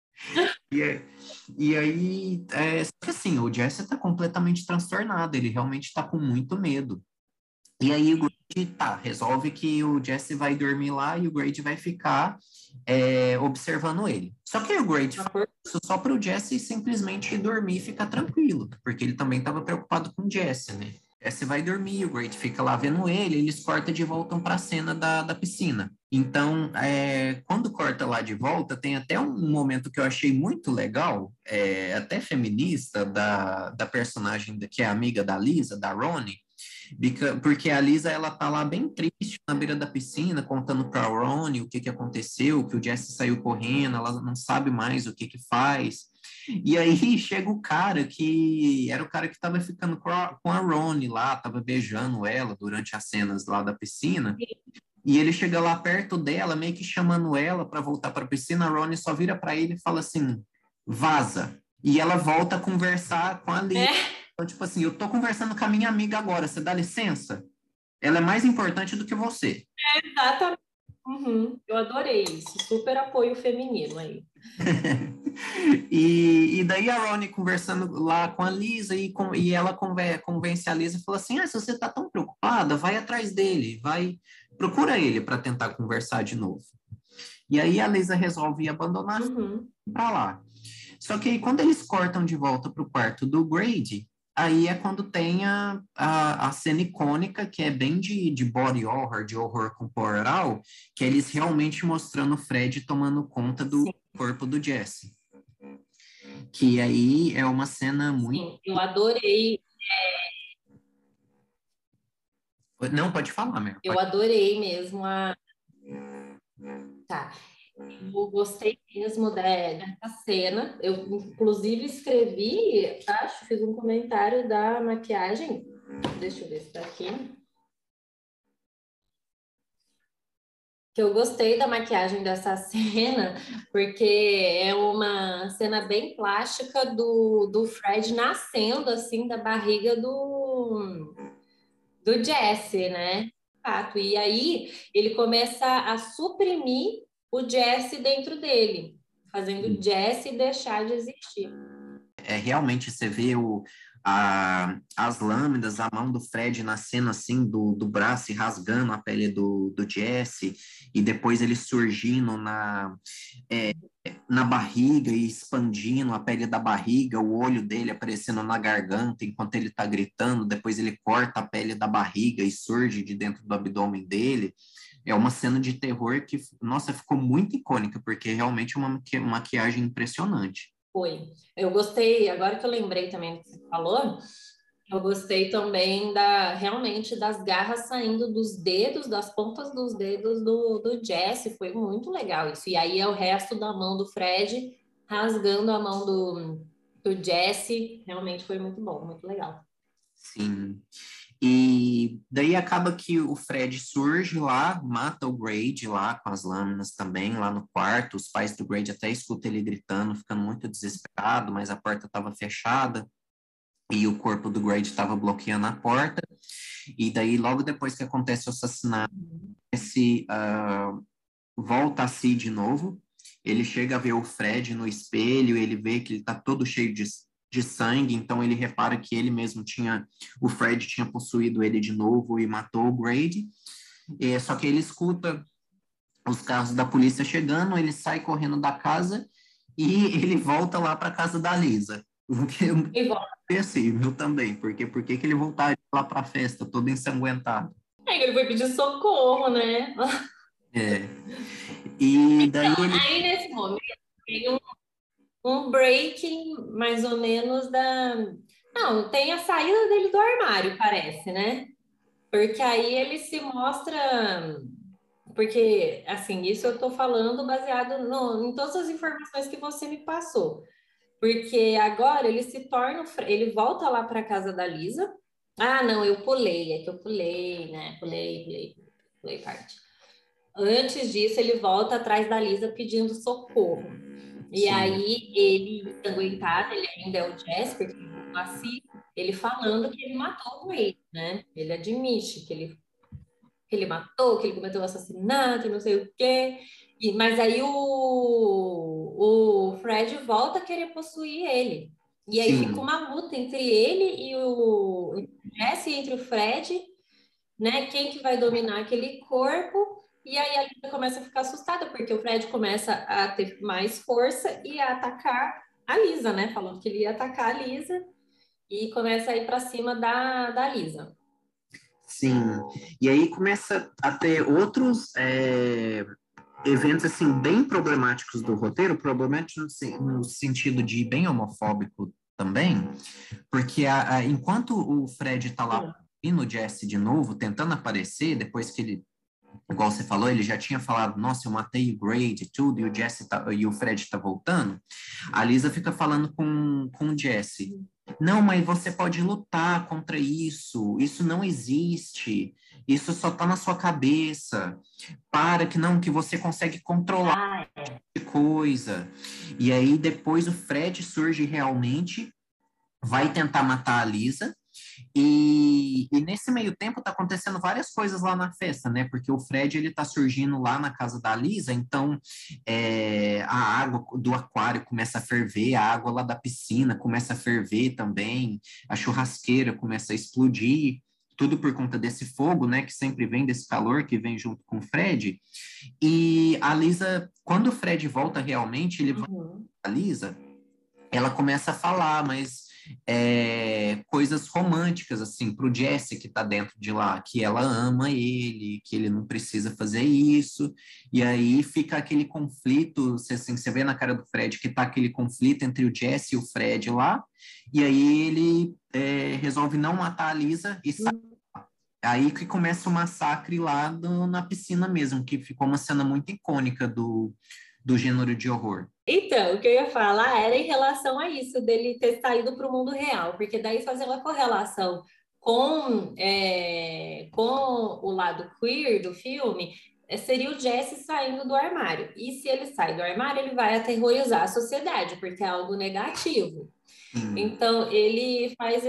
E aí, só que assim, o Jesse tá completamente transtornado, ele realmente tá com muito medo. E aí o Grady resolve que o Jesse vai dormir lá e o Grady vai ficar observando ele. Só que aí o Grady faz isso só para o Jesse simplesmente dormir e ficar tranquilo, porque ele também estava preocupado com o Jesse, né? Jesse vai dormir, o Grady fica lá vendo ele, eles cortam de volta para a cena da piscina. Então, quando corta lá de volta, tem até um momento que eu achei muito legal, até feminista, da personagem que é amiga da Lisa, da Ronnie, porque a Lisa, ela tá lá bem triste na beira da piscina, contando pra Ronnie o que aconteceu, que o Jesse saiu correndo, ela não sabe mais o que faz. E aí chega o cara que era o cara que tava ficando com a Ronnie lá, tava beijando ela durante as cenas lá da piscina. E ele chega lá perto dela, meio que chamando ela para voltar para a piscina. A Ronnie só vira para ele e fala assim: vaza. E ela volta a conversar com a Lisa. Então, tipo assim, eu tô conversando com a minha amiga agora, você dá licença? Ela é mais importante do que você. Exatamente. Eu adorei isso. Super apoio feminino aí. E daí a Ronnie conversando lá com a Lisa e ela convence a Lisa e fala assim: se você tá tão preocupada, vai atrás dele, procura ele para tentar conversar de novo. E aí a Lisa resolve abandonar para lá. Só que aí, quando eles cortam de volta para o quarto do Grady, aí é quando tem a cena icônica, que é bem de body horror, de horror corporal, que é eles realmente mostrando o Fred tomando conta do corpo do Jesse. Que aí é uma cena muito... Sim, eu adorei. Não, pode falar, Mer. Eu adorei mesmo Tá. Eu gostei mesmo dessa cena. Eu, inclusive, escrevi, fiz um comentário da maquiagem. Deixa eu ver se tá aqui. Que eu gostei da maquiagem dessa cena, porque é uma cena bem plástica do Fred nascendo, assim, da barriga do Jesse, né? Fato. E aí ele começa a suprimir o Jesse dentro dele, fazendo o Jesse deixar de existir. Realmente você vê as lâminas, a mão do Fred nascendo assim do braço e rasgando a pele do Jesse, e depois ele surgindo na barriga e expandindo a pele da barriga, o olho dele aparecendo na garganta enquanto ele está gritando, depois ele corta a pele da barriga e surge de dentro do abdômen dele. É uma cena de terror que, nossa, ficou muito icônica, porque realmente é uma maquiagem impressionante. Foi. Eu gostei, agora que eu lembrei também do que você falou, eu gostei também realmente das garras saindo dos dedos, das pontas dos dedos do Jesse, foi muito legal isso. E aí é o resto da mão do Fred rasgando a mão do Jesse, realmente foi muito bom, muito legal. Sim. E daí acaba que o Fred surge lá, mata o Grady lá com as lâminas também, lá no quarto. Os pais do Grady até escutam ele gritando, ficando muito desesperado, mas a porta estava fechada e o corpo do Grady estava bloqueando a porta. E daí, logo depois que acontece o assassinato, esse volta a si de novo. Ele chega a ver o Fred no espelho, ele vê que ele está todo cheio de sangue, então ele repara que ele mesmo o Fred tinha possuído ele de novo e matou o Grady. Só que ele escuta os carros da polícia chegando, ele sai correndo da casa e ele volta lá para a casa da Lisa. O que é possível também, porque por que ele voltaria lá para a festa todo ensanguentado? Ele foi pedir socorro, né? É. E daí Então, ele. aí nesse momento tem um breaking mais ou menos da. Não, tem a saída dele do armário, parece, né? Porque aí ele se mostra. Porque, assim, isso eu tô falando baseado em todas as informações que você me passou. Porque agora ele se torna. Ele volta lá para casa da Lisa. Ah, não, eu pulei, é que eu pulei, né? Pulei parte. Antes disso, ele volta atrás da Lisa pedindo socorro. E Sim. aí, ele, ensanguentado, ele ainda é o Jasper, ele falando que ele matou ele, né? Ele admite que ele matou, que ele cometeu o assassinato, não sei o quê. Mas aí o Fred volta a querer possuir ele. E aí Sim. fica uma luta entre ele e o Jesse, entre o Fred, né? Quem que vai dominar aquele corpo? E aí a Lisa começa a ficar assustada, porque o Fred começa a ter mais força e a atacar a Lisa, né? Falando que ele ia atacar a Lisa e começa a ir para cima da Lisa. Sim. E aí começa a ter outros eventos assim bem problemáticos do roteiro, problemáticos no sentido de bem homofóbico também, porque enquanto o Fred está lá e no Jesse de novo, tentando aparecer, depois que ele, igual você falou, ele já tinha falado, nossa, eu matei o Grady e tudo, e o Fred está voltando, a Lisa fica falando com o Jesse, não, mas você pode lutar contra isso não existe, isso só está na sua cabeça, que você consegue controlar coisa. E aí depois o Fred surge realmente, vai tentar matar a Lisa, e nesse meio tempo tá acontecendo várias coisas lá na festa, né? Porque o Fred ele tá surgindo lá na casa da Lisa, então a água do aquário começa a ferver, a água lá da piscina começa a ferver também, a churrasqueira começa a explodir, tudo por conta desse fogo, né? Que sempre vem desse calor que vem junto com o Fred. E a Lisa, quando o Fred volta realmente, ele vai a Lisa, ela começa a falar, mas coisas românticas, assim, pro Jesse que tá dentro de lá, que ela ama ele, que ele não precisa fazer isso, e aí fica aquele conflito, você vê na cara do Fred que tá aquele conflito entre o Jesse e o Fred lá, e aí ele resolve não matar a Lisa e sai. Aí que começa o massacre lá na piscina mesmo, que ficou uma cena muito icônica do gênero de horror. Então, o que eu ia falar era em relação a isso, dele ter saído para o mundo real, porque daí fazendo a correlação com o lado queer do filme, seria o Jesse saindo do armário. E se ele sai do armário, ele vai aterrorizar a sociedade, porque é algo negativo. Então, ele faz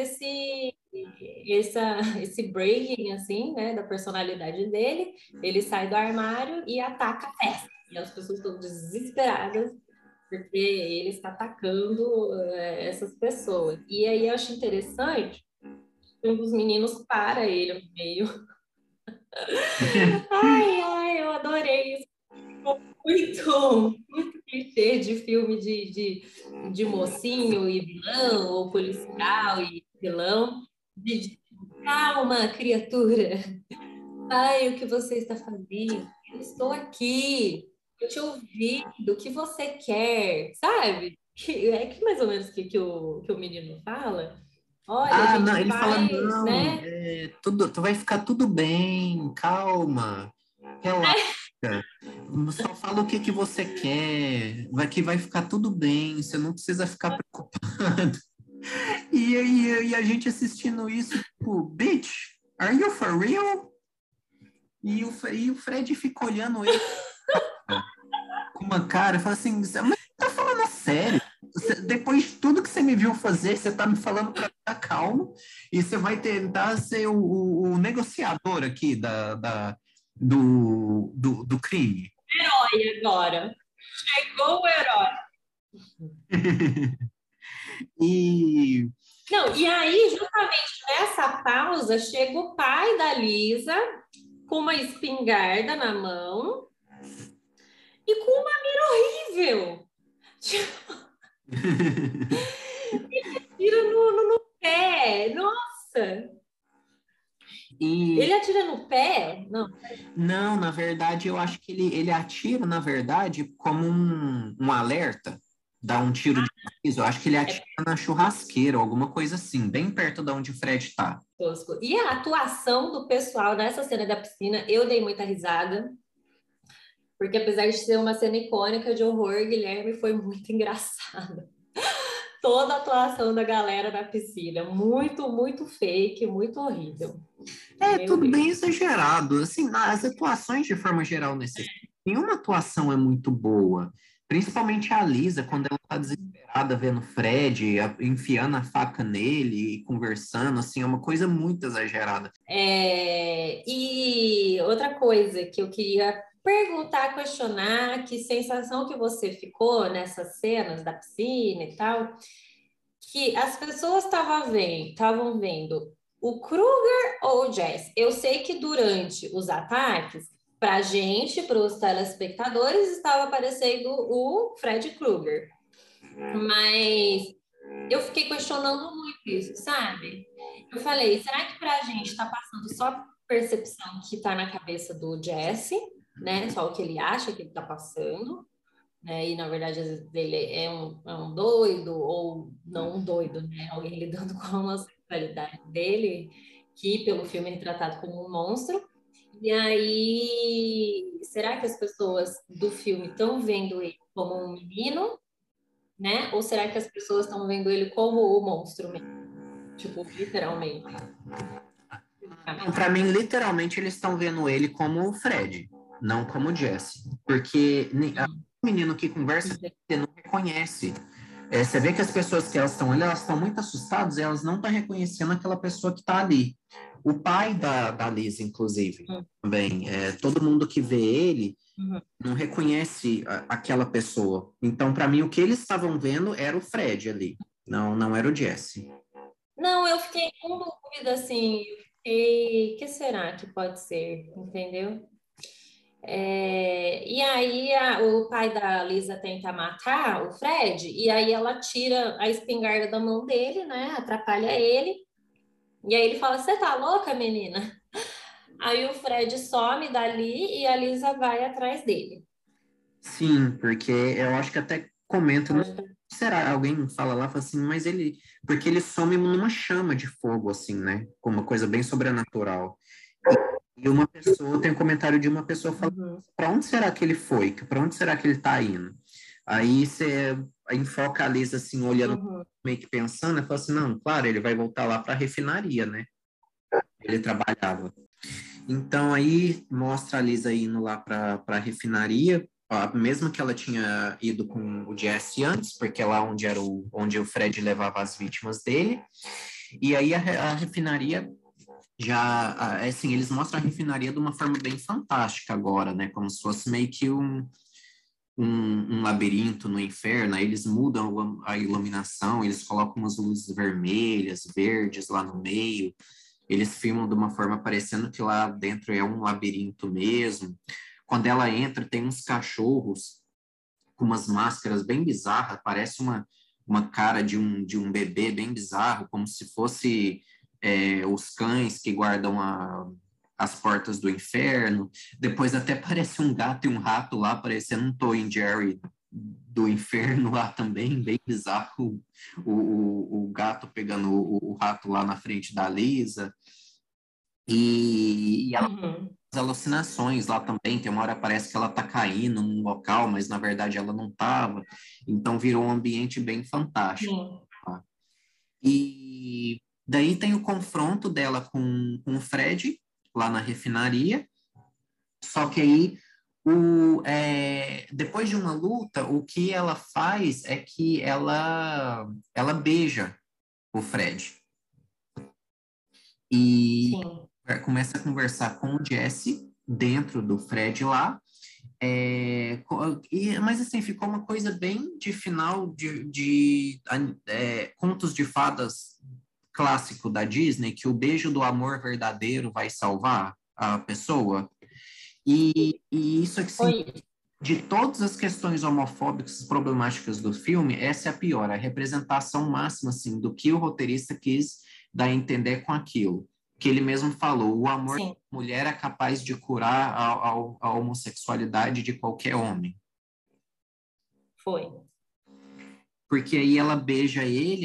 esse breaking, assim, né, da personalidade dele, ele sai do armário e ataca a festa. E as pessoas estão desesperadas porque ele está atacando essas pessoas. E aí eu acho interessante, um dos meninos para ele no meio. Ai, eu adorei isso. Muito clichê de filme de mocinho e vilão, ou policial e vilão. Calma, criatura. Ai, o que você está fazendo? Eu estou aqui. Eu te ouvindo. O que você quer? Sabe? É que mais ou menos que o menino fala. Olha, a Ah, não, gente ele fala, vai, não, né? tu vai ficar tudo bem, calma, relaxa. Só fala o que que você quer, que vai ficar tudo bem, você não precisa ficar preocupado. E a gente assistindo isso, tipo, bitch, are you for real? E o Fred fica olhando ele com uma cara e fala assim, mas você tá falando sério? Depois de tudo que você me viu fazer, você tá me falando para ficar calmo e você vai tentar ser o negociador aqui do crime. E agora? Chegou o herói. E Não, e aí, justamente nessa pausa, chega o pai da Lisa com uma espingarda na mão e com uma mira horrível. Tira no pé. Nossa! E Ele atira no pé? Não. não, na verdade, eu acho que ele atira, na verdade, como um alerta, dá um tiro de aviso. Eu acho que ele atira na churrasqueira, alguma coisa assim, bem perto de onde o Fred tá. Tosco. E a atuação do pessoal nessa cena da piscina, eu dei muita risada. Porque apesar de ser uma cena icônica de horror, Guilherme foi muito engraçado. Toda a atuação da galera na piscina, muito, muito fake, muito horrível. É, Meu tudo bem Deus. exagerado. Assim, as atuações, de forma geral, nesse filme, nenhuma atuação é muito boa. Principalmente a Lisa, quando ela tá desesperada vendo o Fred, enfiando a faca nele e conversando, assim, é uma coisa muito exagerada. E outra coisa que eu queria perguntar, questionar, que sensação que você ficou nessas cenas da piscina e tal, que as pessoas estavam vendo o Kruger ou o Jess. Eu sei que durante os ataques, para a gente, para os telespectadores, estava aparecendo o Fred Krueger. Mas eu fiquei questionando muito isso, sabe? Eu falei, será que para a gente está passando só percepção que está na cabeça do Jesse, né? Só o que ele acha que ele está passando, né? E na verdade, às vezes ele é um doido, ou não um doido, né? Alguém lidando com a homossexualidade dele, que pelo filme é retratado como um monstro. E aí, será que as pessoas do filme estão vendo ele como um menino, né? Ou será que as pessoas estão vendo ele como o monstro mesmo? Tipo, literalmente. Para mim, literalmente, eles estão vendo ele como o Fred, não como o Jesse. Porque o menino que conversa, ele não reconhece. Você vê que as pessoas que elas estão ali, elas estão muito assustadas e elas não estão reconhecendo aquela pessoa que está ali. O pai da Liz, inclusive, também. Todo mundo que vê ele não reconhece aquela pessoa. Então, para mim, o que eles estavam vendo era o Fred ali, não era o Jesse. Não, eu fiquei com dúvida, assim, e que será que pode ser, entendeu? E aí o pai da Lisa tenta matar o Fred, e aí ela tira a espingarda da mão dele, né? Atrapalha ele. E aí ele fala: Você tá louca, menina? Aí o Fred some dali e a Lisa vai atrás dele. Sim, porque eu acho que até comenta, não será, alguém fala lá, fala assim, mas porque ele some numa chama de fogo, assim, né? Com uma coisa bem sobrenatural. E uma pessoa, tem um comentário de uma pessoa falando, para onde será que ele foi? Para onde será que ele tá indo? Aí você enfoca a Lisa, assim, olhando, meio que pensando, e fala assim, não, claro, ele vai voltar lá para a refinaria, né? Ele trabalhava. Então aí mostra a Lisa indo lá para a refinaria, mesmo que ela tinha ido com o Jesse antes, porque é lá onde era onde o Fred levava as vítimas dele. E aí a refinaria já, assim, eles mostram a refinaria de uma forma bem fantástica agora, né? Como se fosse meio que um labirinto no inferno, aí eles mudam a iluminação, eles colocam umas luzes vermelhas, verdes lá no meio, eles filmam de uma forma parecendo que lá dentro é um labirinto mesmo. Quando ela entra, tem uns cachorros com umas máscaras bem bizarras, parece uma cara de um bebê bem bizarro, como se fosse os cães que guardam as portas do inferno. Depois até parece um gato e um rato lá, parecendo um Tom e Jerry do inferno lá também, bem bizarro, o gato pegando o rato lá na frente da Lisa. E ela Uhum. as alucinações lá também, tem uma hora parece que ela tá caindo num local, mas na verdade ela não tava. Então virou um ambiente bem fantástico. Sim. Tá? E daí tem o confronto dela com o Fred, lá na refinaria. Só que aí, depois de uma luta, o que ela faz é que ela beija o Fred. E Sim. começa a conversar com o Jesse dentro do Fred lá. Mas assim, ficou uma coisa bem de final de contos de fadas clássico da Disney, que o beijo do amor verdadeiro vai salvar a pessoa. E isso aqui, sim, Foi. de todas as questões homofóbicas problemáticas do filme, essa é a pior, a representação máxima, assim, do que o roteirista quis dar a entender com aquilo. Que ele mesmo falou, o amor Sim. da mulher é capaz de curar a homossexualidade de qualquer homem. Foi. Porque aí ela beija ele,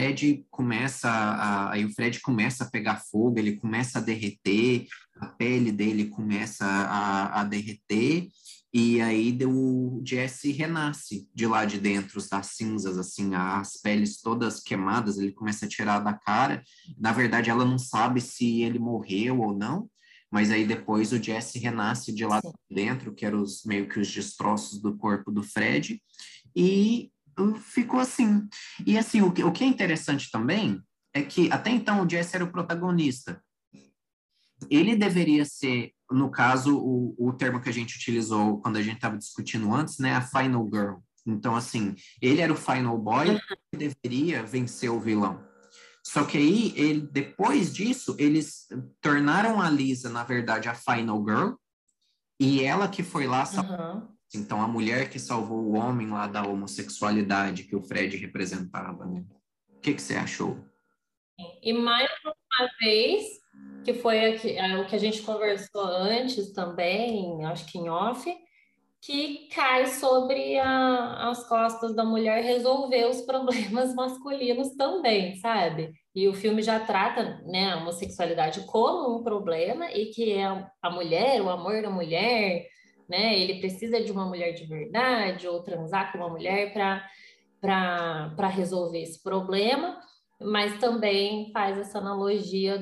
aí o Fred começa a pegar fogo, ele começa a derreter, a pele dele começa a derreter, e aí o Jesse renasce de lá de dentro, das cinzas, assim, as peles todas queimadas, ele começa a tirar da cara. Na verdade, ela não sabe se ele morreu ou não, mas aí depois o Jesse renasce de lá Sim. de dentro, que eram meio que os destroços do corpo do Fred, e ficou assim. E assim, o que é interessante também é que até então o Jesse era o protagonista. Ele deveria ser, no caso, o termo que a gente utilizou quando a gente estava discutindo antes, né, a Final Girl. Então, assim, ele era o Final Boy que deveria vencer o vilão. Só que aí, depois disso, eles tornaram a Lisa, na verdade, a Final Girl, e ela que foi lá. Uhum. Então, a mulher que salvou o homem lá da homossexualidade que o Fred representava, né? O que você achou? E mais uma vez, que foi o que a gente conversou antes também, acho que em off, que cai sobre as costas da mulher resolver os problemas masculinos também, sabe? E o filme já trata, né, a homossexualidade como um problema e que é a mulher, o amor da mulher, né? Ele precisa de uma mulher de verdade ou transar com uma mulher para resolver esse problema, mas também faz essa analogia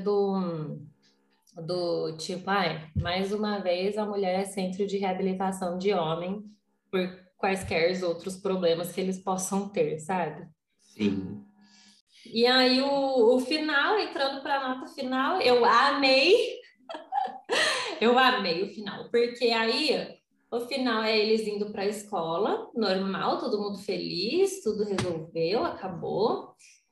do tipo, ai, mais uma vez a mulher é centro de reabilitação de homem por quaisquer outros problemas que eles possam ter, sabe? Sim. E aí o final, entrando para a nota final, eu amei o final, porque aí o final é eles indo para a escola, normal, todo mundo feliz, tudo resolveu, acabou.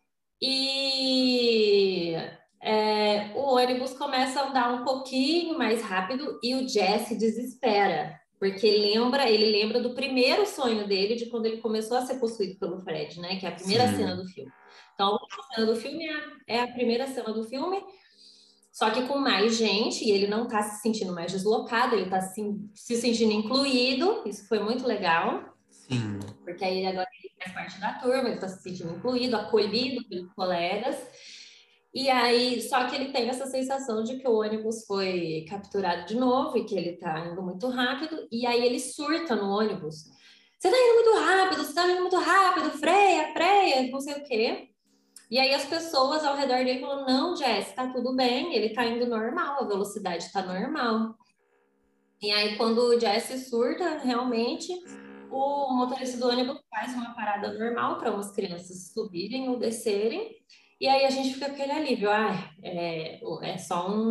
E o ônibus começa a andar um pouquinho mais rápido e o Jesse desespera, porque ele lembra do primeiro sonho dele, de quando ele começou a ser possuído pelo Fred, né? Que é a primeira cena Sim. do filme. Então, a cena do filme é a primeira cena do filme, só que com mais gente, e ele não tá se sentindo mais deslocado, ele tá se sentindo incluído, isso foi muito legal. Sim. Porque aí agora ele faz parte da turma, ele está se sentindo incluído, acolhido pelos colegas. E aí, só que ele tem essa sensação de que o ônibus foi capturado de novo e que ele está indo muito rápido, e aí ele surta no ônibus. Você está indo muito rápido, você está indo muito rápido, freia, freia, não sei o quê. E aí as pessoas ao redor dele falam, não, Jess, tá tudo bem, ele tá indo normal, a velocidade tá normal. E aí, quando o Jesse surta, realmente, o motorista do ônibus faz uma parada normal para umas crianças subirem ou descerem, e aí a gente fica com aquele alívio.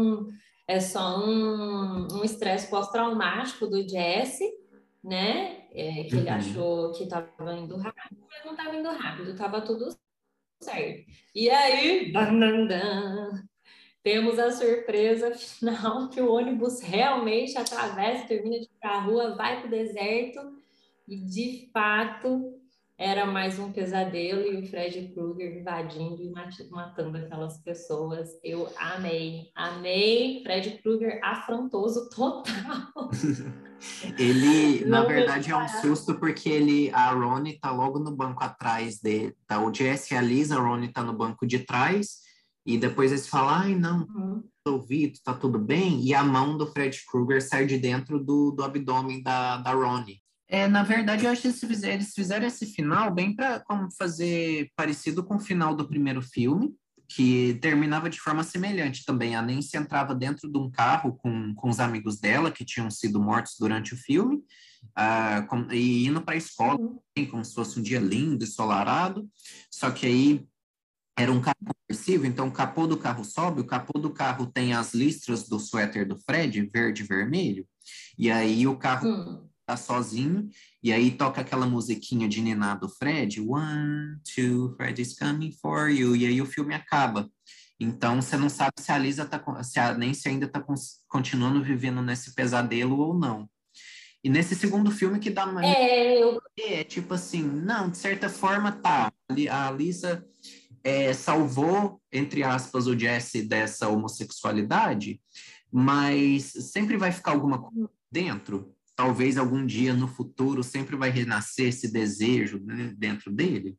É só um estresse pós-traumático do Jesse, né? que ele achou que estava indo rápido, mas não estava indo rápido, estava tudo certo. E aí, dan, dan, dan, temos a surpresa final que o ônibus realmente atravessa, termina de ir para a rua, vai para o deserto e, de fato, era mais um pesadelo e o Fred Krueger invadindo e matando aquelas pessoas. Eu amei. Fred Krueger afrontoso total. Ele, na Não verdade, vejo é um susto porque a Ronnie tá logo no banco atrás dele, tá? O Jesse e a Lisa, a Ronnie tá no banco de trás, e depois eles falam, ai, não, ouvido, tá tudo bem, e a mão do Fred Krueger sai de dentro do abdômen da Ronnie. Na verdade, eu acho que eles fizeram esse final bem para como fazer parecido com o final do primeiro filme, que terminava de forma semelhante também. A Nancy entrava dentro de um carro com os amigos dela, que tinham sido mortos durante o filme, e indo para a escola, como se fosse um dia lindo, ensolarado, só que aí era um carro conversível, então o capô do carro sobe, o capô do carro tem as listras do suéter do Fred, verde e vermelho, e aí o carro tá sozinho, e aí toca aquela musiquinha de ninar do Fred, One, two, Fred is coming for you, e aí o filme acaba. Então você não sabe se a Lisa se a Nancy ainda tá continuando vivendo nesse pesadelo ou não. E nesse segundo filme que dá uma... tipo assim, não, de certa forma tá, a Lisa salvou, entre aspas, o Jesse dessa homossexualidade, mas sempre vai ficar alguma coisa dentro. Talvez algum dia no futuro sempre vai renascer esse desejo, né, dentro dele.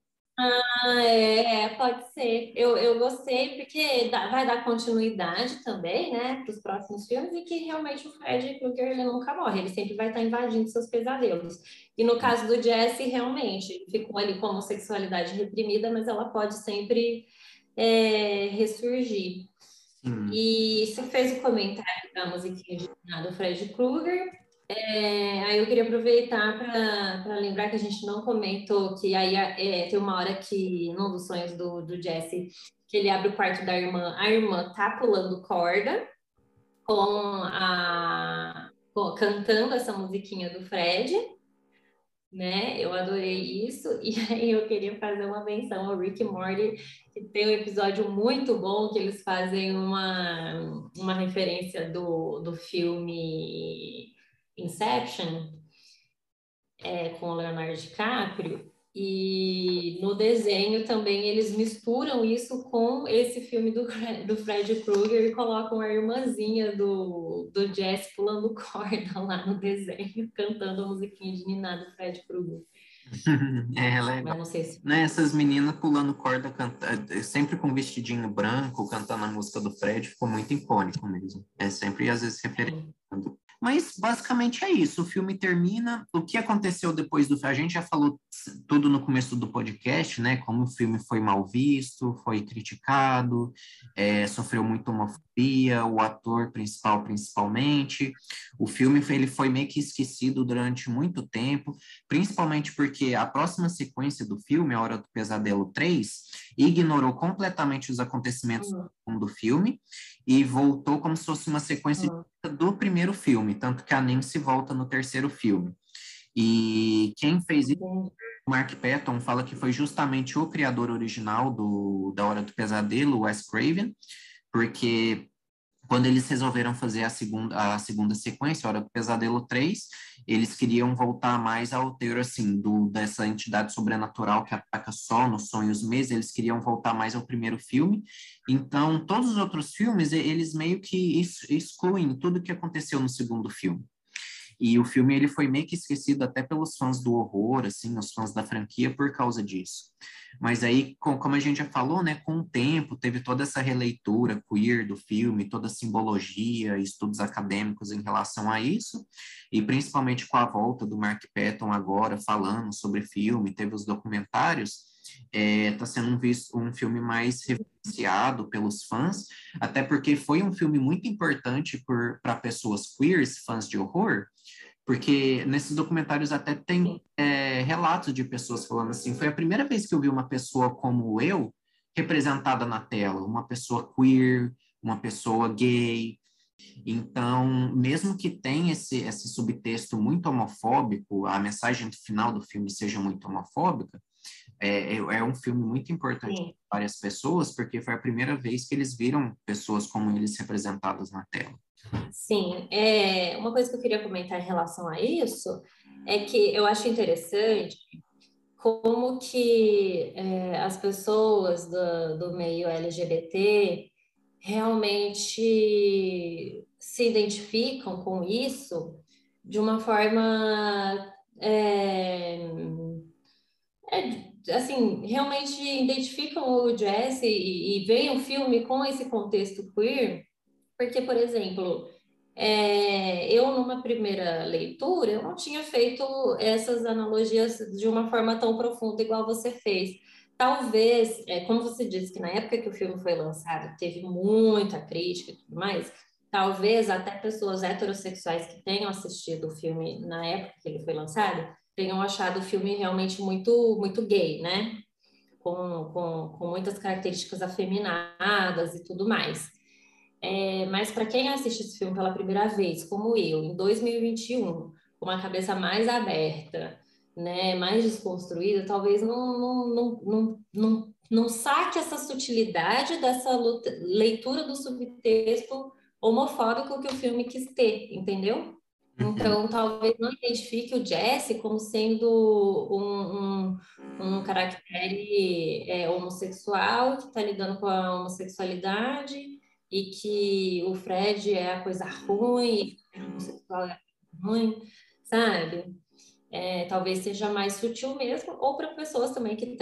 Pode ser. Eu gostei porque vai dar continuidade também, né, para os próximos filmes e que realmente o Fred Krueger ele nunca morre, ele sempre vai estar invadindo seus pesadelos. E no caso do Jesse, realmente, ele ficou ali com a homossexualidade reprimida, mas ela pode sempre ressurgir. E você fez o comentário da musiquinha do Fred Krueger. Aí eu queria aproveitar para lembrar que a gente não comentou que aí tem uma hora que, num dos sonhos do Jesse, que ele abre o quarto da irmã, a irmã tá pulando corda cantando essa musiquinha do Fred, né? Eu adorei isso, e aí eu queria fazer uma menção ao Rick e Morty, que tem um episódio muito bom que eles fazem uma referência do filme Inception, com o Leonardo DiCaprio, e no desenho também eles misturam isso com esse filme do Fred Krueger e colocam a irmãzinha do Jesse pulando corda lá no desenho, cantando a musiquinha de Niná do Fred Krueger. Legal. Mas não sei se... Né, essas meninas pulando corda, sempre com vestidinho branco, cantando a música do Fred, ficou muito icônico mesmo. Sempre, às vezes, referenciando. Mas, basicamente, é isso. O filme termina. O que aconteceu depois do filme? A gente já falou tudo no começo do podcast, né? Como o filme foi mal visto, foi criticado, sofreu muita homofobia, o ator principal, principalmente. O filme ele foi meio que esquecido durante muito tempo, principalmente porque a próxima sequência do filme, A Hora do Pesadelo 3, ignorou completamente os acontecimentos do filme e voltou como se fosse uma sequência do primeiro filme, tanto que a Nancy volta no terceiro filme. E quem fez isso, o Mark Patton, fala que foi justamente o criador original da Hora do Pesadelo, Wes Craven, porque quando eles resolveram fazer a segunda sequência, Hora do Pesadelo 3, eles queriam voltar mais ao teor, assim, dessa entidade sobrenatural que ataca só nos sonhos mesmo, eles queriam voltar mais ao primeiro filme. Então, todos os outros filmes, eles meio que excluem tudo que aconteceu no segundo filme. E o filme ele foi meio que esquecido até pelos fãs do horror, assim, os fãs da franquia, por causa disso. Mas aí, como a gente já falou, né, com o tempo, teve toda essa releitura queer do filme, toda a simbologia, estudos acadêmicos em relação a isso, e principalmente com a volta do Mark Patton agora falando sobre filme, teve os documentários, está sendo um filme mais referenciado pelos fãs, até porque foi um filme muito importante para pessoas queers, fãs de horror, porque nesses documentários até tem relatos de pessoas falando assim, foi a primeira vez que eu vi uma pessoa como eu representada na tela, uma pessoa queer, uma pessoa gay, Então, mesmo que tenha esse subtexto muito homofóbico, a mensagem final do filme seja muito homofóbica, é um filme muito importante Sim. para várias pessoas, porque foi a primeira vez que eles viram pessoas como eles representadas na tela. Sim, uma coisa que eu queria comentar em relação a isso é que eu acho interessante como que as pessoas do meio LGBT realmente se identificam com isso de uma forma assim, realmente identificam o Jesse e veem o filme com esse contexto queer, porque, por exemplo, eu numa primeira leitura, eu não tinha feito essas analogias de uma forma tão profunda igual você fez. Talvez, como você disse que na época que o filme foi lançado teve muita crítica e tudo mais, talvez até pessoas heterossexuais que tenham assistido o filme na época que ele foi lançado tenham achado o filme realmente muito, muito gay, né? Com muitas características afeminadas e tudo mais. Mas para quem assiste esse filme pela primeira vez, como eu, em 2021, com uma cabeça mais aberta, né, mais desconstruída, talvez não saque essa sutilidade dessa leitura do subtexto homofóbico que o filme quis ter, entendeu? Então, talvez não identifique o Jesse como sendo um caractere homossexual que está lidando com a homossexualidade e que o Fred é a coisa ruim, e o homossexual é a coisa ruim, sabe? Talvez seja mais sutil mesmo, ou para pessoas também que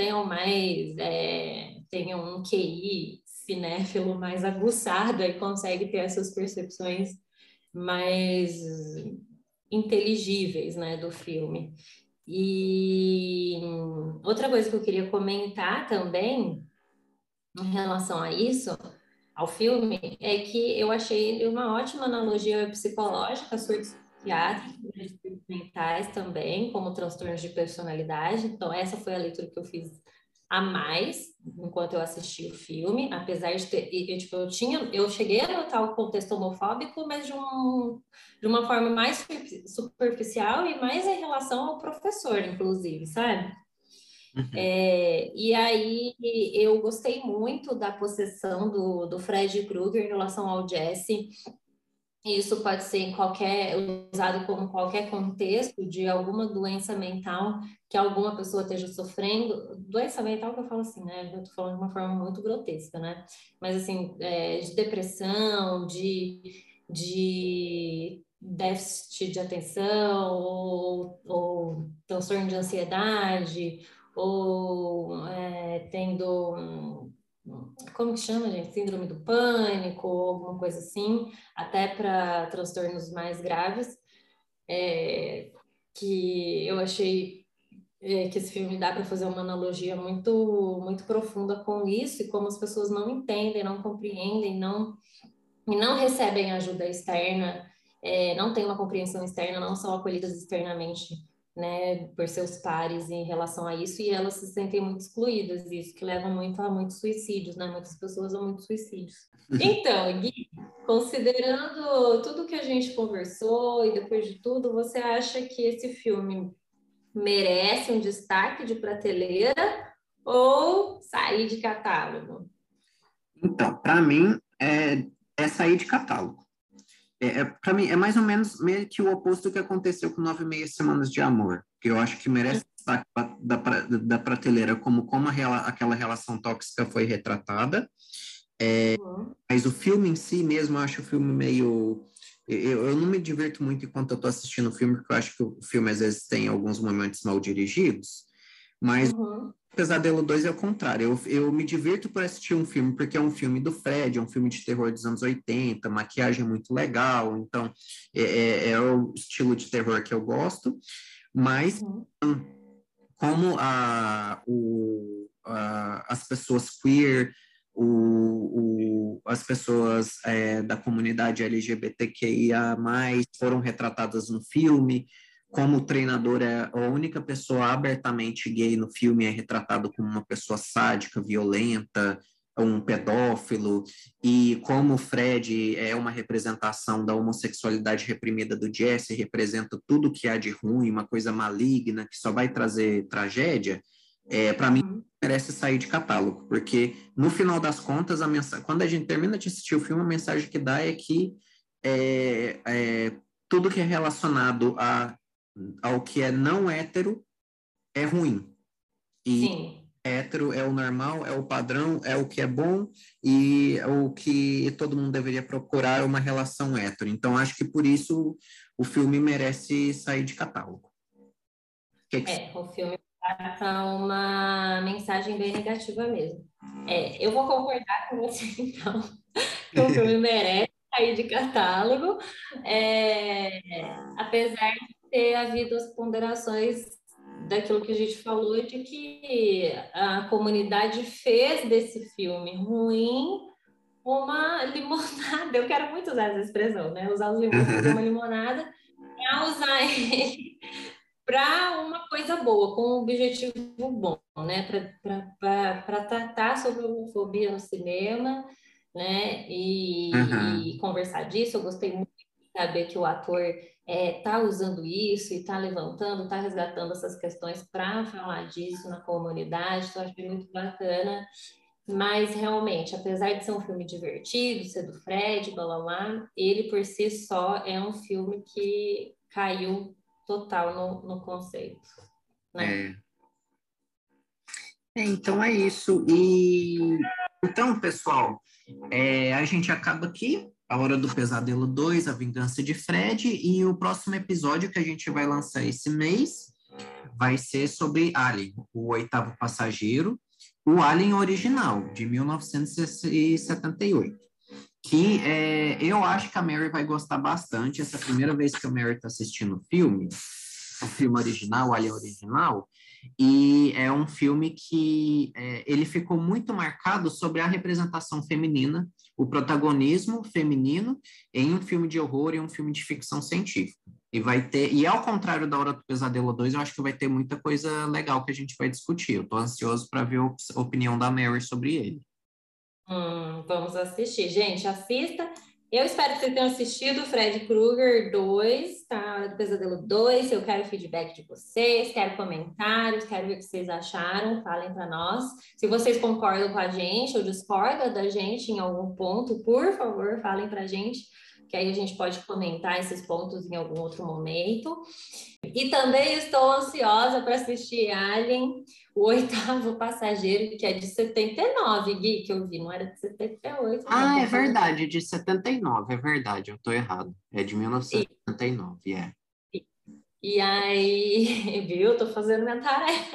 tenham um QI cinéfilo mais aguçado e consegue ter essas percepções mais inteligíveis, né, do filme. E outra coisa que eu queria comentar também em relação a isso, ao filme, é que eu achei ele uma ótima analogia psicológica, surtos psiquiátricos, surtos mentais também, como transtornos de personalidade. Então, essa foi a leitura que eu fiz a mais enquanto eu assisti o filme, apesar de ter, tipo, eu cheguei a notar o contexto homofóbico, mas de uma forma mais superficial e mais em relação ao professor, inclusive, sabe? E aí eu gostei muito da possessão do Fred Krueger em relação ao Jesse. Isso pode ser usado como qualquer contexto de alguma doença mental que alguma pessoa esteja sofrendo. Doença mental que eu falo assim, né? Eu tô falando de uma forma muito grotesca, né? Mas assim, de depressão, de déficit de atenção, ou transtorno de ansiedade, ou tendo como que chama, gente? Síndrome do pânico, alguma coisa assim, até para transtornos mais graves, que eu achei que esse filme dá para fazer uma analogia muito, muito profunda com isso e como as pessoas não entendem, não compreendem, e não recebem ajuda externa, não têm uma compreensão externa, não são acolhidas externamente, né, por seus pares em relação a isso, e elas se sentem muito excluídas, isso que leva muito a muitos suicídios, né, muitas pessoas a muitos suicídios. Então, Gui, considerando tudo que a gente conversou e depois de tudo, você acha que esse filme merece um destaque de prateleira ou sair de catálogo? Então, para mim, é sair de catálogo. Para mim, é mais ou menos meio que o oposto do que aconteceu com 9,5 Semanas de Amor, que eu acho que merece destaque da prateleira, como aquela relação tóxica foi retratada. Mas o filme em si mesmo, eu acho o filme meio... Eu não me divirto muito enquanto eu estou assistindo o filme, porque eu acho que o filme às vezes tem alguns momentos mal dirigidos, mas Pesadelo 2 é o contrário. Eu me divirto por assistir um filme, porque é um filme do Fred, é um filme de terror dos anos 80, maquiagem é muito legal, então é o estilo de terror que eu gosto, mas como as pessoas queer, as pessoas da comunidade LGBTQIA+, foram retratadas no filme, como o treinador é a única pessoa abertamente gay no filme, é retratado como uma pessoa sádica, violenta, um pedófilo, e como o Fred é uma representação da homossexualidade reprimida do Jesse, representa tudo que há de ruim, uma coisa maligna, que só vai trazer tragédia, para mim merece sair de catálogo, porque no final das contas, quando a gente termina de assistir o filme, a mensagem que dá é que tudo que é relacionado ao que é não hétero é ruim. E Sim. Hétero é o normal, é o padrão, é o que é bom, e o que todo mundo deveria procurar é uma relação hétero. Então, acho que por isso o filme merece sair de catálogo. O filme passa uma mensagem bem negativa mesmo. Eu vou concordar com você, então, que o filme merece sair de catálogo, apesar de ter havido as ponderações daquilo que a gente falou, de que a comunidade fez desse filme ruim uma limonada. Eu quero muito usar essa expressão, né? Usar os limões, fazer uma limonada, para usar ele para uma coisa boa, com um objetivo bom, né? Para tratar sobre a homofobia no cinema, né? E conversar disso. Eu gostei muito de saber que o ator tá usando isso e tá levantando, tá resgatando essas questões para falar disso na comunidade. Então, acho muito bacana. Mas, realmente, apesar de ser um filme divertido, ser do Fred, blá, blá, blá, ele, por si só, é um filme que caiu total no conceito, né? Então é isso. E então, pessoal, a gente acaba aqui. A Hora do Pesadelo 2, A Vingança de Fred, e o próximo episódio que a gente vai lançar esse mês vai ser sobre Alien, o oitavo passageiro, o Alien original, de 1978. Que eu acho que a Mary vai gostar bastante. Essa é a primeira vez que a Mary está assistindo o filme original, o Alien original, e é um filme que ele ficou muito marcado sobre a representação feminina, o protagonismo feminino em um filme de horror e um filme de ficção científica. E ao contrário da Hora do Pesadelo 2, eu acho que vai ter muita coisa legal que a gente vai discutir. Eu estou ansioso para ver a opinião da Mary sobre ele. Vamos assistir. Gente, assista. Eu espero que vocês tenham assistido Fred Krueger 2, tá? Hora do Pesadelo 2. Eu quero feedback de vocês, quero comentários, quero ver o que vocês acharam. Falem para nós. Se vocês concordam com a gente ou discordam da gente em algum ponto, por favor, falem para a gente, que aí a gente pode comentar esses pontos em algum outro momento. E também estou ansiosa para assistir Alien, o oitavo passageiro, que é de 79, Gui, que eu vi, não era de 78. Ah, é verdade, de 79, é verdade, eu estou errado. É de 1979, E aí, viu? Tô fazendo minha tarefa.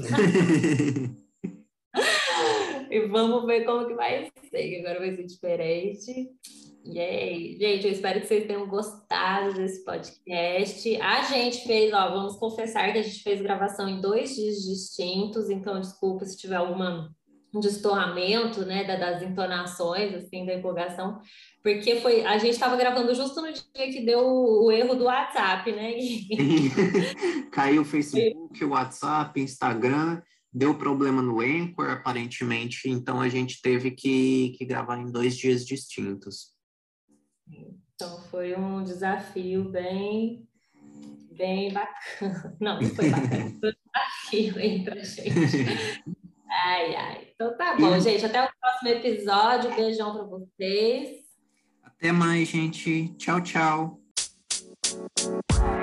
E vamos ver como que vai ser, que agora vai ser diferente. E aí, gente, eu espero que vocês tenham gostado desse podcast. A gente fez, vamos confessar que a gente fez gravação em 2 dias distintos, então desculpa se tiver algum destoamento, né, das entonações, assim, da empolgação, porque a gente estava gravando justo no dia que deu o erro do WhatsApp, né? Caiu o Facebook, o WhatsApp, Instagram, deu problema no Anchor, aparentemente, então a gente teve que gravar em 2 dias distintos. Então foi um desafio bem bacana. Não foi bacana, foi um desafio aí pra gente. Ai. Então tá bom, gente. Até o próximo episódio. Beijão para vocês. Até mais, gente. Tchau, tchau.